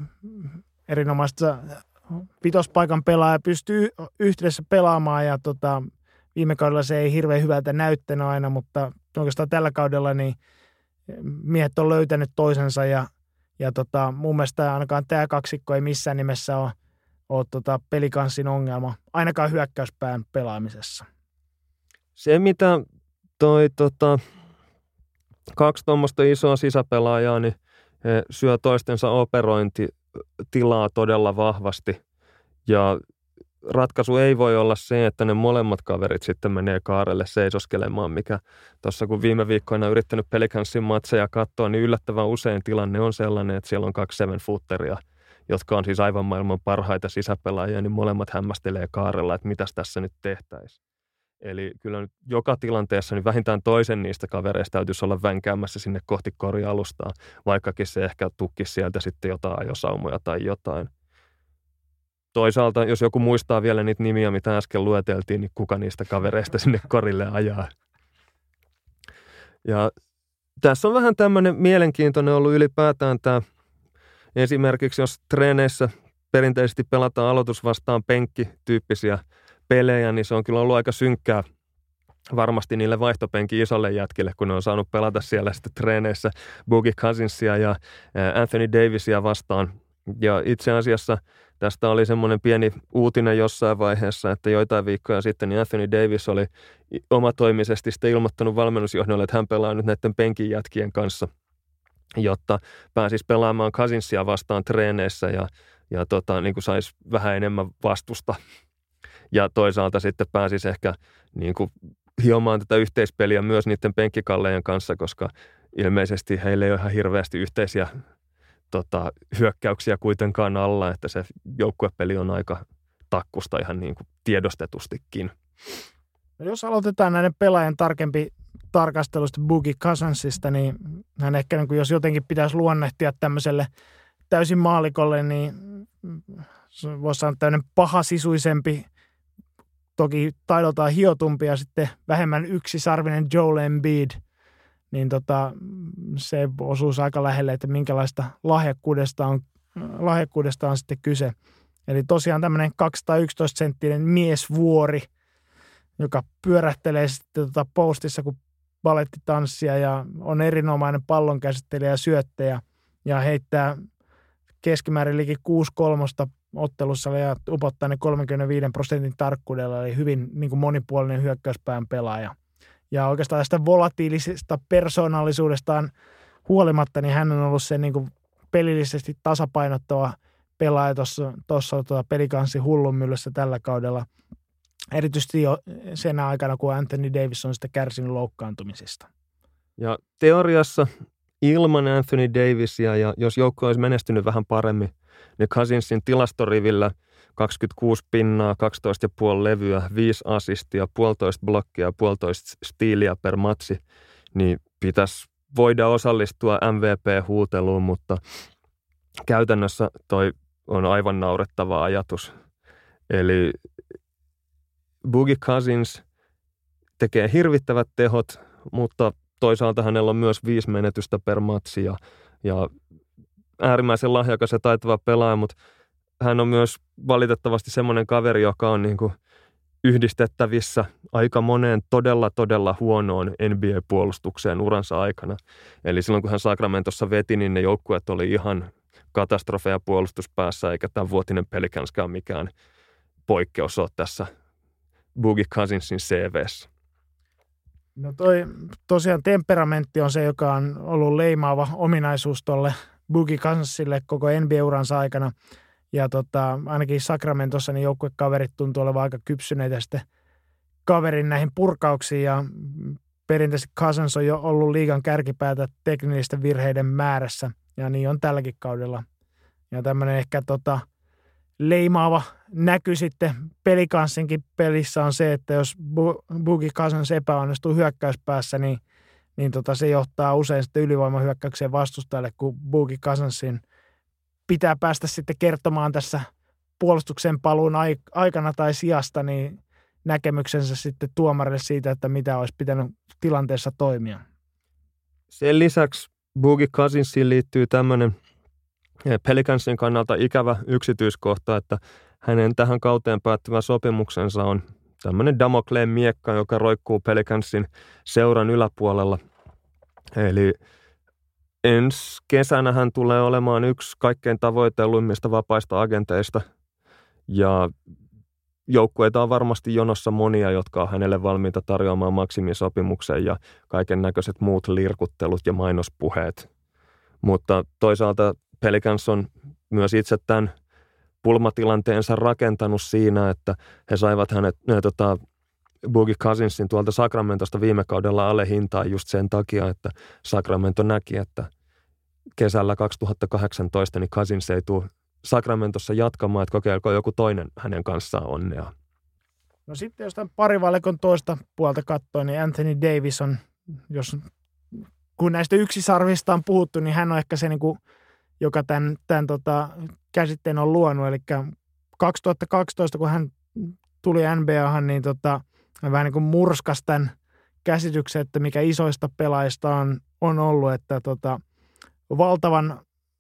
erinomaista vitospaikan pelaaja pystyy yhdessä pelaamaan, ja tota, viime kaudella se ei hirveän hyvältä näyttänyt aina, mutta oikeastaan tällä kaudella niin miehet on löytänyt toisensa, ja, ja tota, mun mielestä ainakaan tämä kaksikko ei missään nimessä ole, ole tota Pelicansin ongelma, ainakaan hyökkäyspään pelaamisessa. Se, mitä toi tota, kaksi tuommoista isoa sisäpelaajaa, niin he syö toistensa operointitilaa todella vahvasti, ja ratkaisu ei voi olla se, että ne molemmat kaverit sitten menee kaarelle seisoskelemaan, mikä tuossa kun viime viikkoina yrittänyt Pelicansin matseja katsoa, niin yllättävän usein tilanne on sellainen, että siellä on kaksi seven-footeria, jotka on siis aivan maailman parhaita sisäpelaajia, niin molemmat hämmästelee kaarella, että mitäs tässä nyt tehtäisiin. Eli kyllä nyt joka tilanteessa niin vähintään toisen niistä kavereista täytyisi olla vänkäämässä sinne kohti korialustaa, vaikkakin se ehkä tukkisi sieltä sitten jotain ajosaumoja tai jotain. Toisaalta, jos joku muistaa vielä niitä nimiä, mitä äsken lueteltiin, niin kuka niistä kavereista sinne korille ajaa. Ja tässä on vähän tämmöinen mielenkiintoinen ollut ylipäätään tämä, esimerkiksi jos treeneissä perinteisesti pelataan aloitus vastaan penkki-tyyppisiä pelejä, niin se on kyllä ollut aika synkkää varmasti niille vaihtopenkin isolle jätkille, kun ne on saanut pelata siellä sitten treeneissä Boogie Cousinsia ja Anthony Davisia vastaan. Ja itse asiassa tästä oli semmoinen pieni uutinen jossain vaiheessa, että joitain viikkoja sitten niin Anthony Davis oli omatoimisesti sitten ilmoittanut valmennusjohdolle, että hän pelaa nyt näiden penkin jätkien kanssa, jotta pääsisi pelaamaan Cousinsia vastaan treeneissä ja, ja tota, niin kuin saisi vähän enemmän vastusta. Ja toisaalta sitten pääsisi ehkä niin kuin hiomaan tätä yhteispeliä myös niiden penkkikallejen kanssa, koska ilmeisesti heillä ei ole ihan hirveästi yhteisiä tota, hyökkäyksiä kuitenkaan alla, että se joukkuepeli on aika takkusta ihan niin kuin tiedostetustikin. No jos aloitetaan näiden pelaajien tarkempi tarkastelusta Boogie Cousinsista, niin hän ehkä niin kuin jos jotenkin pitäisi luonnehtia tämmöiselle täysin maalikolle, niin voisi sanoa tämmöinen pahasisuisempi, toki taidoltaan hiotumpi ja sitten vähemmän yksisarvinen Joel Embiid, niin tota, se osuus aika lähelle, että minkälaista lahjakkuudesta on, lahjakkuudesta on sitten kyse. Eli tosiaan tämmöinen kaksisataayksitoista senttinen miesvuori, joka pyörähtelee sitten tota postissa kuin balettitanssia ja on erinomainen pallonkäsittelijä ja syöttäjä ja heittää keskimäärin liki kuusi kolmosta ottelussa ja upottaa ne kolmekymmentäviisi prosentin tarkkuudella, eli hyvin niin kuin monipuolinen hyökkäyspään pelaaja. Ja oikeastaan tästä volatiilisesta persoonallisuudestaan huolimatta, niin hän on ollut se niin kuin pelillisesti tasapainottava pelaaja tuossa, tuossa tuota Pelicansin hullunmyllyssä tällä kaudella. Erityisesti jo sen aikana, kun Anthony Davis on sitä kärsinyt loukkaantumisista. Ja teoriassa ilman Anthony Davisia, ja jos joukko olisi menestynyt vähän paremmin, niin Cousinsin tilastorivillä kaksikymmentäkuusi pinnaa, kaksitoista pilkku viisi levyä, viisi assistia, puolitoista blokkia ja puolitoista stiiliä per matsi, niin pitäisi voida osallistua M V P-huuteluun, mutta käytännössä toi on aivan naurettava ajatus. Eli Boogie Cousins tekee hirvittävät tehot, mutta toisaalta hänellä on myös viisi menetystä per matsi ja, ja äärimmäisen lahjakas ja taitava pelaaja, mutta hän on myös valitettavasti semmoinen kaveri, joka on niin kuin yhdistettävissä aika moneen todella, todella huonoon N B A-puolustukseen uransa aikana. Eli silloin, kun hän Sacramentossa veti, niin ne joukkueet oli ihan katastrofeja puolustuspäässä, eikä tämän vuotinen Pelicanskaan mikään poikkeus ole tässä Boogie Cousinsin C V:ssä. No toi tosiaan temperamentti on se, joka on ollut leimaava ominaisuus tuolle Boogie Cousinsille koko N B A-uransa aikana. Ja tota, ainakin Sacramentossa niin joukkuekaverit tuntuu olevan aika kypsyneitä sitten kaverin näihin purkauksiin. Ja perinteisesti Cousins on jo ollut liigan kärkipäätä teknillisten virheiden määrässä. Ja niin on tälläkin kaudella. Ja tämmöinen ehkä tota, leimaava näky sitten Pelicansinkin pelissä on se, että jos Boogie Cousins epäonnistuu hyökkäyspäässä, niin, niin tota, se johtaa usein sitten ylivoimahyökkäykseen vastustajalle, kun Boogie Cousinsin pitää päästä sitten kertomaan tässä puolustuksen paluun aikana tai sijasta niin näkemyksensä sitten tuomarille siitä, että mitä olisi pitänyt tilanteessa toimia. Sen lisäksi Boogie Cousinsiin liittyy tämmöinen Pelicansin kannalta ikävä yksityiskohta, että hänen tähän kauteen päättyvä sopimuksensa on tämmöinen Damokleen miekka, joka roikkuu Pelicansin seuran yläpuolella. Eli ensi kesänä hän tulee olemaan yksi kaikkein tavoitelluimmista vapaista agenteista ja joukkueita on varmasti jonossa monia, jotka on hänelle valmiita tarjoamaan maksimisopimuksen ja kaiken näköiset muut lirkuttelut ja mainospuheet. Mutta toisaalta Pelicans on myös itse tämän pulmatilanteensa rakentanut siinä, että he saivat hänet, ne, tota, Boogie Cousinsin tuolta Sacramentosta viime kaudella alle hintaan just sen takia, että Sacramento näki, että kesällä kaksituhattakahdeksantoista niin Cousins ei tule Sacramentossa jatkamaan, että kokeilko joku toinen hänen kanssaan onnea. No sitten jos tämän parivalekon toista puolta katsoo, niin Anthony Davis on, jos kun näistä yksisarvista on puhuttu, niin hän on ehkä se, niin kuin, joka tämän, tämän tota, käsitteen on luonut. Eli kaksituhattakaksitoista, kun hän tuli N B A:han, niin tota, hän vähän niin kuin murskasi tämän käsityksen, että mikä isoista pelaajista on, on ollut, että tota, valtavan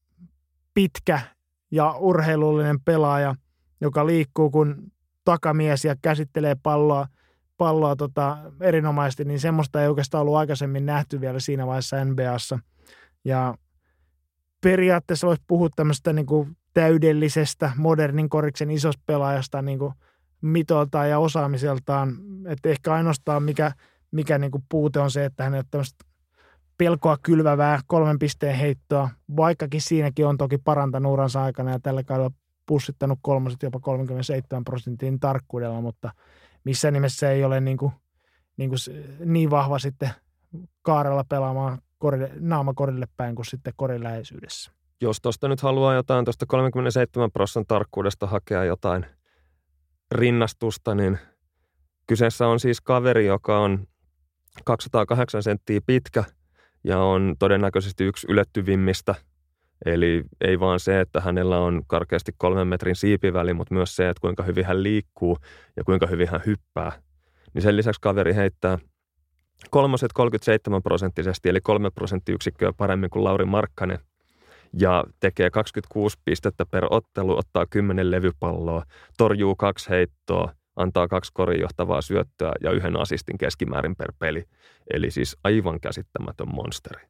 pitkä ja urheilullinen pelaaja, joka liikkuu kuin takamies ja käsittelee palloa, palloa tota, erinomaisesti, niin semmoista ei oikeastaan ollut aikaisemmin nähty vielä siinä vaiheessa N B A:ssa. Ja periaatteessa voisi puhua tämmöistä niin kuin täydellisestä modernin koriksen isosta pelaajasta niin kuin mitoltaan ja osaamiseltaan. Että ehkä ainoastaan mikä, mikä niin kuin puute on se, että hän on tämmöistä pelkoa kylvävää kolmen pisteen heittoa, vaikkakin siinäkin on toki parantanut uransa aikana ja tällä kaudella pussittanut kolmoset jopa kolmekymmentäseitsemän prosentin tarkkuudella, mutta missään nimessä ei ole niin, kuin, niin, kuin niin vahva sitten kaarella pelaamaan korille, naama korille päin kuin sitten korin läheisyydessä. Jos tuosta nyt haluaa jotain tuosta kolmekymmentäseitsemän prosentin tarkkuudesta hakea jotain rinnastusta, niin kyseessä on siis kaveri, joka on kaksisataakahdeksan senttiä pitkä ja on todennäköisesti yksi ylettyvimmistä. Eli ei vaan se, että hänellä on karkeasti kolmen metrin siipiväli, mutta myös se, että kuinka hyvin hän liikkuu ja kuinka hyvin hän hyppää. Niin sen lisäksi kaveri heittää kolmoset kolmekymmentäseitsemän prosenttisesti, eli kolme prosenttiyksikköä paremmin kuin Lauri Markkanen. Ja tekee kaksikymmentäkuusi pistettä per ottelu, ottaa kymmenen levypalloa, torjuu kaksi heittoa, antaa kaksi korinjohtavaa syöttöä ja yhden assistin keskimäärin per peli. Eli siis aivan käsittämätön monsteri.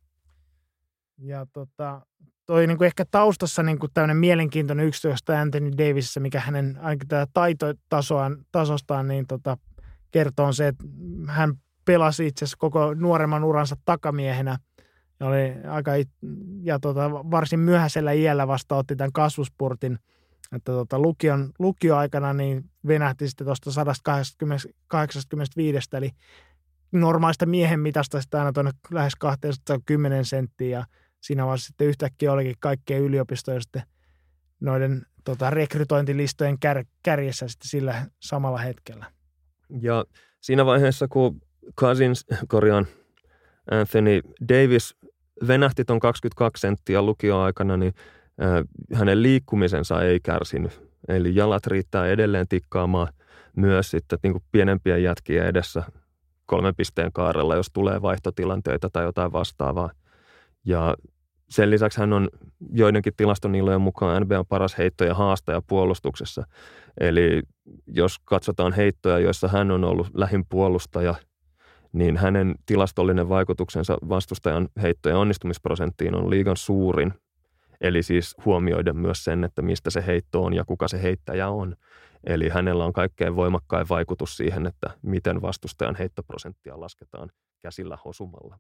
Ja tota, toi niinku ehkä taustassa niinku tämmöinen mielenkiintoinen yksityiskohta Anthony Davisissa, mikä hänen ainakin tätä taitotasoaan, tasostaan niin tota, kertoo se, että hän pelasi itse asiassa koko nuoremman uransa takamiehenä. Ja oli aika it- ja tota, varsin myöhäisellä iällä vasta otti tämän kasvuspurtin, että tota, lukion, lukioaikana niin venähti sitten tuosta sata kahdeksankymmentäviisi, eli normaalista miehen mitasta sitten aina tuonne lähes kaksisataakymmenen senttiä, ja siinä vaiheessa sitten yhtäkkiä olikin kaikkien yliopistojen sitten noiden tota, rekrytointilistojen kär, kärjessä sitten sillä samalla hetkellä. Ja siinä vaiheessa, kun Cousins, korjaan, Anthony Davis venähti ton kaksikymmentäkaksi senttiä lukioaikana, niin hänen liikkumisensa ei kärsinyt. Eli jalat riittää edelleen tikkaamaan myös sitten niin kuin pienempien jätkien edessä kolmen pisteen kaarella, jos tulee vaihtotilanteita tai jotain vastaavaa. Ja sen lisäksi hän on joidenkin tilastonilojen mukaan N B A:n paras heitto- ja haastaja puolustuksessa. Eli jos katsotaan heittoja, joissa hän on ollut lähin puolustaja, niin hänen tilastollinen vaikutuksensa vastustajan heittojen onnistumisprosenttiin on liigan suurin. Eli siis huomioiden myös sen, että mistä se heitto on ja kuka se heittäjä on. Eli hänellä on kaikkein voimakkain vaikutus siihen, että miten vastustajan heittoprosenttia lasketaan käsillä hosumalla.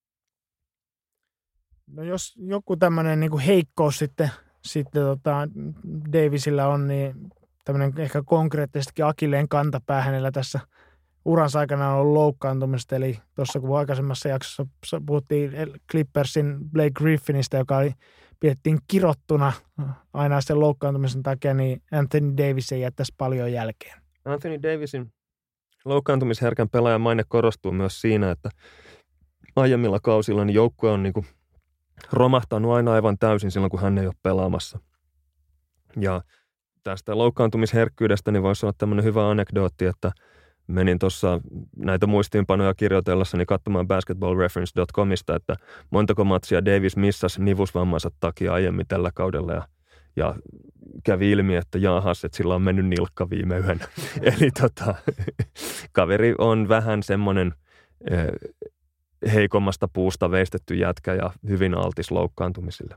No jos joku tämmöinen niin kuin heikkous sitten, sitten tota Davisillä on, niin tämmöinen ehkä konkreettisestikin akilleen kantapää hänellä tässä uransa aikana on ollut loukkaantumista. Eli tuossa kun aikaisemmassa jaksossa puhuttiin Clippersin Blake Griffinistä, joka oli, pidettiin kirottuna aina sen loukkaantumisen takia, niin Anthony Davis ei jättäisi paljon jälkeen. Anthony Davisin loukkaantumisherkän pelaajan maine korostuu myös siinä, että aiemmilla kausilla niin joukkue on niin kuin romahtanut aina aivan täysin silloin, kun hän ei ole pelaamassa. Ja tästä loukkaantumisherkkyydestä niin voisi olla tämmöinen hyvä anekdootti, että menin tuossa näitä muistiinpanoja kirjoitellessani katsomaan basketball reference dot comista, että montako matsia Davis missasi nivusvammansa takia aiemmin tällä kaudella ja, ja kävi ilmi, että jaahas, että sillä on mennyt nilkka viime yönä. Eli tota, kaveri on vähän semmoinen eh, heikommasta puusta veistetty jätkä ja hyvin altis loukkaantumisille.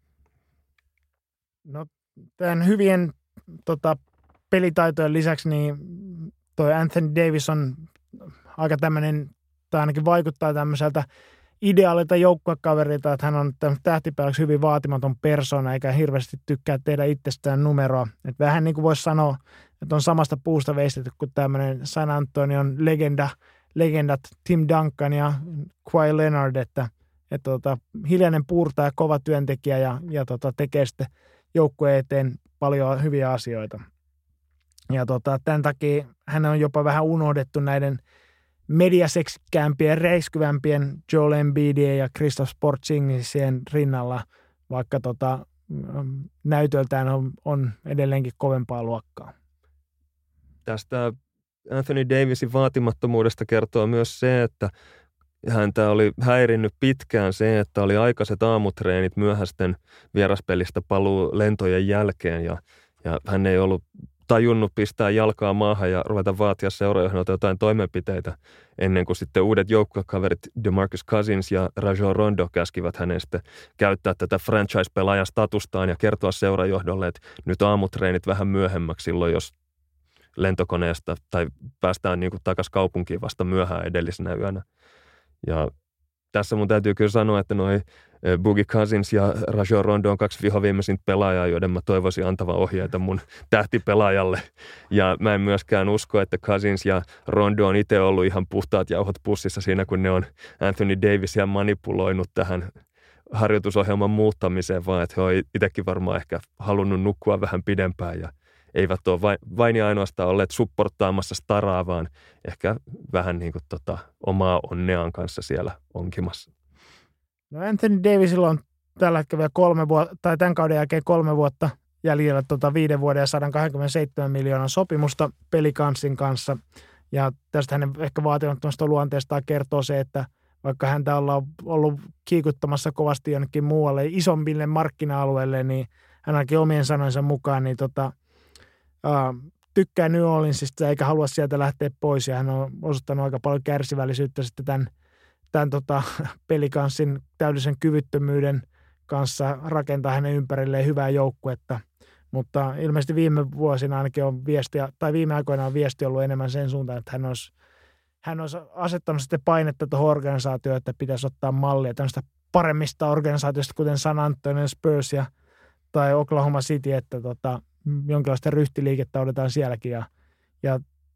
No tämän hyvien tota, pelitaitojen lisäksi niin toi Anthony Davis on aika tämmöinen, tai ainakin vaikuttaa tämmöiseltä ideaalilta joukkuekaverilta, että hän on tähtipääksi hyvin vaatimaton persona, eikä hirveästi tykkää tehdä itsestään numeroa. Et vähän niin kuin voisi sanoa, että on samasta puusta veistetty kuin tämmöinen San Antonion legenda, legendat Tim Duncan ja Kawhi Leonard, että, että tota, hiljainen puurtaja ja kova työntekijä ja, ja tota, tekee sitten joukkueen eteen paljon hyviä asioita. Ja tota, tämän takia hän on jopa vähän unohdettu näiden mediaseksikkäämpien, reiskyvämpien Joel Embiidien ja Kristaps Porzingisien rinnalla, vaikka tota, näytöltään on, on edelleenkin kovempaa luokkaa. Tästä Anthony Davisin vaatimattomuudesta kertoo myös se, että häntä oli häirinnyt pitkään se, että oli aikaiset aamutreenit myöhäisten vieraspelistä paluu lentojen jälkeen ja, ja hän ei ollut tajunnut pistää jalkaa maahan ja ruveta vaatia seuraajohdolta jotain toimenpiteitä ennen kuin sitten uudet joukkuekaverit DeMarcus Cousins ja Rajon Rondo käskivät hänen sitten käyttää tätä franchise-pelaajan statustaan ja kertoa seuraajohdolle, että nyt aamutreenit vähän myöhemmäksi silloin, jos lentokoneesta tai päästään niin kuin takaisin kaupunkiin vasta myöhään edellisenä yönä. Ja tässä mun täytyy kyllä sanoa, että noi Boogie Cousins ja Rajon Rondo on kaksi vihoviimeisintä pelaajaa, joiden mä toivoisin antavan ohjeita mun tähtipelaajalle. Ja mä en myöskään usko, että Cousins ja Rondo on itse ollut ihan puhtaat jauhot pussissa siinä, kun ne on Anthony Davisia manipuloinut tähän harjoitusohjelman muuttamiseen, vaan että he on itsekin varmaan ehkä halunnut nukkua vähän pidempään ja eivät ole vain, vain ja ainoastaan olleet supporttaamassa staraa, vaan ehkä vähän niin kuin tota, omaa onneaan kanssa siellä onkimassa. No Anthony Davisilla on tällä hetkellä vielä kolme vuotta, tai tämän kauden jälkeen kolme vuotta jäljellä tota viiden vuoden ja sata kaksikymmentäseitsemän miljoonan sopimusta Pelicansin kanssa. Ja tästä hänen ehkä vaatimattomasta luonteestaan kertoo se, että vaikka häntä ollaan ollut kiikuttamassa kovasti jonnekin muualle isommille markkina-alueelle, niin hän ainakin omien sanoinsa mukaan niin tota, uh, tykkää New Orleansista eikä halua sieltä lähteä pois. Ja hän on osoittanut aika paljon kärsivällisyyttä sitten tämän tämän tota, Pelicansin täydellisen kyvyttömyyden kanssa rakentaa hänen ympärilleen hyvää joukkuetta. Mutta ilmeisesti viime vuosina ainakin on viestiä, tai viime aikoina on viesti ollut enemmän sen suuntaan, että hän olisi, hän olisi asettanut sitten painetta tuohon organisaatioon, että pitäisi ottaa mallia tämmöistä paremmista organisaatioista, kuten San Antonio Spurs ja, tai Oklahoma City, että tota, jonkinlaista ryhtiliikettä odotetaan sielläkin. Ja, ja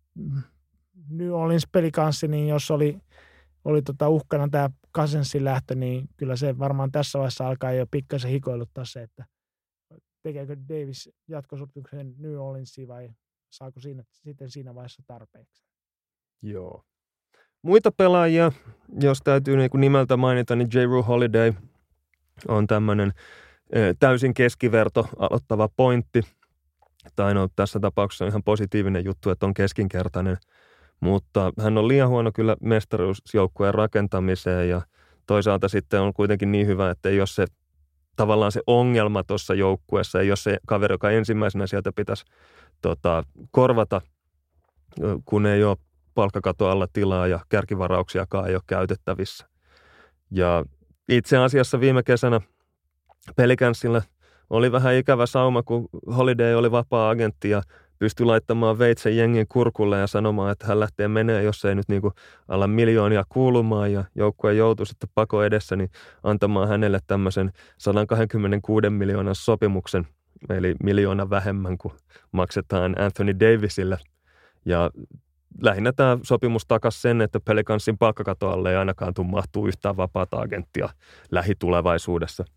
New Orleans Pelicansi, niin jos oli oli tota uhkana tämä Cousinsin lähtö, niin kyllä se varmaan tässä vaiheessa alkaa jo pikkasen hikoiluttaa se, että tekeekö Davis jatkosopimuksen New Orleansiin vai saako siinä, sitten siinä vaiheessa tarpeeksi. Joo. Muita pelaajia, jos täytyy niin kuin nimeltä mainita, niin J. Rue Holiday on tämmöinen täysin keskiverto aloittava pointti. Tai no, tässä tapauksessa on ihan positiivinen juttu, että on keskinkertainen, mutta hän on liian huono kyllä mestaruusjoukkueen rakentamiseen ja toisaalta sitten on kuitenkin niin hyvä, että ei ole se tavallaan se ongelma tuossa joukkueessa, ei ole se kaveri, joka ensimmäisenä sieltä pitäisi tota, korvata, kun ei ole palkkakaton alla tilaa ja kärkivarauksiakaan ei ole käytettävissä. Ja itse asiassa viime kesänä Pelicansilla oli vähän ikävä sauma, kun Holiday oli vapaa-agentti ja pystyi laittamaan veitsen jengin kurkulle ja sanomaan, että hän lähtee menee, jos ei nyt niin kuin alla miljoonia kuulumaan ja joukkue joutui sitten pako edessä, niin antamaan hänelle tämmöisen sata kaksikymmentäkuusi miljoonan sopimuksen, eli miljoona vähemmän kuin maksetaan Anthony Davisille. Ja lähinnä tämä sopimus takasi sen, että Pelicansin palkkakaton alle ei ainakaan tule mahtuu yhtään vapaata agenttia lähitulevaisuudessa.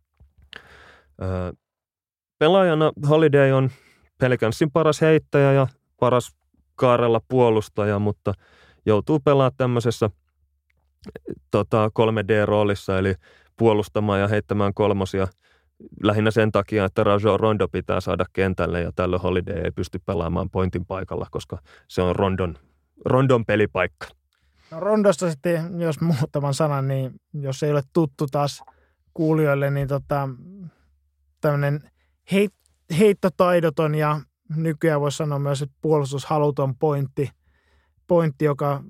Öö, pelaajana Holiday on Pelicansin paras heittäjä ja paras kaarella puolustaja, mutta joutuu pelaamaan tämmöisessä tota, kolme D-roolissa, eli puolustamaan ja heittämään kolmosia lähinnä sen takia, että Rajon Rondo pitää saada kentälle ja tällöin Holiday ei pysty pelaamaan pointin paikalla, koska se on Rondon, Rondon pelipaikka. No Rondosta sitten, jos muutaman sanan, niin jos ei ole tuttu taas kuulijoille, niin tota, tämmöinen heit, heittotaidoton ja nykyään voisi sanoa myös, että puolustushaluton pointti, pointti, joka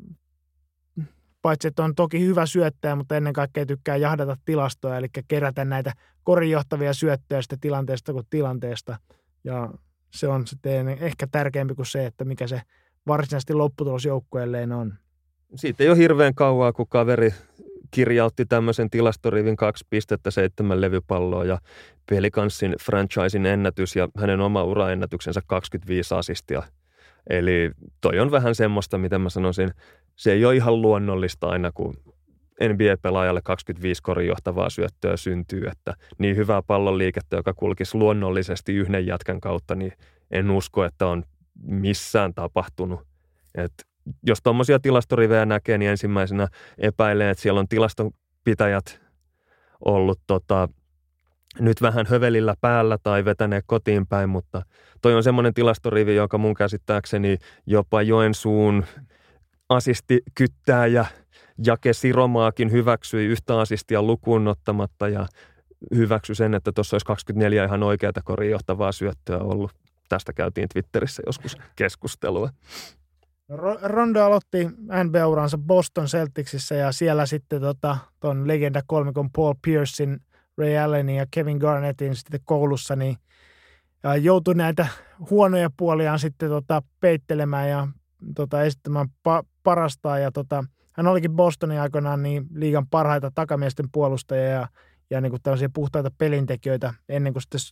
paitsi että on toki hyvä syöttäjä, mutta ennen kaikkea tykkää jahdata tilastoja, eli kerätä näitä korinjohtavia syöttöjä sitä tilanteesta kuin tilanteesta. Ja se on sitten ehkä tärkeämpi kuin se, että mikä se varsinaisesti lopputulos joukkueelleen on. Siitä ei ole hirveän kauaa, kun kaveri kirjautti tämmöisen tilastorivin kaksi pistettä seitsemän levypalloa ja Pelicansin franchisin ennätys ja hänen oma uraennätyksensä kaksikymmentäviisi asistia. Eli toi on vähän semmoista, mitä mä sanoisin, se ei ole ihan luonnollista aina, kun N B A-pelaajalle kaksikymmentäviisi korinjohtavaa syöttöä syntyy, että niin hyvää pallonliikettä, joka kulkisi luonnollisesti yhden jätkän kautta, niin en usko, että on missään tapahtunut. Et jos tuommoisia tilastorivejä näkee, niin ensimmäisenä epäilee, että siellä on tilastonpitäjät ollut tota, nyt vähän hövelillä päällä tai vetäneet kotiin päin, mutta toi on semmoinen tilastorivi, joka mun käsittääkseni jopa Joensuun asistikyttääjä Jake Siromaakin hyväksyi yhtä asistia lukuun ottamatta ja hyväksyi sen, että tuossa olisi kaksikymmentäneljä ihan oikeata korin johtavaa syöttöä ollut. Tästä käytiin Twitterissä joskus keskustelua. Rondo aloitti N B A-uransa Boston Celticsissä ja siellä sitten tota, ton legenda-kolmikon Paul Piercein, Ray Allenin ja Kevin Garnettin sitten koulussa, niin ja joutui näitä huonoja puoliaan sitten tota, peittelemään ja tota, esittämään pa- parastaan. Ja tota, hän olikin Bostonin aikoinaan niin liigan parhaita takamiesten puolustajia ja, ja niin kuin tällaisia puhtaita pelintekijöitä ennen kuin sitten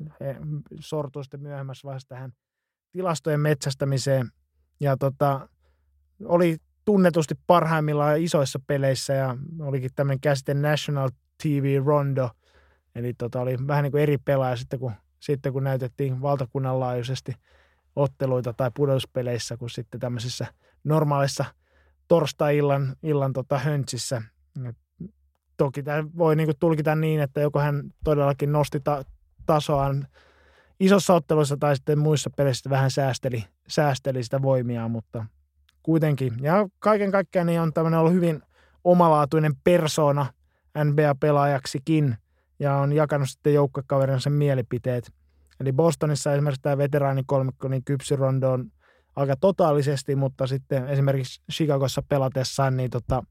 sortui sitten myöhemmässä vaiheessa tähän tilastojen metsästämiseen. Ja tota, oli tunnetusti parhaimmillaan isoissa peleissä ja olikin tämmöinen käsite National T V Rondo. Eli tota, oli vähän niin kuin eri pelaaja sitten kun, sitten kun näytettiin valtakunnan laajuisesti otteluita tai pudotuspeleissä kuin sitten tämmöisissä normaalissa torstai-illan illan, tota, höntsissä. Ja toki tämä voi niin kuin tulkita niin, että joko hän todellakin nosti ta- tasoaan isossa ottelussa tai sitten muissa peleissä vähän säästeli, säästeli sitä voimiaan, mutta kuitenkin. Ja kaiken kaikkiaan niin on tämmöinen ollut hyvin omalaatuinen persoona N B A-pelaajaksikin ja on jakanut sitten joukkuekaverinsa mielipiteet. Eli Bostonissa esimerkiksi tämä veteraanikolmikko niin kypsy Rondoon aika totaalisesti, mutta sitten esimerkiksi Chicagossa pelatessaan niin tota,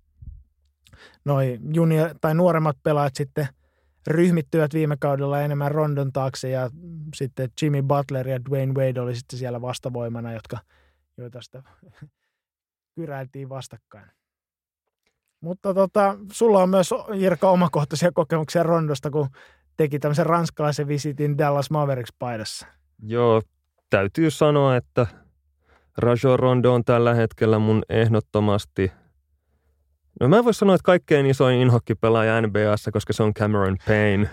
noi junior- tai nuoremmat pelaajat sitten ryhmittyvät viime kaudella enemmän Rondon taakse ja sitten Jimmy Butler ja Dwayne Wade oli sitten siellä vastavoimana, jotka, joita sitä kyräiltiin vastakkain. Mutta tota, sulla on myös, Jirka, omakohtaisia kokemuksia Rondosta, kun teki tämmöisen ranskalaisen visitin Dallas Mavericks-paidassa. Joo, täytyy sanoa, että Rajon Rondo on tällä hetkellä mun ehdottomasti, no mä en voi sanoa, että kaikkein isoin inhokkipelaaja N B A:ssa, koska se on Cameron Payne,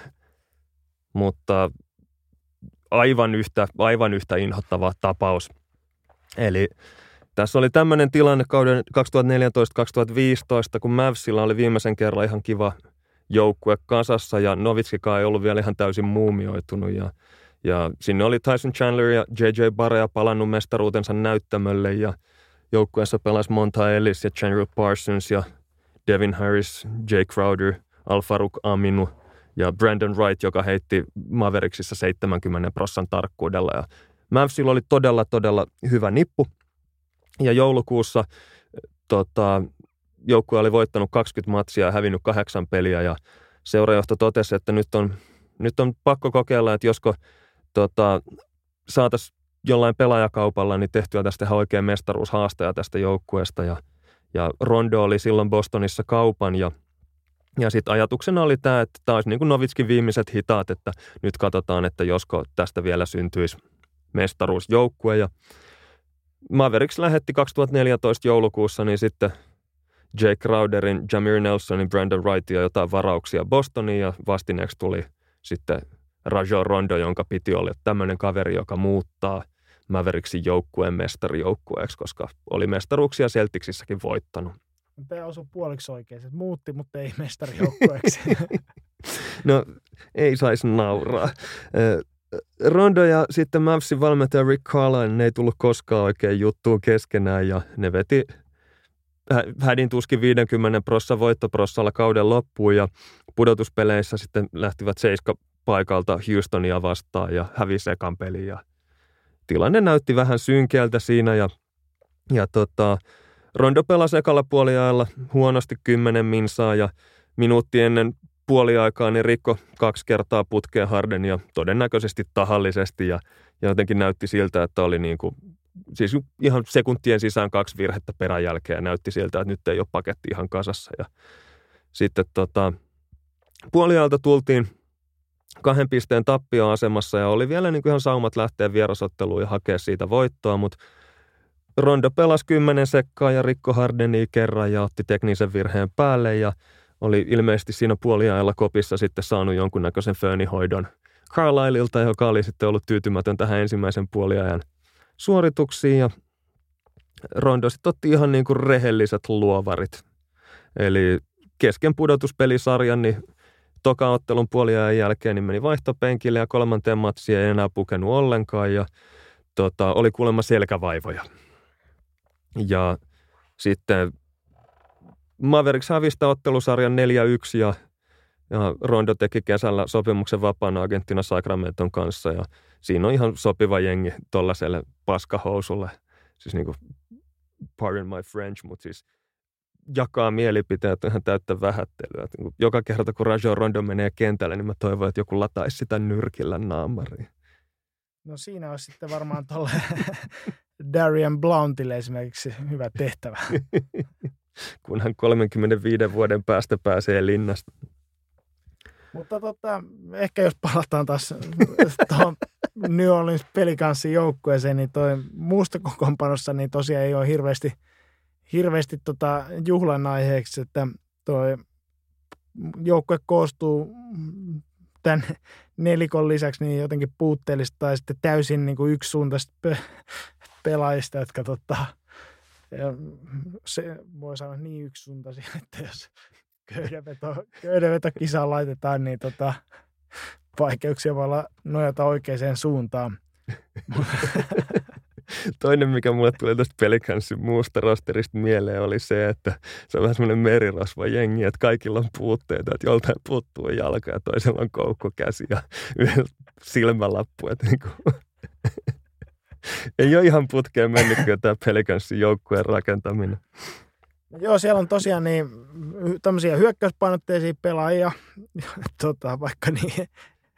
mutta aivan yhtä, aivan yhtä inhottava tapaus. Eli tässä oli tämmöinen tilanne kauden kaksituhattaneljätoista kaksituhattaviisitoista, kun Mavsilla oli viimeisen kerran ihan kiva joukkue kasassa ja Nowitzkikaan ei ollut vielä ihan täysin muumioitunut ja, ja sinne oli Tyson Chandler ja J J Barea palannut mestaruutensa näyttämölle ja joukkueessa pelasi Monta Ellis ja Chandler Parsons ja Devin Harris, Jay Crowder, Al-Farouq Aminu ja Brandon Wright, joka heitti Mavericksissa seitsemänkymmentä prosentin tarkkuudella. Ja Mavsilla oli todella, todella hyvä nippu. Ja joulukuussa tota, joukkue oli voittanut kaksikymmentä matsia ja hävinnyt kahdeksan peliä. Ja seurajohto totesi, että nyt on, nyt on pakko kokeilla, että josko tota, saataisiin jollain pelaajakaupalla niin tehtyä tästä ihan oikein mestaruushaastaja tästä joukkueesta. Ja, ja Rondo oli silloin Bostonissa kaupan ja Ja sitten ajatuksena oli tämä, että tämä olisi niin kuin Nowitzkin viimeiset hitaat, että nyt katsotaan, että josko tästä vielä syntyisi mestaruusjoukkue. Ja Mavericks lähetti kaksituhattaneljätoista joulukuussa niin sitten Jay Crowderin, Jameer Nelsonin, Brandon Wrightin ja jotain varauksia Bostoniin. Ja vastineeksi tuli sitten Rajon Rondo, jonka piti olla tämmöinen kaveri, joka muuttaa Mavericksin joukkueen mestarijoukkueeksi, koska oli mestaruuksia Celticsissäkin voittanut. Tämä osui puoliksi oikein. Se muutti, mutta ei mestarijoukkueeksi. No, ei saisi nauraa. Rondo ja sitten Mavsin valmentaja Rick Carlisle, ne ei tullut koskaan oikein juttuun keskenään ja ne veti hädin tuskin viidenkymmenen prossan voittoprossalla kauden loppuun ja pudotuspeleissä sitten lähtivät seiska paikalta Houstonia vastaan ja hävisi ekan pelin. Ja tilanne näytti vähän synkeältä siinä ja, ja tota, Rondo pelasi ekalla puoliajalla huonosti kymmenen minsaa ja minuutti ennen puoliaikaa niin rikko kaksi kertaa putkeen Hardenia todennäköisesti tahallisesti ja, ja jotenkin näytti siltä, että oli niin kuin, siis ihan sekuntien sisään kaksi virhettä perän jälkeen ja näytti siltä, että nyt ei ole paketti ihan kasassa. Ja sitten tota, puoliajalta tultiin kahden pisteen tappioasemassa ja oli vielä niin kuin ihan saumat lähteä vierasotteluun ja hakea siitä voittoa, mutta Rondo pelasi kymmenen sekkaa ja rikko Hardenia kerran ja otti teknisen virheen päälle ja oli ilmeisesti siinä puoliajalla kopissa sitten saanut jonkunnäköisen föönihoidon Carlisleilta, joka oli sitten ollut tyytymätön tähän ensimmäisen puoliajan suorituksiin ja Rondo sitten otti ihan niin kuin rehelliset luovarit. Eli kesken pudotuspelisarjan niin toka ottelun puoliajan jälkeen niin meni vaihtopenkille ja kolmanteen matsiin ei enää pukenut ollenkaan ja tota, oli kuulemma selkävaivoja. Ja sitten Mavericks hävisi ottelusarjan neljä yksi ja, ja Rondo teki kesällä sopimuksen vapaana agenttina Sacramenton kanssa ja siinä on ihan sopiva jengi tollaiselle paskahousulle. Siis niin kuin, pardon my French, mutta siis jakaa mielipiteet ihan täyttä vähättelyä. Että niin joka kerta kun Rajon Rondo menee kentälle, niin mä toivon, että joku lataisi sitä nyrkillä naamariin. No siinä olisi sitten varmaan tuolle Darian Blountille esimerkiksi hyvä tehtävä. Kun hän kolmenkymmenenviiden vuoden päästä pääsee linnasta. Mutta tota, ehkä jos palataan taas tuohon New Orleans Pelicansin joukkueeseen, niin toi muusta kokoonpanossa niin tosiaan ei ole hirveästi, hirveästi tota juhlan aiheeksi, että toi joukkue koostuu tämän nelikon lisäksi niin jotenkin puutteellista tai sitten täysin niin kuin yksisuuntaisista pe- pelaajista, jotka tota, ja se voi sanoa niin yksisuuntaisia, että jos köydenveto, köydenvetokisaan laitetaan, niin tota, vaikeuksia voi olla nojata oikeaan suuntaan. Toinen, mikä mulle tuli tästä Pelicansin muusta rosterista mieleen, oli se, että se on vähän semmoinen merirosva jengi, että kaikilla on puutteita, että joltain puuttuu jalka ja toisella on koukkukäsi ja yhdellä silmälappu. Että niin kuin ei ole ihan putkeen mennyt kyllä tämä Pelicansin joukkueen rakentaminen. Joo, siellä on tosiaan niin tämmöisiä hyökkäyspainotteisia pelaajia, tota, vaikka niin.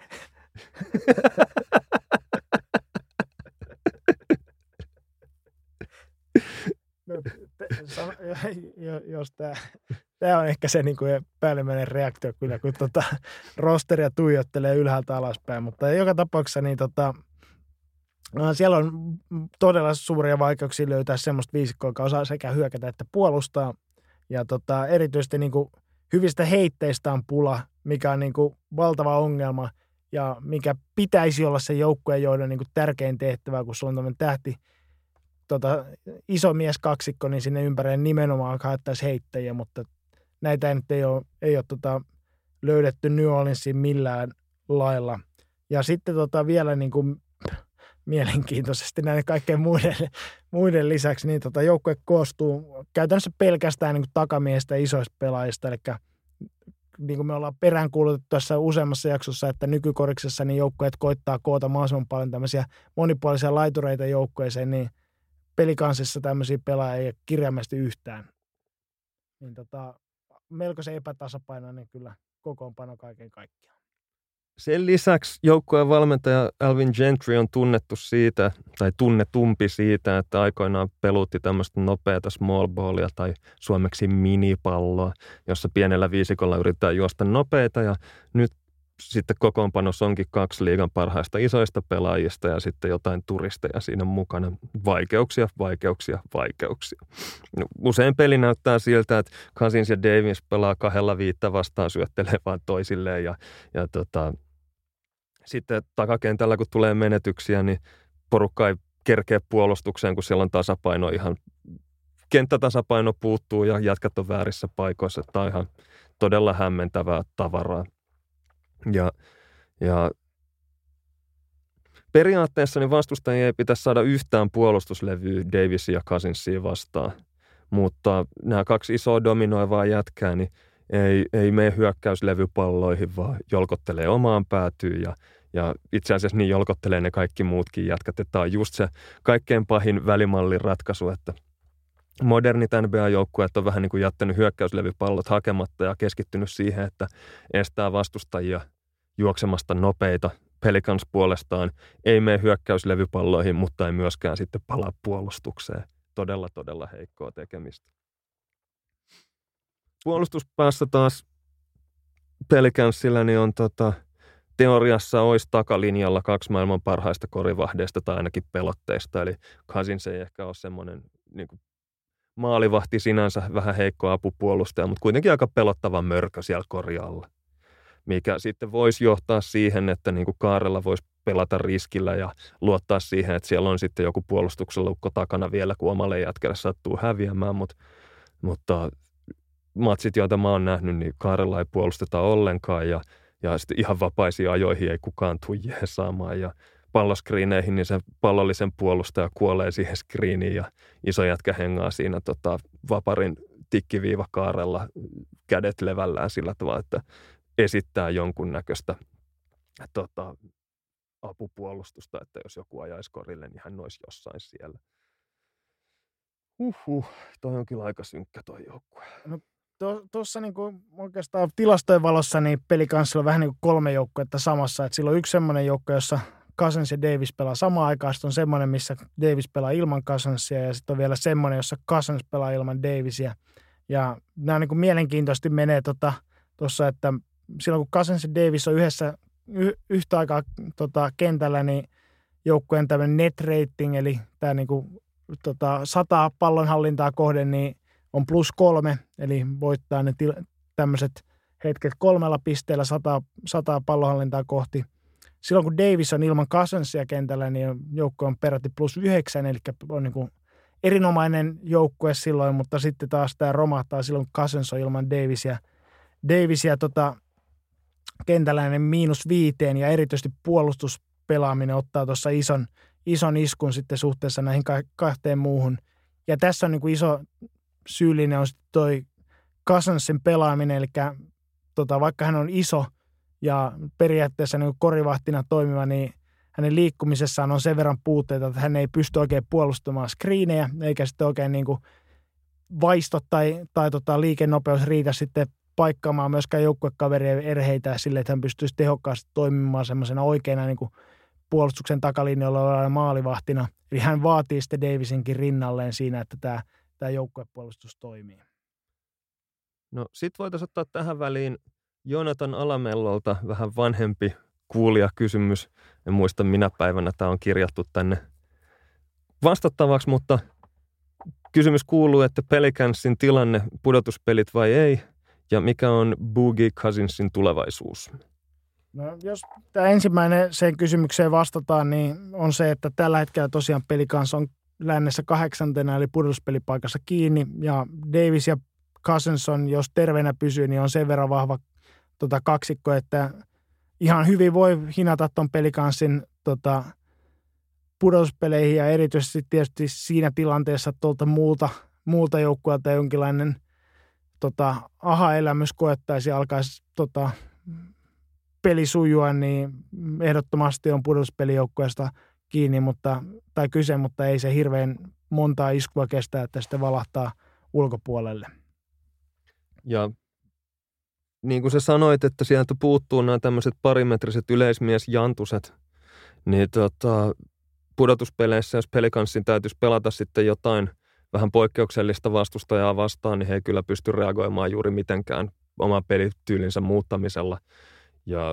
No, te, san, jos tämä, tämä on ehkä se niin kuin päällimmäinen reaktio kyllä, kun tota, rosteria tuijottelee ylhäältä alaspäin, mutta joka tapauksessa niin tota, siellä on todella suuria vaikeuksia löytää semmoista viisikkoa, joka osaa sekä hyökätä että puolustaa. Ja tota, erityisesti niin kuin hyvistä heitteistä on pula, mikä on niin kuin valtava ongelma ja mikä pitäisi olla se joukkueen johdon niin kuin tärkein tehtävä, kun sulla on tämmöinen tähti tota, iso mies kaksikko, niin sinne ympärille nimenomaan haettaisiin heittäjiä, mutta näitä ei nyt ei ole, ei ole tota, löydetty New Orleansiin millään lailla. Ja sitten tota vielä niin kuin mielenkiintoisesti näiden kaikkein muiden, muiden lisäksi, niin tota joukkue koostuu käytännössä pelkästään niin kuin takamiehistä ja isoista pelaajista, eli niin kuin me ollaan peräänkuulutettu tässä useammassa jaksossa, että nykykoriksessa niin joukkueet koittaa koota mahdollisimman paljon tämmöisiä monipuolisia laitureita joukkueeseen, niin Pelicansissa tämmöisiä pelaajia ei ole kirjaimellisesti yhtään. Niin tota, melko se epätasapainoinen kyllä kokoonpano kaiken kaikkiaan. Sen lisäksi joukkueen valmentaja Alvin Gentry on tunnettu siitä, tai tunnetumpi siitä, että aikoinaan pelutti tämmöistä nopeata small ballia tai suomeksi minipalloa, jossa pienellä viisikolla yritetään juosta nopeita, ja nyt sitten kokoonpanossa onkin kaksi liigan parhaista isoista pelaajista ja sitten jotain turisteja siinä mukana. Vaikeuksia, vaikeuksia, vaikeuksia. Usein peli näyttää siltä, että Cousins ja Davis pelaa kahdella viittä vastaan, syöttelee vaan toisilleen ja, ja tota, sitten takakentällä, kun tulee menetyksiä, niin porukka ei kerkeä puolustukseen, kun siellä on tasapaino ihan, kenttätasapaino puuttuu ja jätkät on väärissä paikoissa. Tämä on ihan todella hämmentävää tavaraa. Ja, ja periaatteessa niin vastustajia ei pitäisi saada yhtään puolustuslevyä Davisia ja Cousinsia vastaan, mutta nämä kaksi isoa dominoivaa jätkää niin ei, ei mene hyökkäyslevypalloihin, vaan jolkottelee omaan päätyyn ja, ja itse asiassa niin jolkottelee ne kaikki muutkin jätkät. Tämä on just se kaikkein pahin välimallin ratkaisu, että modernit N B A-joukkueet on vähän niin kuin jättänyt hyökkäyslevypallot hakematta ja keskittynyt siihen, että estää vastustajia juoksemasta nopeita. Pelicans puolestaan ei mene hyökkäyslevypalloihin, mutta ei myöskään sitten palaa puolustukseen. Todella, todella heikkoa tekemistä. Puolustuspäässä taas Pelicansilla niin on tota, teoriassa olisi takalinjalla kaksi maailman parhaista korivahdeista tai ainakin pelotteista. Eli Cousins ei ehkä ole semmoinen niin kuin maalivahti sinänsä, vähän heikko apupuolustaja, mutta kuitenkin aika pelottava mörkö siellä korjalla, mikä sitten voisi johtaa siihen, että niin kuin Kaarella voisi pelata riskillä ja luottaa siihen, että siellä on sitten joku puolustuksen lukko takana vielä, kun omalle jätkelle sattuu häviämään, mutta, mutta matsit, joita mä oon nähnyt, niin Kaarella ei puolusteta ollenkaan ja, ja sitten ihan vapaisiin ajoihin ei kukaan tule jeesaamaan ja palloskriineihin, niin se pallollisen puolustaja kuolee siihen skriiniin ja iso jätkä hengaa siinä tota, vaparin tikkiviivakaarella kädet levällään sillä tavalla, että esittää jonkunnäköistä tota, apupuolustusta, että jos joku ajaisi korille, niin hän olisi jossain siellä. Uhuh, toi on kyllä aika synkkä toi joukkue. No, tuossa niinku oikeastaan tilastojen valossa niin Pelicansilla on vähän niin kuin kolme joukkuetta samassa, että sillä on yksi semmoinen joukko, jossa Cousins ja Davis pelaa samaan aikaan, sitten on semmoinen, missä Davis pelaa ilman Cousinsia ja sitten on vielä semmoinen, jossa Cousins pelaa ilman Davisia. Ja nämä niin kuin mielenkiintoisesti menee tuossa, tota, että silloin kun Cousins ja Davis on yhdessä y, yhtä aikaa tota, kentällä, niin joukkueen tämmöinen net rating, eli tämä niin kuin, tota, sata pallonhallintaa kohden, niin on plus kolme, eli voittaa ne til, tämmöiset hetket kolmella pisteellä sata, sata pallonhallintaa kohti. Silloin kun Davis on ilman Cousinsia kentällä, niin joukkue on peräti plus yhdeksän, eli on niin kuin erinomainen joukkue silloin, mutta sitten taas tämä romahtaa silloin, kun Cousins on ilman Davisia. Davisia tota, kentällä niin miinus viiteen ja erityisesti puolustuspelaaminen ottaa tuossa ison, ison iskun sitten suhteessa näihin kahteen muuhun. Ja tässä on niin kuin iso syyllinen on sitten toi Cousinsin pelaaminen, eli tota, vaikka hän on iso, ja periaatteessa niin korivahtina toimiva, niin hänen liikkumisessaan on sen verran puutteita, että hän ei pysty oikein puolustamaan screenejä, eikä sitten oikein niin kuin vaistot tai, tai tota liikennopeus riitä sitten paikkaamaan myöskään joukkuekaverien erheitä sille, että hän pystyisi tehokkaasti toimimaan semmoisena oikeana niin kuin puolustuksen takalinjoilla olevana maalivahtina. Eli hän vaatii sitten Davisinkin rinnalleen siinä, että tämä, tämä joukkuepuolustus toimii. No sit voitaisiin ottaa tähän väliin Jonathan Alamellolta vähän vanhempi kuulijakysymys. En muista minä päivänä tämä on kirjattu tänne vastattavaksi, mutta kysymys kuuluu, että Pelicansin tilanne, pudotuspelit vai ei, ja mikä on Boogie Cousinsin tulevaisuus? No, jos tämä ensimmäinen sen kysymykseen vastataan, niin on se, että tällä hetkellä tosiaan Pelicans on lännessä kahdeksantena, eli pudotuspelipaikassa kiinni, ja Davis ja Cousins on, jos terveenä pysyy, niin on sen verran vahva tota, kaksikko, että ihan hyvin voi hinata ton Pelicansin tota, pudotuspeleihin ja erityisesti tietysti siinä tilanteessa tuolta muulta, muulta joukkueelta jonkinlainen tota, aha-elämys koettaisi alkaisi tota, peli sujua, niin ehdottomasti on pudotuspelijoukkueesta kiinni, mutta, tai kyse, mutta ei se hirveän montaa iskua kestä, että sitten valahtaa ulkopuolelle. Ja niin kuin sä sanoit, että sieltä puuttuu nämä tämmöiset parimetriset yleismiesjantuset, niin tota, pudotuspeleissä, jos Pelicansin täytyisi pelata sitten jotain vähän poikkeuksellista vastustajaa vastaan, niin he ei kyllä pysty reagoimaan juuri mitenkään oman pelityylinsä muuttamisella. Ja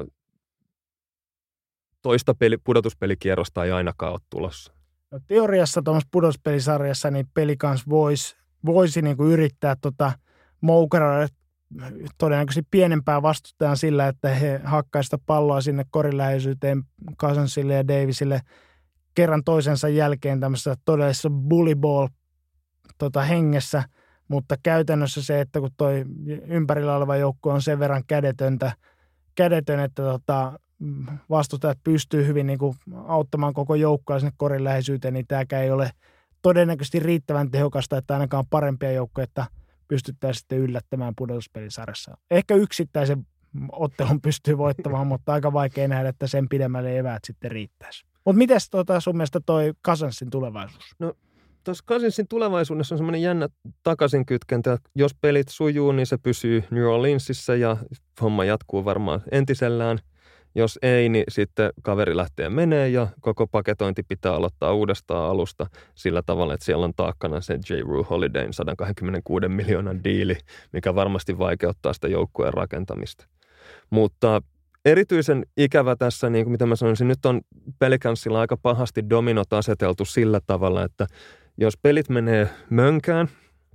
toista peli, pudotuspelikierrosta ei ainakaan ole tulossa. No, teoriassa tuollaisessa pudotuspelisarjassa niin Pelicans voisi, voisi niin kuin yrittää tota moukaroida todennäköisesti pienempää vastustajan sillä, että he hakkaisivat sitä palloa sinne korin läheisyyteen Cousinsille ja Davisille kerran toisensa jälkeen tämmöisessä todellisessa bully ball tota, hengessä, mutta käytännössä se, että kun toi ympärillä oleva joukko on sen verran kädetöntä, kädetön, että tota, vastustajat pystyy hyvin niin kuin auttamaan koko joukkoa sinne korin läheisyyteen, niin tämäkään ei ole todennäköisesti riittävän tehokasta, että ainakaan parempia joukkoja, että pystyttäisiin sitten yllättämään pudotuspelisarjassa. Ehkä yksittäisen ottelun pystyy voittamaan, mutta aika vaikea nähdä, että sen pidemmälle eväät sitten riittäisi. Mutta miten tota sun mielestä toi Cousinsin tulevaisuus? No tuossa Cousinsin tulevaisuudessa on semmoinen jännä takaisinkytkentä. Jos pelit sujuu, niin se pysyy New Orleansissa ja homma jatkuu varmaan entisellään. Jos ei, niin sitten kaveri lähtee menee ja koko paketointi pitää aloittaa uudestaan alusta sillä tavalla, että siellä on taakkana se J. Rue Holidayn sata kaksikymmentäkuusi miljoonan diili, mikä varmasti vaikeuttaa sitä joukkueen rakentamista. Mutta erityisen ikävä tässä, niin kuin mitä mä sanoisin, nyt on Pelicansilla aika pahasti dominot aseteltu sillä tavalla, että jos pelit menee mönkään,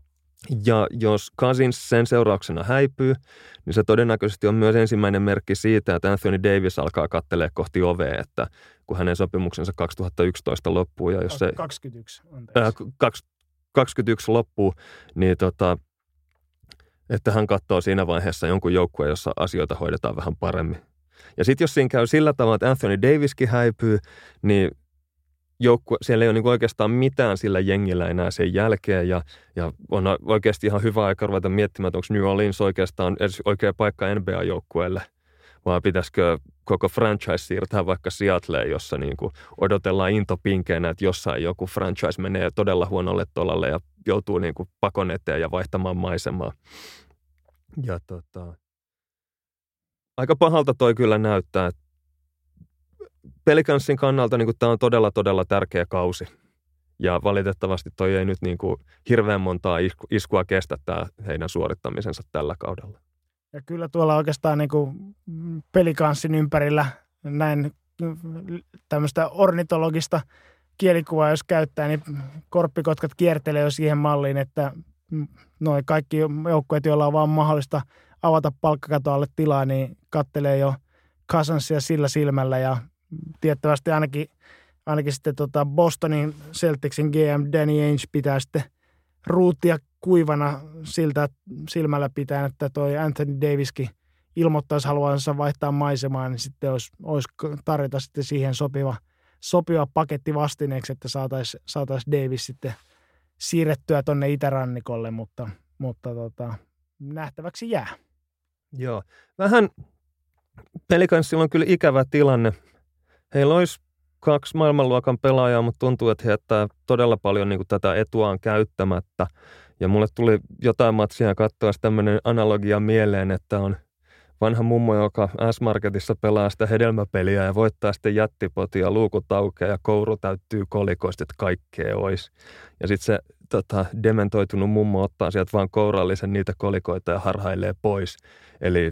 ja jos Cousins sen seurauksena häipyy, niin se todennäköisesti on myös ensimmäinen merkki siitä, että Anthony Davis alkaa kattelee kohti ovea, että kun hänen sopimuksensa kaksituhattayksitoista loppuu ja jos se kaksikymmentäyksi, ää, kaksikymmentäyksi loppuu, niin tota, että hän katsoo siinä vaiheessa jonkun joukkueen, jossa asioita hoidetaan vähän paremmin. Ja sitten jos siinä käy sillä tavalla, että Anthony Daviskin häipyy, niin joukkue, siellä ei ole niin oikeastaan mitään sillä jengillä enää sen jälkeen ja, ja on oikeasti ihan hyvä aika ruveta miettimään, että onko New Orleans oikeastaan edes oikea paikka N B A-joukkueelle, vaan pitäisikö koko franchise siirtää vaikka Seattleen, jossa niin kuin odotellaan intopinkeinä, että jossain joku franchise menee todella huonolle tolalle ja joutuu niin kuin pakon eteen ja vaihtamaan maisemaa. Ja tota, aika pahalta toi kyllä näyttää, että Pelicansin kannalta niin tämä on todella, todella tärkeä kausi. Ja valitettavasti toi ei nyt niin kuin hirveän montaa isku, iskua kestä tämä heidän suorittamisensa tällä kaudella. Ja kyllä tuolla oikeastaan niin kuin Pelicansin ympärillä näin tämmöistä ornitologista kielikuvaa, jos käyttää, niin korppikotkat kiertelee jo siihen malliin, että noi kaikki joukkueet, joilla on vaan mahdollista avata palkkakatoalle tilaa, niin kattelee jo Cousinsia sillä silmällä ja tiettävästi ainakin, ainakin sitten tota Bostonin Celticsin G M Danny Ainge pitää sitten ruutia kuivana siltä silmällä pitäen, että toi Anthony Daviskin ilmoittaisi haluansa vaihtaa maisemaa, niin sitten olisi, olisi tarjota sitten siihen sopiva, sopiva paketti vastineeksi, että saataisiin saatais Davis sitten siirrettyä tuonne itärannikolle, mutta, mutta tota, nähtäväksi jää. Joo, vähän Pelicansilla on kyllä ikävä tilanne. Heillä olisi kaksi maailmanluokan pelaajaa, mutta tuntuu, että he jättää todella paljon niin kuin tätä etuaan käyttämättä. Ja mulle tuli jotain matsia katsoa tämmöinen analogia mieleen, että on vanha mummo, joka S-Marketissa pelaa sitä hedelmäpeliä ja voittaa sitten jättipotia, luukut aukeaa ja kouru täyttyy kolikoista, että kaikkea olisi. Ja sitten se tota, dementoitunut mummo ottaa sieltä vaan kourallisen niitä kolikoita ja harhailee pois. Eli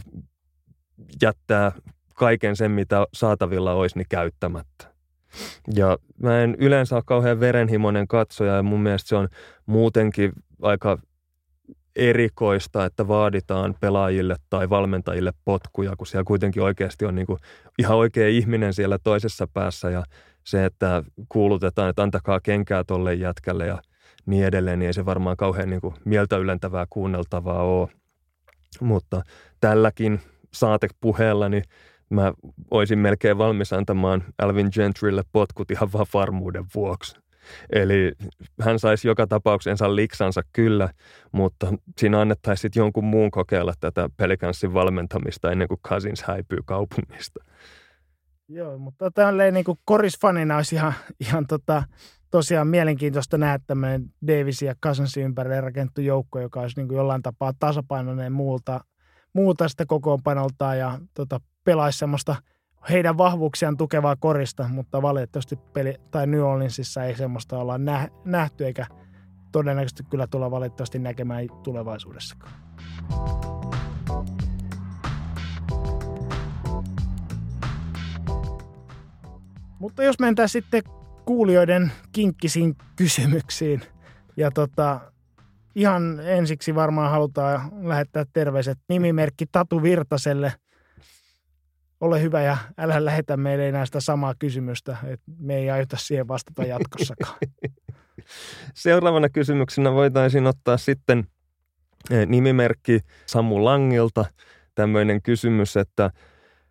jättää kaiken sen, mitä saatavilla olisi, niin käyttämättä. Ja mä en yleensä ole kauhean verenhimoinen katsoja ja mun mielestä se on muutenkin aika erikoista, että vaaditaan pelaajille tai valmentajille potkuja, kun siellä kuitenkin oikeasti on niin kuin ihan oikea ihminen siellä toisessa päässä ja se, että kuulutetaan, että antakaa kenkää tolle jätkälle ja niin edelleen, niin ei se varmaan kauhean niin kuin mieltä ylentävää kuunneltavaa ole. Mutta tälläkin saatepuheella, niin mä olisin melkein valmis antamaan Alvin Gentrylle potkut ihan vaan varmuuden vuoksi. Eli hän saisi joka tapauksessa liksansa kyllä, mutta siinä annettaisiin sitten jonkun muun kokeilla tätä Pelicansin valmentamista ennen kuin Cousins häipyy kaupungista. Joo, mutta tälleen niin kuin korisfanina olisi ihan, ihan tota, tosiaan mielenkiintoista nähdä tämmöinen Davisin ja Cousinsin ympärille rakennettu joukko, joka olisi niin kuin jollain tapaa tasapainoinen muulta, muulta sitä kokoonpanoltaan ja tota, pelaisi semmoista heidän vahvuuksiaan tukevaa korista, mutta valitettavasti peli, tai New Orleansissa ei semmoista olla nähty, eikä todennäköisesti kyllä tulla valitettavasti näkemään tulevaisuudessakaan. Mutta jos mennään sitten kuulijoiden kinkkisiin kysymyksiin, ja tota, ihan ensiksi varmaan halutaan lähettää terveiset nimimerkki Tatu Virtaselle. Ole hyvä ja älä lähetä meille enää sitä samaa kysymystä, että me ei aiota siihen vastata jatkossakaan. Seuraavana kysymyksenä voitaisiin ottaa sitten nimimerkki Samu Langilta. Tämmöinen kysymys, että äh,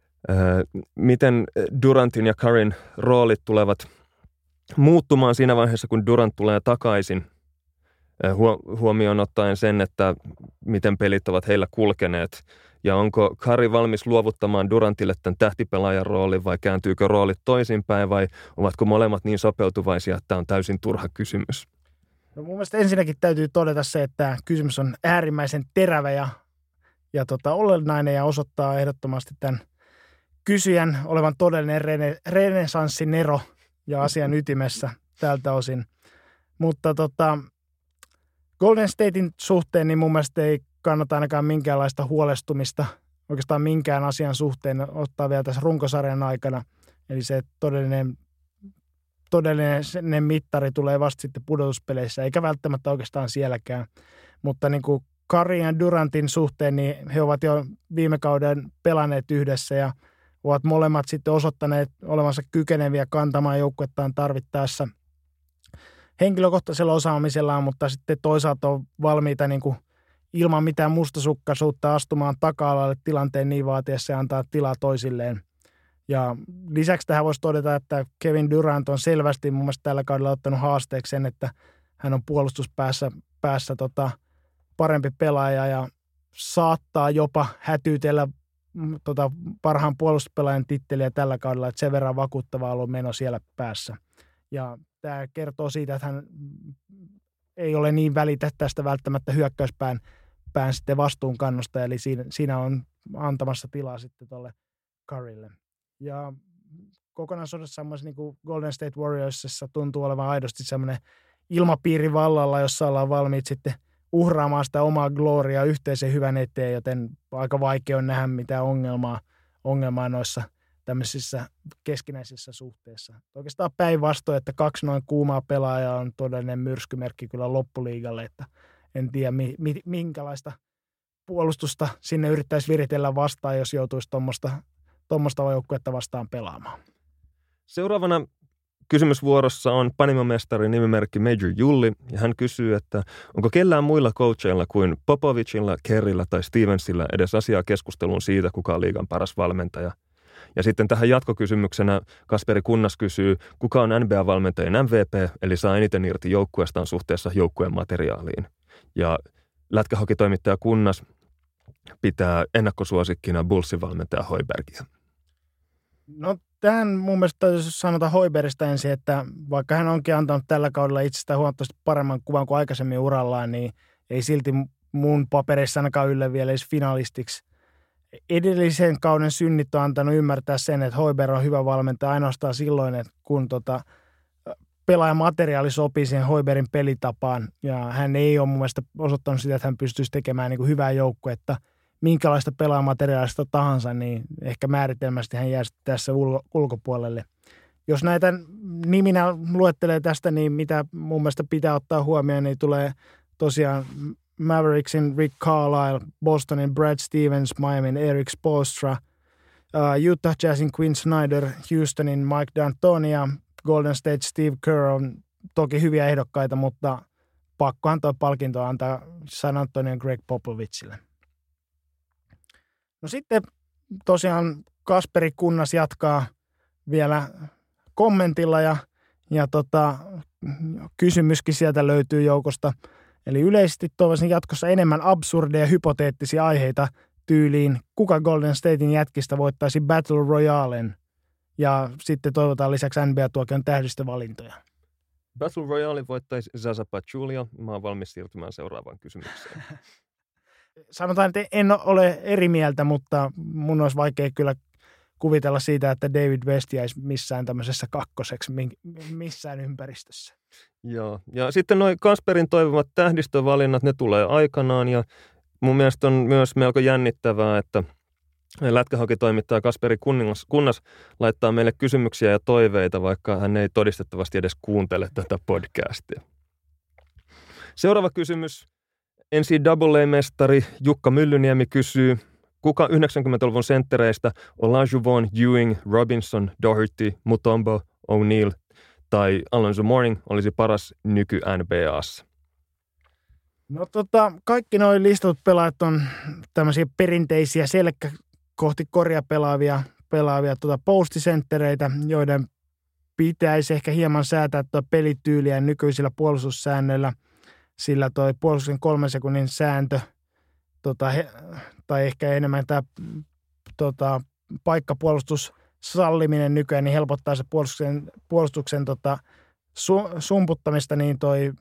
miten Durantin ja Curryn roolit tulevat muuttumaan siinä vaiheessa, kun Durant tulee takaisin, äh, huomioon ottaen sen, että miten pelit ovat heillä kulkeneet. Ja onko Curry valmis luovuttamaan Durantille tämän tähtipelaajan roolin vai kääntyykö roolit toisinpäin vai ovatko molemmat niin sopeutuvaisia, että tämä on täysin turha kysymys? No mun mielestä ensinnäkin täytyy todeta se, että kysymys on äärimmäisen terävä ja, ja tota, olennainen ja osoittaa ehdottomasti tämän kysyjän olevan todellinen rene, renesanssinero ja asian ytimessä tältä osin. Mutta tota, Golden Statein suhteen niin mun mielestä ei kannata ainakaan minkäänlaista huolestumista oikeastaan minkään asian suhteen ottaa vielä tässä runkosarjan aikana. Eli se todellinen, todellinen mittari tulee vasta sitten pudotuspeleissä, eikä välttämättä oikeastaan sielläkään. Mutta niin kuin Curryn ja Durantin suhteen, niin he ovat jo viime kauden pelanneet yhdessä ja ovat molemmat sitten osoittaneet olevansa kykeneviä kantamaan joukkuettaan tarvittaessa henkilökohtaisella osaamisellaan, mutta sitten toisaalta on valmiita niin kuin ilman mitään mustasukkaisuutta astumaan taka-alalle tilanteen niin vaatiessa ja antaa tilaa toisilleen. Ja lisäksi tähän voisi todeta, että Kevin Durant on selvästi mun mielestä tällä kaudella ottanut haasteeksi sen, että hän on puolustuspäässä päässä tota, parempi pelaaja ja saattaa jopa hätyytellä tota, parhaan puolustuspelaajan titteliä tällä kaudella, että sen verran vakuuttavaa on ollut meno siellä päässä. Ja tämä kertoo siitä, että hän ei ole niin välitä tästä välttämättä hyökkäyspään pään sitten vastuunkannosta, eli siinä, siinä on antamassa tilaa sitten tuolle Currylle. Ja kokonaisuudessaan niin kuin Golden State Warriorsissa tuntuu olevan aidosti semmoinen ilmapiiri vallalla, jossa ollaan valmiit sitten uhraamaan sitä omaa gloriaa yhteisen hyvän eteen, joten aika vaikea on nähdä mitään ongelmaa, ongelmaa noissa tämmöisissä keskinäisissä suhteissa. Oikeastaan päinvastoin, että kaksi noin kuumaa pelaajaa on todellinen myrskymerkki kyllä loppuliigalle, että en tiedä mi, mi, minkälaista puolustusta sinne yrittäisi viritellä vastaan, jos joutuisi tuommoista tuommoista joukkuetta vastaan pelaamaan. Seuraavana kysymysvuorossa on panimomestari nimimerkki Major Julli, ja hän kysyy, että onko kellään muilla coacheilla kuin Popovicilla, Kerrillä tai Stevensillä edes asiaa keskusteluun siitä, kuka on liigan paras valmentaja. Ja sitten tähän jatkokysymyksenä Kasperi Kunnas kysyy, kuka on N B A-valmentajien M V P, eli saa eniten irti joukkueestaan suhteessa joukkueen materiaaliin. Ja lätkähokitoimittaja Kunnas pitää ennakkosuosikkina Bullsin valmentaja Hoibergia. No tähän mun mielestä täytyy sanota Hoibergista ensin, että vaikka hän onkin antanut tällä kaudella itsestään huomattavasti paremman kuvan kuin aikaisemmin urallaan, niin ei silti mun paperissa ainakaan yllä vielä edes finalistiksi. Edellisen kauden synnit on antanut ymmärtää sen, että Hoiberg on hyvä valmentaja ainoastaan silloin, että kun tota, pelaajamateriaali sopii siihen Hoibergin pelitapaan, ja hän ei ole mun mielestä osoittanut sitä, että hän pystyisi tekemään niin kuin hyvää joukkuetta, minkälaista pelaajamateriaalista tahansa, niin ehkä määritelmästi hän jää tässä ulko- ulkopuolelle. Jos näitä niminä luettelee tästä, niin mitä mun mielestä pitää ottaa huomioon, niin tulee tosiaan Mavericksin Rick Carlisle, Bostonin Brad Stevens, Miamin Eric Spoelstra, uh, Utah Jazzin Quinn Snyder, Houstonin Mike D'Antoni ja Golden State Steve Kerr on toki hyviä ehdokkaita, mutta pakkohan tuo palkinto antaa San Antonion Greg Popovichille. No sitten tosiaan Kasperi Kunnas jatkaa vielä kommentilla ja, ja tota, kysymyskin sieltä löytyy joukosta. Eli yleisesti toivoisin jatkossa enemmän absurdeja hypoteettisia aiheita tyyliin, kuka Golden Statein jätkistä voittaisi Battle Royalen. Ja sitten toivotaan lisäksi N B A-tuokion tähdistövalintoja. Battle Royale voittaisi Zaza Pachulia. Mä oon valmis siirtymään seuraavaan kysymykseen. Sanotaan, että en ole eri mieltä, mutta mun olisi vaikea kyllä kuvitella siitä, että David West jäisi missään tämmöisessä kakkoseksi missään ympäristössä. Joo, ja sitten nuo Kasperin toivomat tähdistövalinnat, ne tulee aikanaan, ja mun mielestä on myös melko jännittävää, että lätkähokitoimittaja Kasperi Kunnas, Kunnas laittaa meille kysymyksiä ja toiveita, vaikka hän ei todistettavasti edes kuuntele tätä podcastia. Seuraava kysymys. N C A A-mestari Jukka Myllyniemi kysyy, kuka yhdeksänkymmentäluvun senttereistä Olajuwon, Ewing, Robinson, Doherty, Mutombo, O'Neal tai Alonzo Mourning olisi paras nyky-N B A:ssa? No tota, kaikki nuo listatut pelaajat on tämmöisiä perinteisiä selkä kohti koria pelaavia, pelaavia tuota postisenttereitä, joiden pitäisi ehkä hieman säätää tuo pelityyliä nykyisillä puolustussäännöillä, sillä toi puolustuksen kolmen sekunnin sääntö, tota, he, tai ehkä enemmän tämä tota, paikkapuolustus salliminen nykyään, niin helpottaa se puolustuksen, puolustuksen tota, su, sumputtamista, niin toi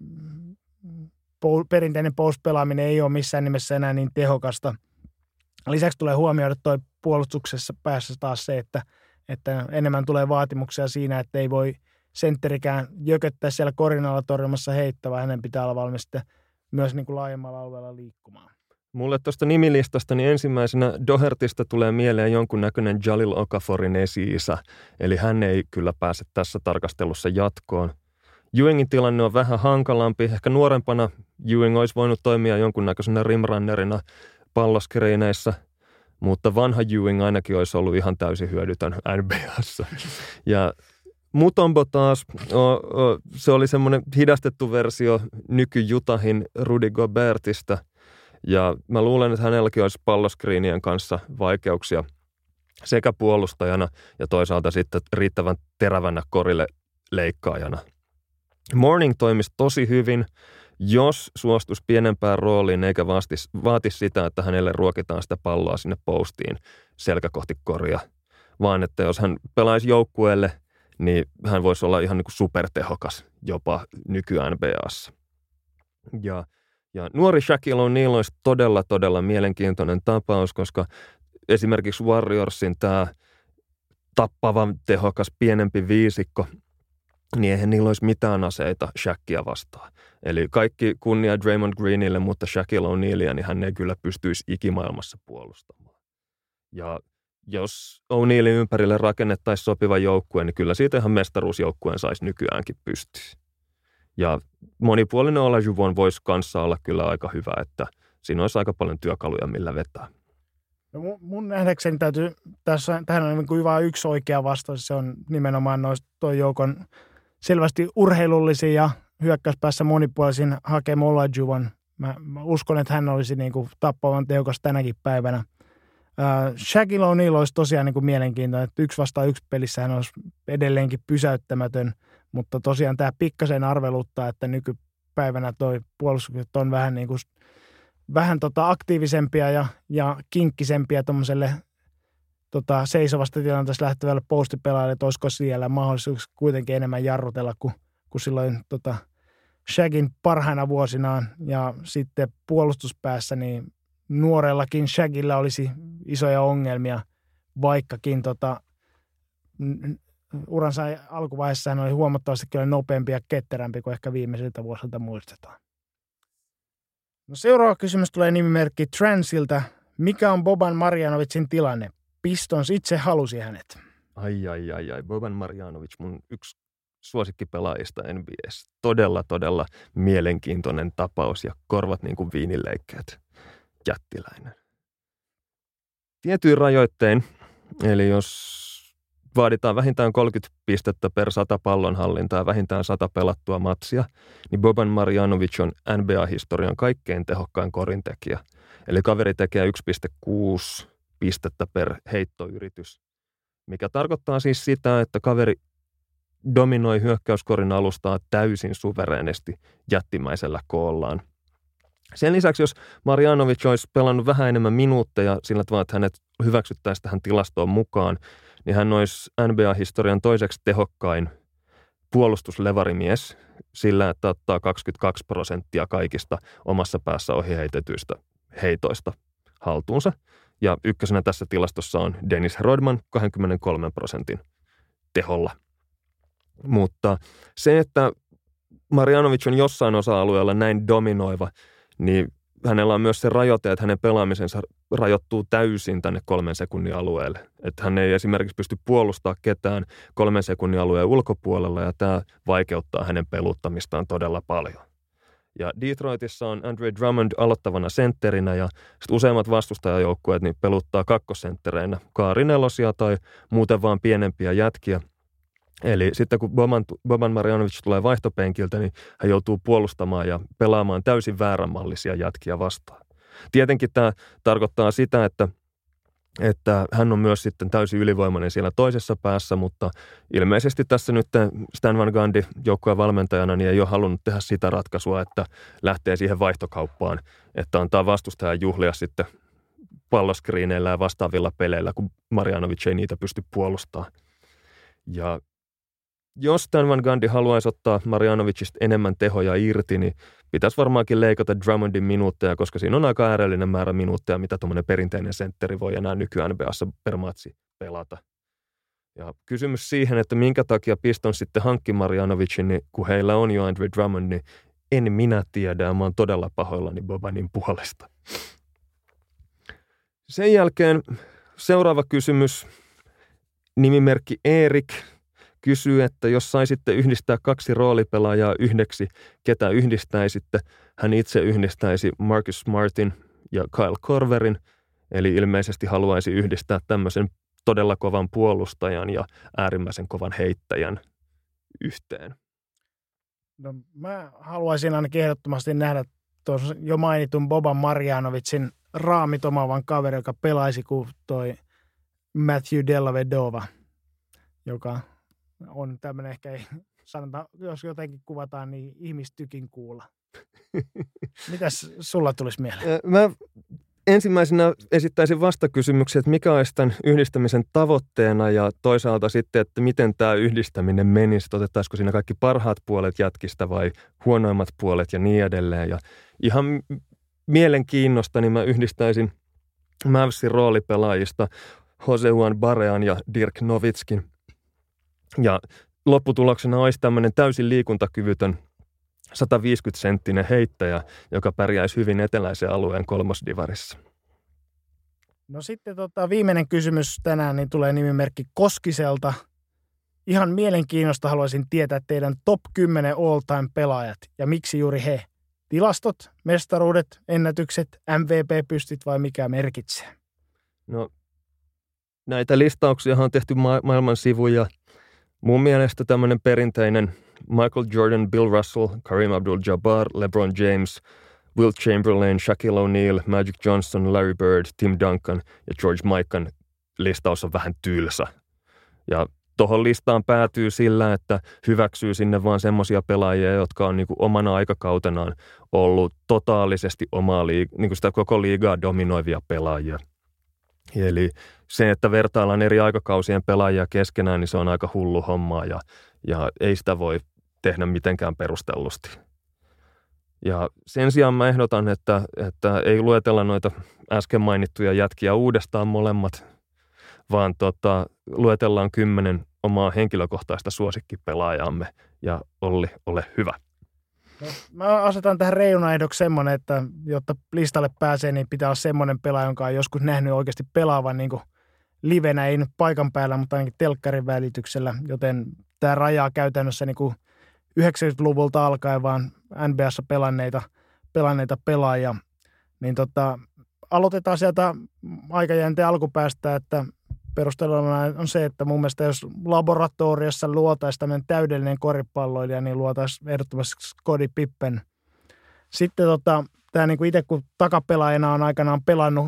perinteinen post-pelaaminen ei ole missään nimessä enää niin tehokasta. Lisäksi tulee huomioida toi puolustuksessa päässä taas se, että, että enemmän tulee vaatimuksia siinä, että ei voi sentterikään jököttää siellä korin alla torjumassa heittää, vaan hänen pitää olla valmis myös niin kuin laajemmalla alueella liikkumaan. Mulle tuosta nimilistasta niin ensimmäisenä Dohertystä tulee mieleen jonkunnäköinen Jalil Okaforin esi-isä, eli hän ei kyllä pääse tässä tarkastelussa jatkoon. Ewingin tilanne on vähän hankalampi. Ehkä nuorempana Ewing olisi voinut toimia jonkunnäköisenä rimrunnerina palloskriineissä, mutta vanha Ewing ainakin olisi ollut ihan täysin hyödytön N B A:ssa. Ja Mutombo taas, o, o, se oli semmoinen hidastettu versio nyky-Utahin Rudy Gobertista, ja mä luulen, että hänelläkin olisi palloskriinien kanssa vaikeuksia sekä puolustajana ja toisaalta sitten riittävän terävänä korille leikkaajana. Mourning toimisi tosi hyvin, jos suostuisi pienempään rooliin eikä vaatisi, vaatisi sitä, että hänelle ruokitaan sitä palloa sinne postiin selkä kohti koria, vaan että jos hän pelaisi joukkueelle, niin hän voisi olla ihan niin kuin supertehokas jopa nyky-N B A:ssa. Ja, ja nuori Shaquille O'Neal olisi todella, todella mielenkiintoinen tapaus, koska esimerkiksi Warriorsin tämä tappavan tehokas pienempi viisikko, niin eihän niillä olisi mitään aseita Shaquia vastaan. Eli kaikki kunnia Draymond Greenille, mutta Shaquille O'Nealia, niin hän ei kyllä pystyisi ikimaailmassa puolustamaan. Ja jos O'Nealin ympärille rakennettaisiin sopiva joukkue, niin kyllä siitä ihan mestaruusjoukkueen saisi nykyäänkin pystyä. Ja monipuolinen Olajuwon voisi kanssa olla kyllä aika hyvä, että siinä olisi aika paljon työkaluja, millä vetää. No mun nähdäkseni täytyy, tässä, tähän on niin vain yksi oikea vastaus, se on nimenomaan tuo joukon selvästi urheilullisia ja hyökkäyspäässä monipuolisin Hakeem Olajuwon. Mä, mä uskon, että hän olisi niin kuin tappavan tehokas tänäkin päivänä. Uh, Shaquille O'Neal olisi tosiaan niin kuin mielenkiintoinen, että yksi vastaan yksi pelissä hän olisi edelleenkin pysäyttämätön, mutta tosiaan tämä pikkasen arveluttaa, että nykypäivänä toi puolustukset on vähän, niin kuin, vähän tota aktiivisempia ja, ja kinkkisempia tuommoiselle tota, seisovasta tilanteesta lähtevälle postipelaajalle, että olisiko siellä mahdollisuus kuitenkin enemmän jarrutella kuin, kuin silloin tota, Shaqin parhaina vuosinaan. Ja sitten puolustuspäässä niin nuorellakin Shaqilla olisi isoja ongelmia, vaikkakin tota, uransa alkuvaiheessa hän oli huomattavasti kyllä nopeampi ja ketterämpi kuin ehkä viimeisiltä vuosilta muistetaan. No seuraava kysymys tulee nimimerkki Transilta. Mikä on Boban Marjanovicin tilanne? Pistons itse halusi hänet. Ai, ai, ai, ai. Boban Marjanovic, mun yksi suosikkipelaajista N B A:ssä. Todella, todella mielenkiintoinen tapaus ja korvat niin kuin viinileikkeet. Jättiläinen. Tietyin rajoittein, eli jos vaaditaan vähintään kolmekymmentä pistettä per sata pallonhallintaa ja vähintään sata pelattua matsia, niin Boban Marjanovic on N B A-historian kaikkein tehokkain korintekijä. Eli kaveri tekee yksi pilkku kuusi pistettä per heittoyritys, mikä tarkoittaa siis sitä, että kaveri dominoi hyökkäyskorin alustaa täysin suvereenisti jättimäisellä koollaan. Sen lisäksi, jos Marjanovic olisi pelannut vähän enemmän minuutteja sillä tavalla, että hänet hyväksyttäisiin tähän tilastoon mukaan, niin hän olisi N B A-historian toiseksi tehokkain puolustuslevarimies sillä, että ottaa kaksikymmentäkaksi prosenttia kaikista omassa päässä ohi heitetyistä heitoista haltuunsa. Ja ykkösenä tässä tilastossa on Dennis Rodman kaksikymmentäkolme prosentin teholla. Mutta se, että Marjanovic on jossain osa-alueella näin dominoiva, niin hänellä on myös se rajoite, että hänen pelaamisensa rajoittuu täysin tänne kolmen sekunnin alueelle. Että hän ei esimerkiksi pysty puolustamaan ketään kolmen sekunnin alueen ulkopuolella, ja tämä vaikeuttaa hänen peluttamistaan todella paljon. Ja Detroitissa on Andre Drummond aloittavana sentterinä, ja sitten useimmat vastustajajoukkueet niin peluttaa kakkosenttereinä kaarinelosia tai muuten vaan pienempiä jätkiä. Eli sitten kun Boban, Boban Marjanovic tulee vaihtopenkiltä, niin hän joutuu puolustamaan ja pelaamaan täysin vääränmallisia jätkiä vastaan. Tietenkin tämä tarkoittaa sitä, että, että hän on myös sitten täysin ylivoimainen siellä toisessa päässä, mutta ilmeisesti tässä nyt Stan Van Gundy joukkueen valmentajana niin ei ole halunnut tehdä sitä ratkaisua, että lähtee siihen vaihtokauppaan, että antaa vastustajan juhlia sitten palloskriineillä ja vastaavilla peleillä, kun Marjanovic ei niitä pysty puolustamaan. Ja jos Stan Van Gundy haluaisi ottaa Marjanovicista enemmän tehoja irti, niin pitäisi varmaankin leikata Drummondin minuutteja, koska siinä on aika äärellinen määrä minuutteja, mitä tuommoinen perinteinen sentteri voi enää nykyään N B A:ssa per matsi pelata. Ja kysymys siihen, että minkä takia Piston sitten hankki Marjanovicin, niin kun heillä on jo Andre Drummond, niin en minä tiedä, ja mä oon todella pahoillani Bobanin puolesta. Sen jälkeen seuraava kysymys, nimimerkki Erik, kysyy, että jos saisitte yhdistää kaksi roolipelaajaa yhdeksi, ketä yhdistäisitte? Hän itse yhdistäisi Marcus Smartin ja Kyle Korverin, eli ilmeisesti haluaisi yhdistää tämmöisen todella kovan puolustajan ja äärimmäisen kovan heittäjän yhteen. No, mä haluaisin ainakin ehdottomasti nähdä tuossa jo mainitun Boban Marjanovicin raamitomaavan kaveri, joka pelaisi kuin toi Matthew Dellavedova, joka on tämmöinen ehkä, ei sanota, jos jotenkin kuvataan, niin ihmistykin kuulla. Mitäs sulla tulisi mieleen? Mä ensimmäisenä esittäisin vastakysymyksen, että mikä olisi tämän yhdistämisen tavoitteena ja toisaalta sitten, että miten tämä yhdistäminen menisi. Otettaisiko siinä kaikki parhaat puolet jätkistä vai huonoimmat puolet ja niin edelleen. Ja ihan mielenkiinnosta niin mä yhdistäisin Mavsin roolipelaajista Jose Juan Barean ja Dirk Nowitzkin. Ja lopputuloksena olisi tämmöinen täysin liikuntakyvytön sataviisikymmentä senttinen heittäjä, joka pärjäisi hyvin eteläisen alueen kolmosdivarissa. No sitten tota, viimeinen kysymys tänään niin tulee nimimerkki Koskiselta. Ihan mielenkiinnosta haluaisin tietää teidän top kymmenen all-time pelaajat ja miksi juuri he? Tilastot, mestaruudet, ennätykset, M V P-pystit vai mikä merkitsee? No näitä listauksia on tehty ma- maailman sivuja. Mun mielestä tämmöinen perinteinen Michael Jordan, Bill Russell, Kareem Abdul-Jabbar, LeBron James, Wilt Chamberlain, Shaquille O'Neal, Magic Johnson, Larry Bird, Tim Duncan ja George Mikan listaus on vähän tylsä. Ja tuohon listaan päätyy sillä, että hyväksyy sinne vaan semmoisia pelaajia, jotka on niinku omana aikakautenaan ollut totaalisesti omaa liig- niinku sitä koko liigaa dominoivia pelaajia. Eli se, että vertaillaan eri aikakausien pelaajia keskenään, niin se on aika hullu hommaa ja, ja ei sitä voi tehdä mitenkään perustellusti. Ja sen sijaan mä ehdotan, että, että ei luetella noita äsken mainittuja jätkiä uudestaan molemmat, vaan tota, luetellaan kymmenen omaa henkilökohtaista suosikkipelaajaamme ja Olli, ole hyvä. No, mä asetan tähän reunaehdoksi semmoinen, että jotta listalle pääsee, niin pitää olla semmoinen pelaaja, jonka on joskus nähnyt oikeasti pelaavan niin kuin livenä, ei nyt paikan päällä, mutta ainakin telkkarin välityksellä, joten tämä rajaa käytännössä niin kuin yhdeksänkymmentäluvulta alkaen vaan N B A:ssa pelanneita, pelanneita pelaajia. Niin tota, aloitetaan sieltä aikajänteen alkupäästä, että perusteluna on se, että mun mielestä jos laboratoriossa luotaisiin tämmöinen täydellinen koripalloilija, niin luotaisiin ehdottomasti Scottie Pippen. Sitten tota, tämä niinku itse kun takapelaajana on aikanaan pelannut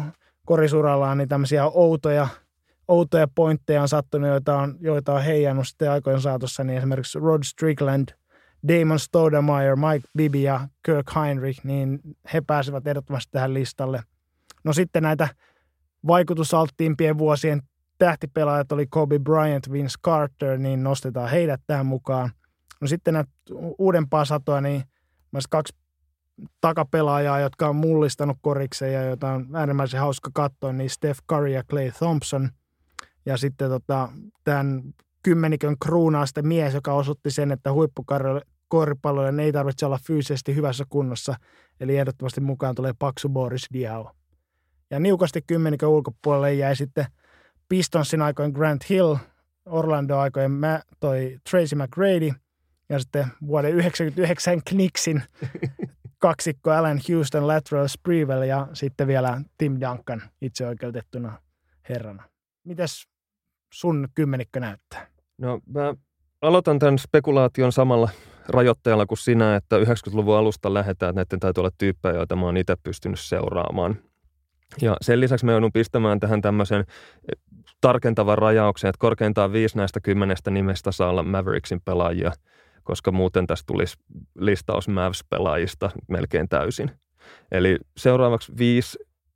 korisurallaan niin tämmöisiä outoja, outoja pointteja on sattunut, joita on, joita on heijannut sitten aikojen saatossa, niin esimerkiksi Rod Strickland, Damon Stoudemire, Mike Bibby ja Kirk Heinrich, niin he pääsevät ehdottomasti tähän listalle. No sitten näitä vaikutusalttiimpien vuosien tähtipelaajat oli Kobe Bryant, Vince Carter, niin nostetaan heidät tähän mukaan. No sitten näitä uudempaa satoa, niin myös kaksi takapelaajaa, jotka on mullistanut koriksen ja joita on äärimmäisen hauska katsoa, niin Steph Curry ja Klay Thompson. Ja sitten tota, tämän kymmenikön kruunaa sitten mies, joka osoitti sen, että huippukoripallojen ei tarvitse olla fyysisesti hyvässä kunnossa. Eli ehdottomasti mukaan tulee paksu Boris Diaw. Ja niukasti kymmenikön ulkopuolelle jäi sitten Pistonsin aikojen Grant Hill, Orlando-aikojen mä, toi Tracy McGrady ja sitten vuoden yhdeksänkymmentäyhdeksän Knicksin kaksikko Allen Houston, Latrell Sprewell ja sitten vielä Tim Duncan itseoikeutettuna herrana. Mitäs sun kymmenikkö näyttää? No mä aloitan tämän spekulaation samalla rajoitteella kuin sinä, että yhdeksänkymmentäluvun alusta lähdetään, että näiden täytyy olla tyyppejä, joita mä oon itse pystynyt seuraamaan. Ja sen lisäksi mä joudun pistämään tähän tämmöisen tarkentavan rajauksen, että korkeintaan viisi näistä kymmenestä nimestä saa olla Mavericksin pelaajia, koska muuten tässä tulisi listaus Mavs-pelaajista melkein täysin. Eli seuraavaksi viisi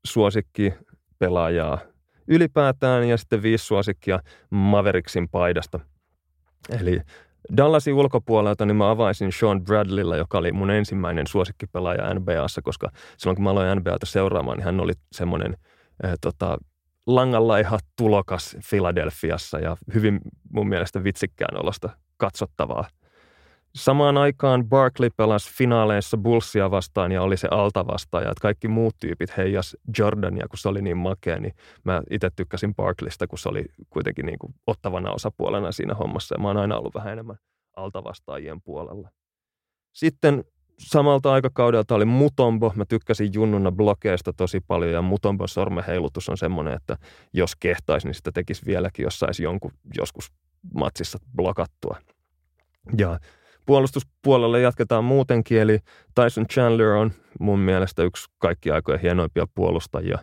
suosikkipelaajaa ylipäätään ja sitten viisi suosikkia Mavericksin paidasta. Eli Dallasin ulkopuolelta niin mä avaisin Sean Bradleylla, joka oli mun ensimmäinen suosikkipelaaja N B A:ssa, koska silloin kun mä aloin N B A:ta seuraamaan, niin hän oli semmoinen äh, tota, langalla ihan tulokas Philadelphiassa ja hyvin mun mielestä vitsikkään olosta katsottavaa. Samaan aikaan Barkley pelasi finaaleissa Bullsia vastaan ja oli se altavastaaja, että kaikki muut tyypit heijas Jordania, kun se oli niin makea, niin mä itse tykkäsin Barkleysta, kun se oli kuitenkin niin kuin ottavana osapuolena siinä hommassa ja mä oon aina ollut vähän enemmän altavastaajien puolella. Sitten samalta aikakaudelta oli Mutombo, mä tykkäsin junnuna blokeista tosi paljon ja Mutombon sormenheilutus on semmoinen, että jos kehtaisi, niin sitä tekisi vieläkin, jos saisi jonkun joskus matsissa blokattua. Ja puolustuspuolella jatketaan muutenkin, eli Tyson Chandler on mun mielestä yksi kaikki aikojen hienoimpia puolustajia.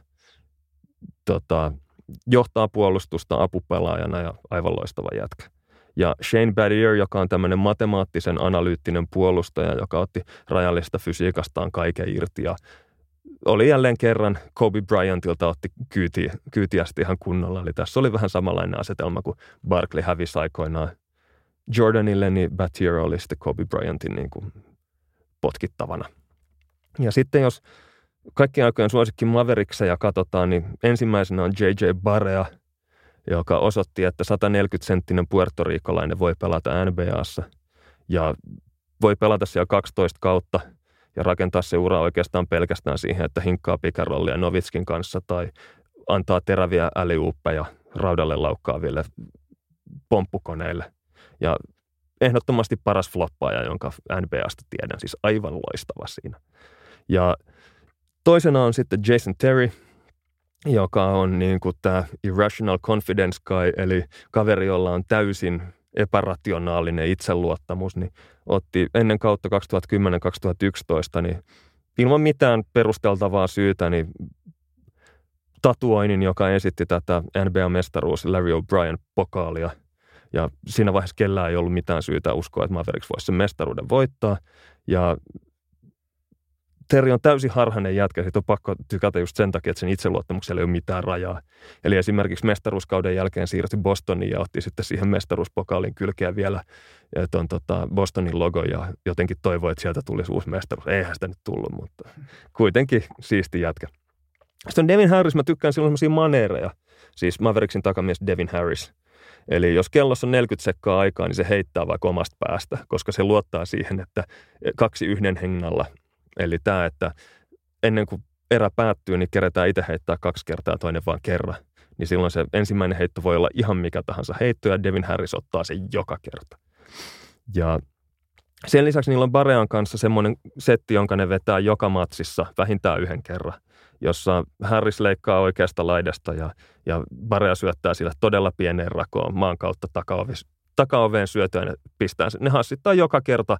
Tota, johtaa puolustusta apupelaajana ja aivan loistava jätkä. Ja Shane Battier, joka on tämmöinen matemaattisen analyyttinen puolustaja, joka otti rajallisesta fysiikastaan kaiken irti ja oli jälleen kerran Kobe Bryantilta otti kyyti, kyytiästi ihan kunnolla. Eli tässä oli vähän samanlainen asetelma kuin Barkley hävisi aikoinaan Jordanille, niin Battier oli sitten Kobe Bryantin niin kuin potkittavana. Ja sitten jos kaikkien aikojen suosikki Maverickseja katsotaan, niin ensimmäisenä on J J Barea, joka osoitti, että sataneljäkymmentä-senttinen puertoriikolainen voi pelata N B A:ssa ja voi pelata siellä kaksitoista kautta ja rakentaa se ura oikeastaan pelkästään siihen, että hinkkaa pikarollia Novitskin kanssa tai antaa teräviä äliuuppeja raudalle laukkaaville pomppukoneille. Ja ehdottomasti paras floppaaja, jonka N B A:sta tiedän, siis aivan loistava siinä. Ja toisena on sitten Jason Terry, joka on niin kuin tämä irrational confidence guy, eli kaveri, jolla on täysin epärationaalinen itseluottamus, niin otti ennen kautta kaksituhattakymmenen kaksituhattayksitoista, niin ilman mitään perusteltavaa syytä, niin tatuoinnin, joka esitti tätä N B A-mestaruus Larry O'Brien-pokaalia. Ja siinä vaiheessa kellään ei ollut mitään syytä uskoa, että Mavericks voisi sen mestaruuden voittaa. Ja Terry on täysin harhainen jätkä, siitä on pakko tykätä just sen takia, että sen itseluottamuksella ei ole mitään rajaa. Eli esimerkiksi mestaruuskauden jälkeen siirtyi Bostoniin ja otti sitten siihen mestaruuspokaalin kylkeä vielä ton, tota, Bostonin logo ja jotenkin toivoi, että sieltä tulisi uusi mestaruus. Eihän sitä nyt tullut, mutta kuitenkin siisti jätkä. Sitten on Devin Harris, mä tykkään silloin sellaisia maneereja, siis Mavericksin takamies Devin Harris. Eli jos kellossa on neljäkymmentä sekkaa aikaa, niin se heittää vaikka omasta päästä, koska se luottaa siihen, että kaksi yhden hengalla. Eli tämä, että ennen kuin erä päättyy, niin keretään itse heittää kaksi kertaa, toinen vaan kerran. Niin silloin se ensimmäinen heitto voi olla ihan mikä tahansa heitto, ja Devin Harris ottaa sen joka kerta. Ja sen lisäksi niillä on Barean kanssa semmoinen setti, jonka ne vetää joka matsissa vähintään yhden kerran, jossa Harris leikkaa oikeasta laidasta ja, ja Barea syöttää sille todella pieneen rakoon maan kautta takaoveen syötyä. Ne, pistää, ne hassittaa joka kerta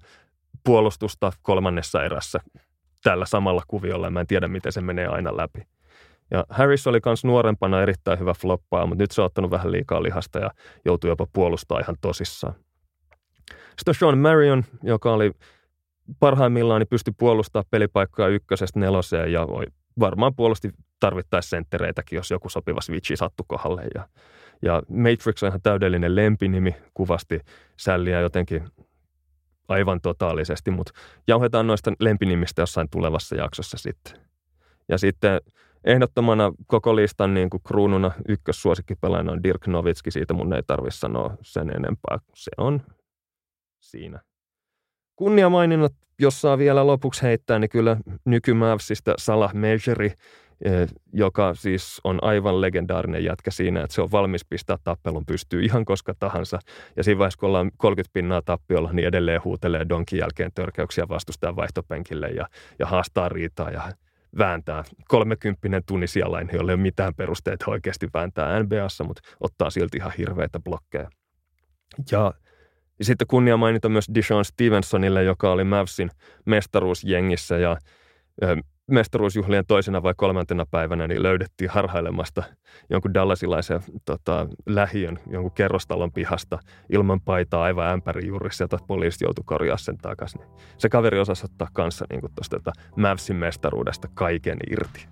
puolustusta kolmannessa erässä tällä samalla kuviolla. Mä en tiedä, miten se menee aina läpi. Ja Harris oli myös nuorempana erittäin hyvä floppaa, mutta nyt se on ottanut vähän liikaa lihasta ja joutuu jopa puolustamaan ihan tosissaan. Sitten Sean Marion, joka oli parhaimmillaan, niin pystyi puolustamaan pelipaikkaa ykkösestä neloseen ja varmaan puolusti tarvittaisi senttereitäkin, jos joku sopiva switchi sattui kohdalle. Ja, ja Matrix on ihan täydellinen lempinimi, kuvasti Sälliä jotenkin aivan totaalisesti, mutta jauhetaan noista lempinimistä jossain tulevassa jaksossa sitten. Ja sitten ehdottomana koko listan niin kuin kruununa ykkössuosikkipelaajana on Dirk Nowitzki, siitä mun ei tarvitse sanoa sen enempää, se on siinä. Kunniamaininnot, jos saa vielä lopuksi heittää, niin kyllä nyky-Mavsista Salah Mejri, joka siis on aivan legendaarinen jätkä siinä, että se on valmis pistää tappelun pystyy ihan koska tahansa. Ja siinä vaiheessa, kun ollaan kolmekymmentä pinnaa tappiolla, niin edelleen huutelee donkin jälkeen törkäyksiä vastustajan vaihtopenkille ja, ja haastaa riitaa ja vääntää. Kolmekymppinen tunisialainen, jolla ei ole mitään perusteita oikeasti vääntää N B A:ssa, mutta ottaa silti ihan hirveitä blokkeja. Ja Ja sitten kunnia mainita myös Deshaun Stevensonille, joka oli Mavsin mestaruusjengissä ja ö, mestaruusjuhlien toisena vai kolmantena päivänä niin löydettiin harhailemasta jonkun dallasilaisen tota, lähiön, jonkun kerrostalon pihasta ilman paitaa aivan ämpärin juurissa, jota poliisi joutui korjaa sen takaisin. Niin se kaveri osasi ottaa kanssa niin tuosta tota, Mavsin mestaruudesta kaiken irti.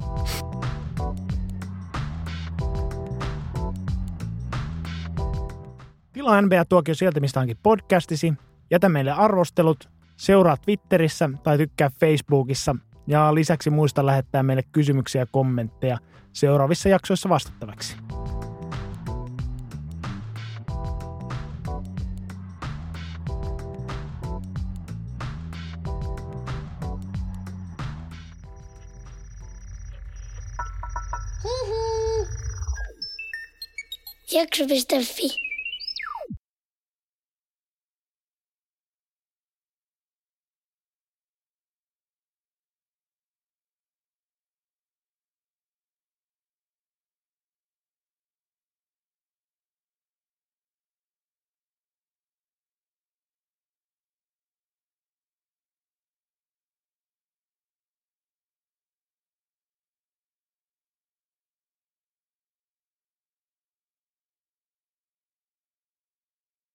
Tilaa N B A-tuokio sieltä, mistä onkin podcastisi. Jätä meille arvostelut, seuraa Twitterissä tai tykkää Facebookissa. Ja lisäksi muista lähettää meille kysymyksiä ja kommentteja seuraavissa jaksoissa vastattavaksi. Jakso piste fi